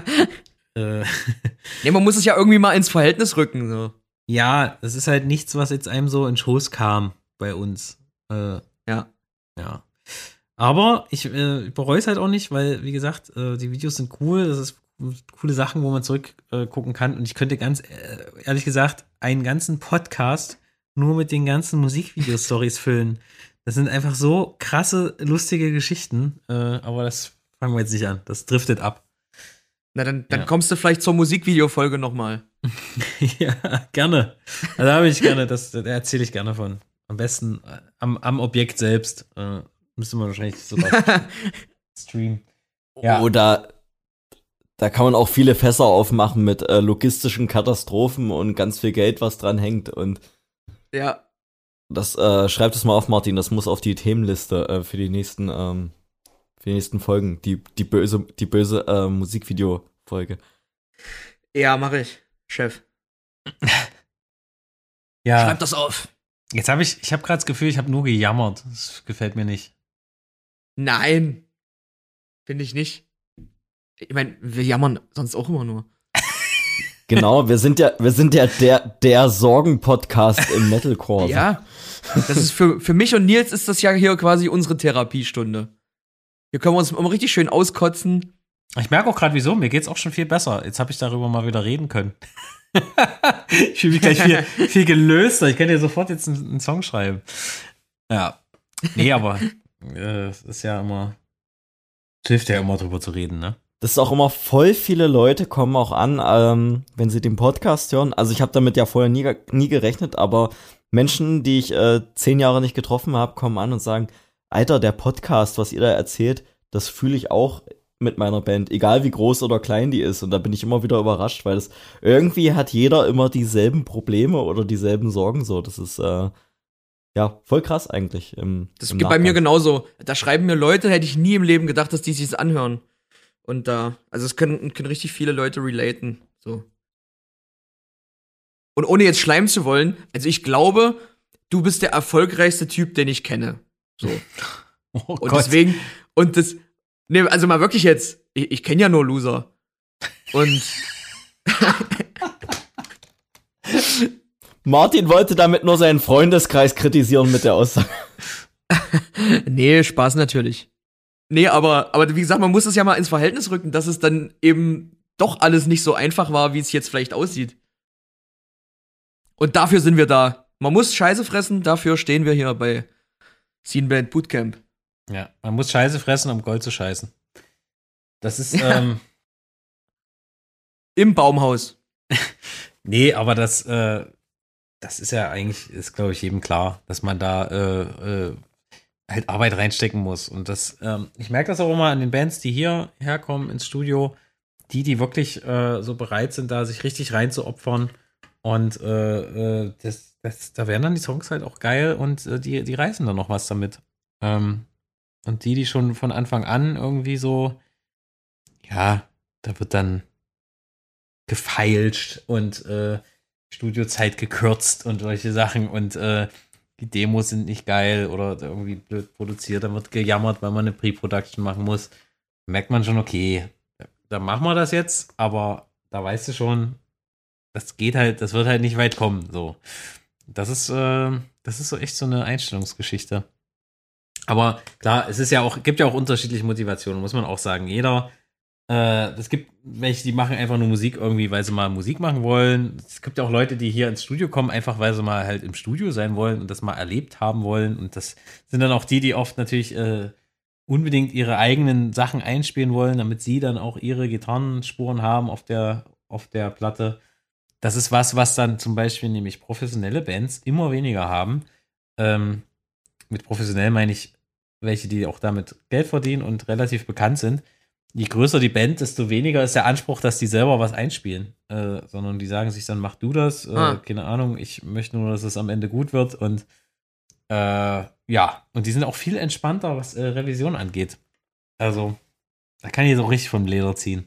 äh, ja, man muss es ja irgendwie mal ins Verhältnis rücken. So. Ja, das ist halt nichts, was jetzt einem so in Schoß kam bei uns. Äh, ja. Ja. Aber ich äh, bereue es halt auch nicht, weil, wie gesagt, äh, die Videos sind cool, das ist coole Sachen, wo man zurückgucken äh, kann. Und ich könnte ganz, äh, ehrlich gesagt, einen ganzen Podcast nur mit den ganzen Musikvideo-Stories füllen. Das sind einfach so krasse, lustige Geschichten. Äh, aber das fangen wir jetzt nicht an. Das driftet ab. Na, dann, dann Ja. kommst du vielleicht zur Musikvideofolge nochmal. Ja, gerne. Also, da habe ich gerne, das, da erzähle ich gerne von. Am besten äh, am, am Objekt selbst. Äh, müsste man wahrscheinlich sogar streamen. Ja. Oder da kann man auch viele Fässer aufmachen mit äh, logistischen Katastrophen und ganz viel Geld, was dran hängt. Und Ja. das äh, schreibt es mal auf, Martin. Das muss auf die Themenliste äh, für die nächsten, ähm, für die nächsten Folgen. Die, die böse, die böse äh, Musikvideo-Folge. Ja, mach ich, Chef. Ja. Schreib das auf. Jetzt habe ich, ich habe gerade das Gefühl, ich habe nur gejammert. Das gefällt mir nicht. Nein. Finde ich nicht. Ich meine, wir jammern sonst auch immer nur. Genau, wir sind ja, wir sind ja der, der Sorgen-Podcast im Metalcore. Ja. Das ist für, für mich und Nils ist das ja hier quasi unsere Therapiestunde. Hier können wir uns immer richtig schön auskotzen Ich merke auch gerade, wieso. Mir geht's auch schon viel besser. Jetzt habe ich darüber mal wieder reden können. Ich fühle mich gleich viel, viel gelöster. Ich kann dir sofort jetzt einen, einen Song schreiben. Ja. Nee, aber äh, es ist ja immer, es hilft ja immer drüber zu reden, ne? Das ist auch immer voll viele Leute kommen auch an, ähm, wenn sie den Podcast hören. Also ich habe damit ja vorher nie, nie gerechnet, aber Menschen, die ich äh, zehn Jahre nicht getroffen habe, kommen an und sagen, Alter, der Podcast, was ihr da erzählt, das fühle ich auch mit meiner Band, egal wie groß oder klein die ist. Und da bin ich immer wieder überrascht, weil das irgendwie hat jeder immer dieselben Probleme oder dieselben Sorgen so. Das ist äh, ja voll krass eigentlich. Im, das im geht bei mir genauso. Da schreiben mir Leute, hätte ich nie im Leben gedacht, dass die sich das anhören. Und da, also es können, können richtig viele Leute relaten. So. Und ohne jetzt schleimen zu wollen, also ich glaube, du bist der erfolgreichste Typ, den ich kenne. So. Oh und Gott. deswegen, und das, nee, also mal wirklich jetzt, ich, ich kenne ja nur Loser. Und Martin wollte damit nur seinen Freundeskreis kritisieren mit der Aussage. nee, Spaß natürlich. Nee, aber, aber wie gesagt, man muss es ja mal ins Verhältnis rücken, dass es dann eben doch alles nicht so einfach war, wie es jetzt vielleicht aussieht. Und dafür sind wir da. Man muss Scheiße fressen, dafür stehen wir hier bei Scene Band Bootcamp. Ja, man muss Scheiße fressen, um Gold zu scheißen. Das ist, ähm. Im Baumhaus. Nee, aber das, äh, das ist ja eigentlich, ist glaube ich jedem klar, dass man da, äh, äh, halt Arbeit reinstecken muss. Und das, ähm, ich merke das auch immer an den Bands, die hier herkommen ins Studio, die, die wirklich äh, so bereit sind, da sich richtig reinzuopfern. Und äh, äh, das, das, da werden dann die Songs halt auch geil und äh, die, die reißen dann noch was damit. Ähm, und die, die schon von Anfang an irgendwie so, ja, da wird dann gefeilscht und äh, Studiozeit gekürzt und solche Sachen und äh, die Demos sind nicht geil oder irgendwie blöd produziert, dann wird gejammert, weil man eine Pre-Production machen muss. Da merkt man schon, okay, da machen wir das jetzt, aber da weißt du schon, das geht halt, das wird halt nicht weit kommen. So. Das ist, äh, das ist so echt so eine Einstellungsgeschichte. Aber klar, es ist ja auch, gibt ja auch unterschiedliche Motivationen, muss man auch sagen. Jeder, äh, es gibt welche, die machen einfach nur Musik irgendwie, weil sie mal Musik machen wollen. Es gibt ja auch Leute, die hier ins Studio kommen, einfach weil sie mal halt im Studio sein wollen und das mal erlebt haben wollen. Und das sind dann auch die, die oft natürlich äh, unbedingt ihre eigenen Sachen einspielen wollen, damit sie dann auch ihre Gitarrenspuren haben auf der, auf der Platte. Das ist was, was dann zum Beispiel nämlich professionelle Bands immer weniger haben. Ähm, mit professionell meine ich welche, die auch damit Geld verdienen und relativ bekannt sind. Je größer die Band, desto weniger ist der Anspruch, dass die selber was einspielen. Äh, sondern die sagen sich dann, mach du das. Äh, Ah. Keine Ahnung, ich möchte nur, dass es am Ende gut wird. Und äh, ja, und die sind auch viel entspannter, was äh, Revision angeht. Also, da kann ich so richtig vom Leder ziehen.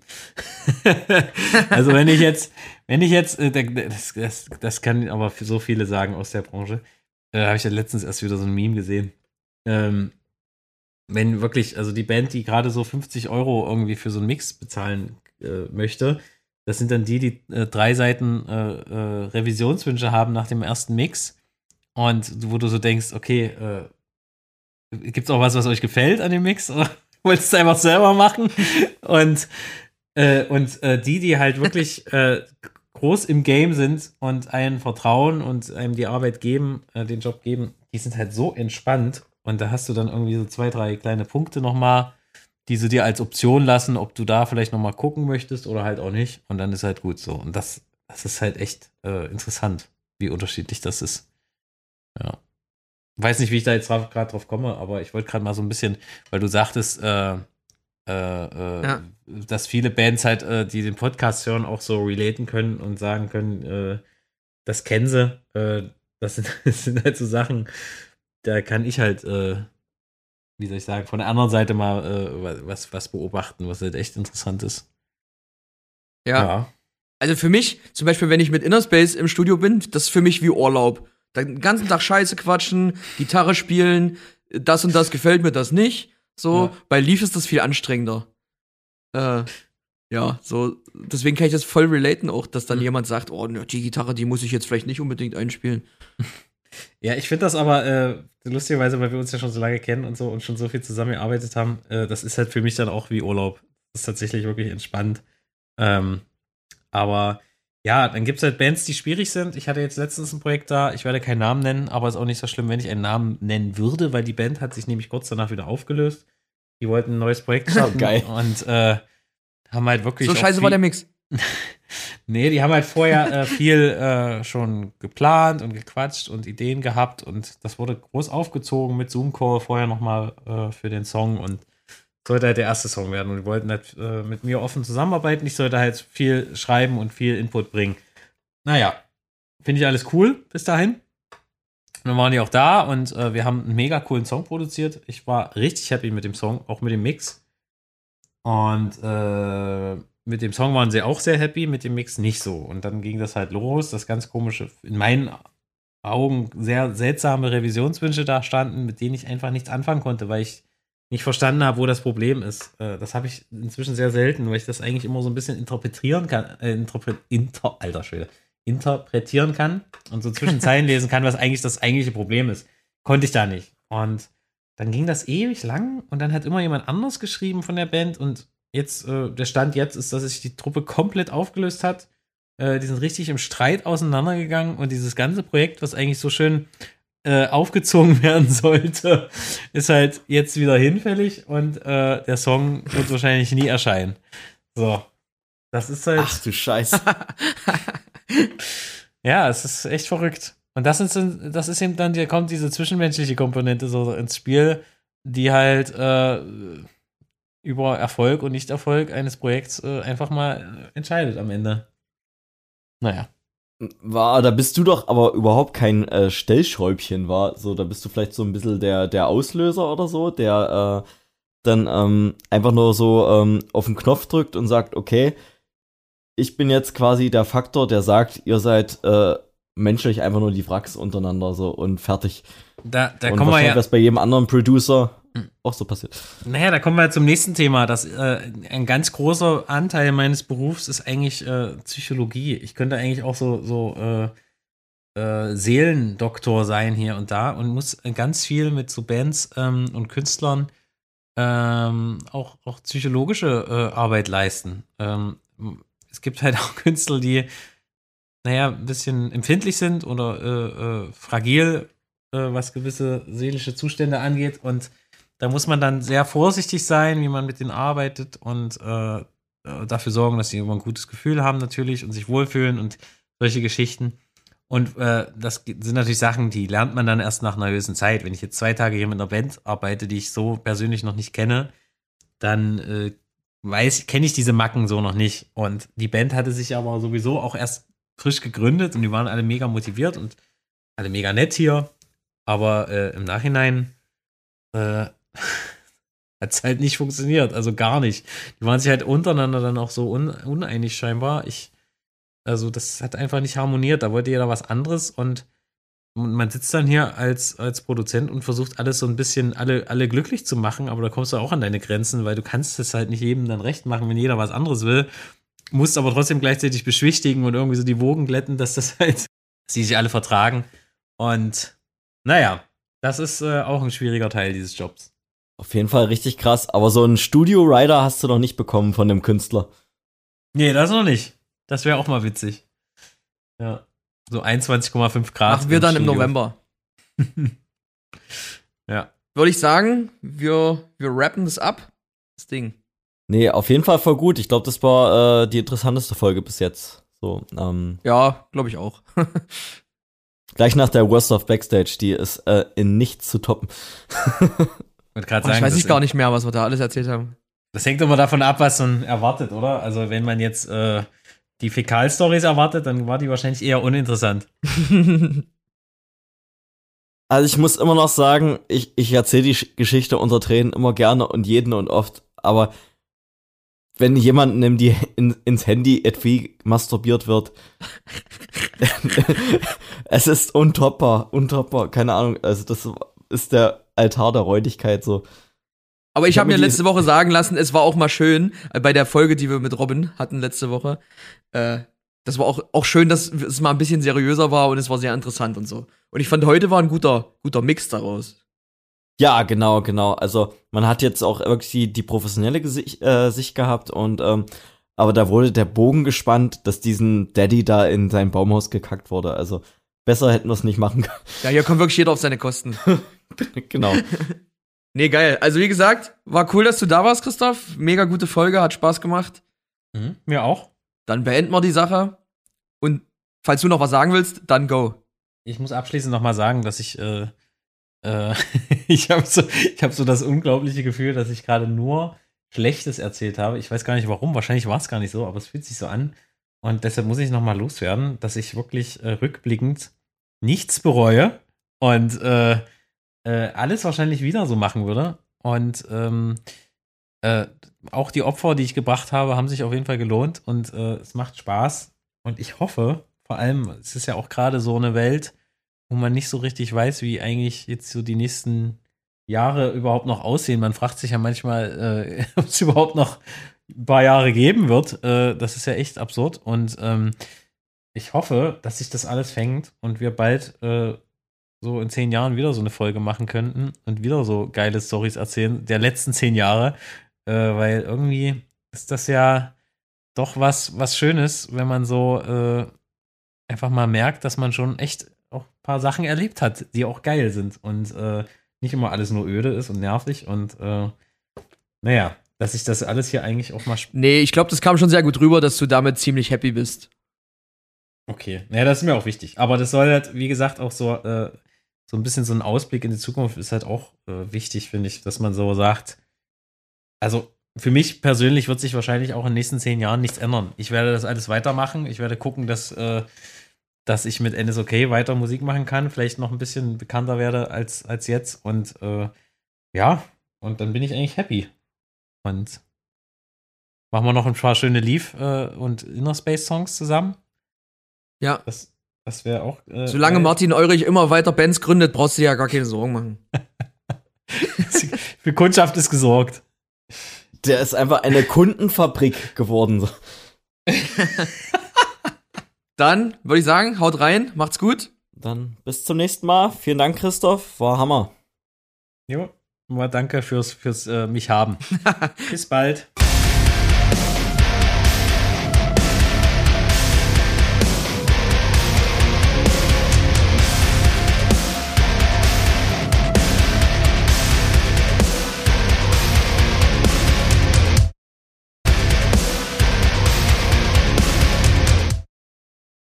Also, wenn ich jetzt, wenn ich jetzt, äh, das, das, das kann aber für so viele sagen aus der Branche, äh, habe ich ja letztens erst wieder so ein Meme gesehen. Ähm, wenn wirklich, also die Band, die gerade so fünfzig Euro irgendwie für so einen Mix bezahlen äh, möchte, das sind dann die, die äh, drei Seiten äh, äh, Revisionswünsche haben nach dem ersten Mix und wo du so denkst, okay, äh, gibt's auch was, was euch gefällt an dem Mix oder wollt ihr es einfach selber machen? Und, äh, und äh, die, die halt wirklich äh, groß im Game sind und einen vertrauen und einem die Arbeit geben, äh, den Job geben, die sind halt so entspannt. Und da hast du dann irgendwie so zwei, drei kleine Punkte nochmal, die sie dir als Option lassen, ob du da vielleicht nochmal gucken möchtest oder halt auch nicht. Und dann ist halt gut so. Und das, das ist halt echt äh, interessant, wie unterschiedlich das ist. Ja. Weiß nicht, wie ich da jetzt gerade drauf komme, aber ich wollte gerade mal so ein bisschen, weil du sagtest, äh, äh, äh, Ja. dass viele Bands halt, äh, die den Podcast hören, auch so relaten können und sagen können, äh, das kennen sie. Äh, das, sind, das sind halt so Sachen, da kann ich halt, äh, wie soll ich sagen, von der anderen Seite mal äh, was, was beobachten, was halt echt interessant ist. Ja. Also für mich, zum Beispiel, wenn ich mit Innerspace im Studio bin, das ist für mich wie Urlaub. Den ganzen Tag Scheiße quatschen, Gitarre spielen, das und das gefällt mir, das nicht. So, Ja. bei Leaf ist das viel anstrengender. Äh, ja, so, deswegen kann ich das voll relaten auch, dass dann Mhm. jemand sagt, oh, ne, die Gitarre, die muss ich jetzt vielleicht nicht unbedingt einspielen. Ja, ich finde das aber äh, lustigerweise, weil wir uns ja schon so lange kennen und so und schon so viel zusammengearbeitet haben, äh, das ist halt für mich dann auch wie Urlaub. ist tatsächlich wirklich entspannt. Ähm, aber ja, dann gibt es halt Bands, die schwierig sind. Ich hatte jetzt letztens ein Projekt da, ich werde keinen Namen nennen, aber ist auch nicht so schlimm, wenn ich einen Namen nennen würde, weil die Band hat sich nämlich kurz danach wieder aufgelöst. Die wollten ein neues Projekt starten. Geil. Und äh, haben halt wirklich. So scheiße viel, war der Mix. Nee, die haben halt vorher äh, viel äh, schon geplant und gequatscht und Ideen gehabt und das wurde groß aufgezogen mit Zoom-Call vorher nochmal äh, für den Song und sollte halt der erste Song werden und die wollten halt äh, mit mir offen zusammenarbeiten. Ich sollte halt viel schreiben und viel Input bringen. Naja, finde ich alles cool bis dahin. Und dann waren die auch da und äh, wir haben einen mega coolen Song produziert. Ich war richtig happy mit dem Song, auch mit dem Mix. Und äh, mit dem Song waren sie auch sehr happy, mit dem Mix nicht so. Und dann ging das halt los, das ganz komische, in meinen Augen sehr seltsame Revisionswünsche da standen, mit denen ich einfach nichts anfangen konnte, weil ich nicht verstanden habe, wo das Problem ist. Äh, das habe ich inzwischen sehr selten, weil ich das eigentlich immer so ein bisschen interpretieren kann, äh, interpre inter, alter Schwede, interpretieren kann und so zwischen Zeilen lesen kann, was eigentlich das eigentliche Problem ist. Konnte ich da nicht. Und dann ging das ewig lang und dann hat immer jemand anders geschrieben von der Band und jetzt, äh, der Stand jetzt ist, dass sich die Truppe komplett aufgelöst hat. Äh, die sind richtig im Streit auseinandergegangen und dieses ganze Projekt, was eigentlich so schön äh, aufgezogen werden sollte, ist halt jetzt wieder hinfällig und äh, der Song wird wahrscheinlich nie erscheinen. So. Das ist halt. Ach du Scheiße. Ja, es ist echt verrückt. Und das ist, das ist eben dann, da kommt diese zwischenmenschliche Komponente so ins Spiel, die halt äh, über Erfolg und Nicht-Erfolg eines Projekts äh, einfach mal entscheidet am Ende. Naja. War, da bist du doch aber überhaupt kein äh, Stellschräubchen, war so, da bist du vielleicht so ein bisschen der, der Auslöser oder so, der äh, dann ähm, einfach nur so ähm, auf den Knopf drückt und sagt, okay, ich bin jetzt quasi der Faktor, der sagt, ihr seid äh, menschlich einfach nur die Wracks untereinander so und fertig. Da, da und kommen wir ja. was bei jedem anderen Producer auch so passiert. Naja, da kommen wir zum nächsten Thema. Das, äh, ein ganz großer Anteil meines Berufs ist eigentlich äh, Psychologie. Ich könnte eigentlich auch so, so äh, äh, Seelendoktor sein hier und da und muss ganz viel mit so Bands ähm, und Künstlern ähm, auch, auch psychologische äh, Arbeit leisten. Ähm, es gibt halt auch Künstler, die naja, ein bisschen empfindlich sind oder äh, äh, fragil, äh, was gewisse seelische Zustände angeht und da muss man dann sehr vorsichtig sein, wie man mit denen arbeitet und äh, dafür sorgen, dass sie immer ein gutes Gefühl haben natürlich und sich wohlfühlen und solche Geschichten. Und äh, das sind natürlich Sachen, die lernt man dann erst nach einer gewissen Zeit. Wenn ich jetzt zwei Tage hier mit einer Band arbeite, die ich so persönlich noch nicht kenne, dann äh, weiß, kenne ich diese Macken so noch nicht. Und die Band hatte sich aber sowieso auch erst frisch gegründet und die waren alle mega motiviert und alle mega nett hier. Aber äh, im Nachhinein äh, hat es halt nicht funktioniert, also gar nicht. Die waren sich halt untereinander dann auch so un uneinig scheinbar. Ich, also das hat einfach nicht harmoniert, da wollte jeder was anderes und man sitzt dann hier als, als Produzent und versucht alles so ein bisschen, alle, alle glücklich zu machen, aber da kommst du auch an deine Grenzen, weil du kannst es halt nicht jedem dann recht machen, wenn jeder was anderes will, musst aber trotzdem gleichzeitig beschwichtigen und irgendwie so die Wogen glätten, dass das halt, dass die sich alle vertragen und naja, das ist äh, auch ein schwieriger Teil dieses Jobs. Auf jeden Fall richtig krass, aber so einen Studio-Rider hast du noch nicht bekommen von dem Künstler. Nee, das noch nicht. Das wäre auch mal witzig. Ja. So einundzwanzig Komma fünf Grad. Machen wir dann im November. Ja. Würde ich sagen, wir, wir rappen das ab. Das Ding. Nee, auf jeden Fall voll gut. Ich glaube, das war äh, die interessanteste Folge bis jetzt. So, ähm. Ja, glaube ich auch. Gleich nach der Worst of Backstage, die ist äh, in nichts zu toppen. Ich, sagen, ich weiß ich gar nicht mehr, was wir da alles erzählt haben. Das hängt immer davon ab, was man erwartet, oder? Also wenn man jetzt äh, die Fäkal-Stories erwartet, dann war die wahrscheinlich eher uninteressant. Also ich muss immer noch sagen, ich, ich erzähle die Geschichte unter Tränen immer gerne und jeden und oft, aber wenn jemandem die in, ins Handy etwie masturbiert wird, es ist untoppbar, untoppbar, keine Ahnung, also das ist der Altar der Räudigkeit so. Aber ich, ich habe hab mir letzte Woche sagen lassen, es war auch mal schön, bei der Folge, die wir mit Robin hatten letzte Woche, äh, das war auch, auch schön, dass es mal ein bisschen seriöser war und es war sehr interessant und so. Und ich fand, heute war ein guter, guter Mix daraus. Ja, genau, genau. Also man hat jetzt auch wirklich die, die professionelle Gesicht, äh, Sicht gehabt und ähm, aber da wurde der Bogen gespannt, dass diesen Daddy da in sein Baumhaus gekackt wurde. Also besser hätten wir es nicht machen können. Ja, hier kommt wirklich jeder auf seine Kosten. Genau. Nee, geil. Also wie gesagt, war cool, dass du da warst, Christoph. Mega gute Folge, hat Spaß gemacht. Mhm, mir auch. Dann beenden wir die Sache. Und falls du noch was sagen willst, dann go. Ich muss abschließend noch mal sagen, dass ich äh, äh, ich habe so, ich habe so das unglaubliche Gefühl, dass ich gerade nur Schlechtes erzählt habe. Ich weiß gar nicht warum. Wahrscheinlich war es gar nicht so, aber es fühlt sich so an. Und deshalb muss ich noch mal loswerden, dass ich wirklich äh, rückblickend nichts bereue und äh, äh, alles wahrscheinlich wieder so machen würde. Und ähm, äh, auch die Opfer, die ich gebracht habe, haben sich auf jeden Fall gelohnt und äh, es macht Spaß. Und ich hoffe, vor allem, es ist ja auch gerade so eine Welt, wo man nicht so richtig weiß, wie eigentlich jetzt so die nächsten Jahre überhaupt noch aussehen. Man fragt sich ja manchmal, äh, ob es überhaupt noch ein paar Jahre geben wird. Äh, das ist ja echt absurd. Und ähm, ich hoffe, dass sich das alles fängt und wir bald äh, so in zehn Jahren wieder so eine Folge machen könnten und wieder so geile Storys erzählen der letzten zehn Jahre. Äh, weil irgendwie ist das ja doch was, was Schönes, wenn man so äh, einfach mal merkt, dass man schon echt auch ein paar Sachen erlebt hat, die auch geil sind und äh, nicht immer alles nur öde ist und nervig und äh, naja, dass ich das alles hier eigentlich auch mal sp- Nee, ich glaube, das kam schon sehr gut rüber, dass du damit ziemlich happy bist. Okay, naja, das ist mir auch wichtig. Aber das soll halt, wie gesagt, auch so, äh, so ein bisschen so ein Ausblick in die Zukunft ist halt auch äh, wichtig, finde ich, dass man so sagt, also für mich persönlich wird sich wahrscheinlich auch in den nächsten zehn Jahren nichts ändern. Ich werde das alles weitermachen. Ich werde gucken, dass, äh, dass ich mit N S O K weiter Musik machen kann, vielleicht noch ein bisschen bekannter werde als, als jetzt. Und äh, ja, und dann bin ich eigentlich happy. Und machen wir noch ein paar schöne Leaf- äh, und Inner Space-Songs zusammen. Ja. Das, das wäre auch. Äh, Solange geil. Martin Eurich immer weiter Bands gründet, brauchst du dir ja gar keine Sorgen machen. Für Kundschaft ist gesorgt. Der ist einfach eine Kundenfabrik geworden. Dann würde ich sagen, haut rein, macht's gut. Dann bis zum nächsten Mal. Vielen Dank, Christoph. War Hammer. Jo, mal danke fürs, fürs äh, mich haben. Bis bald.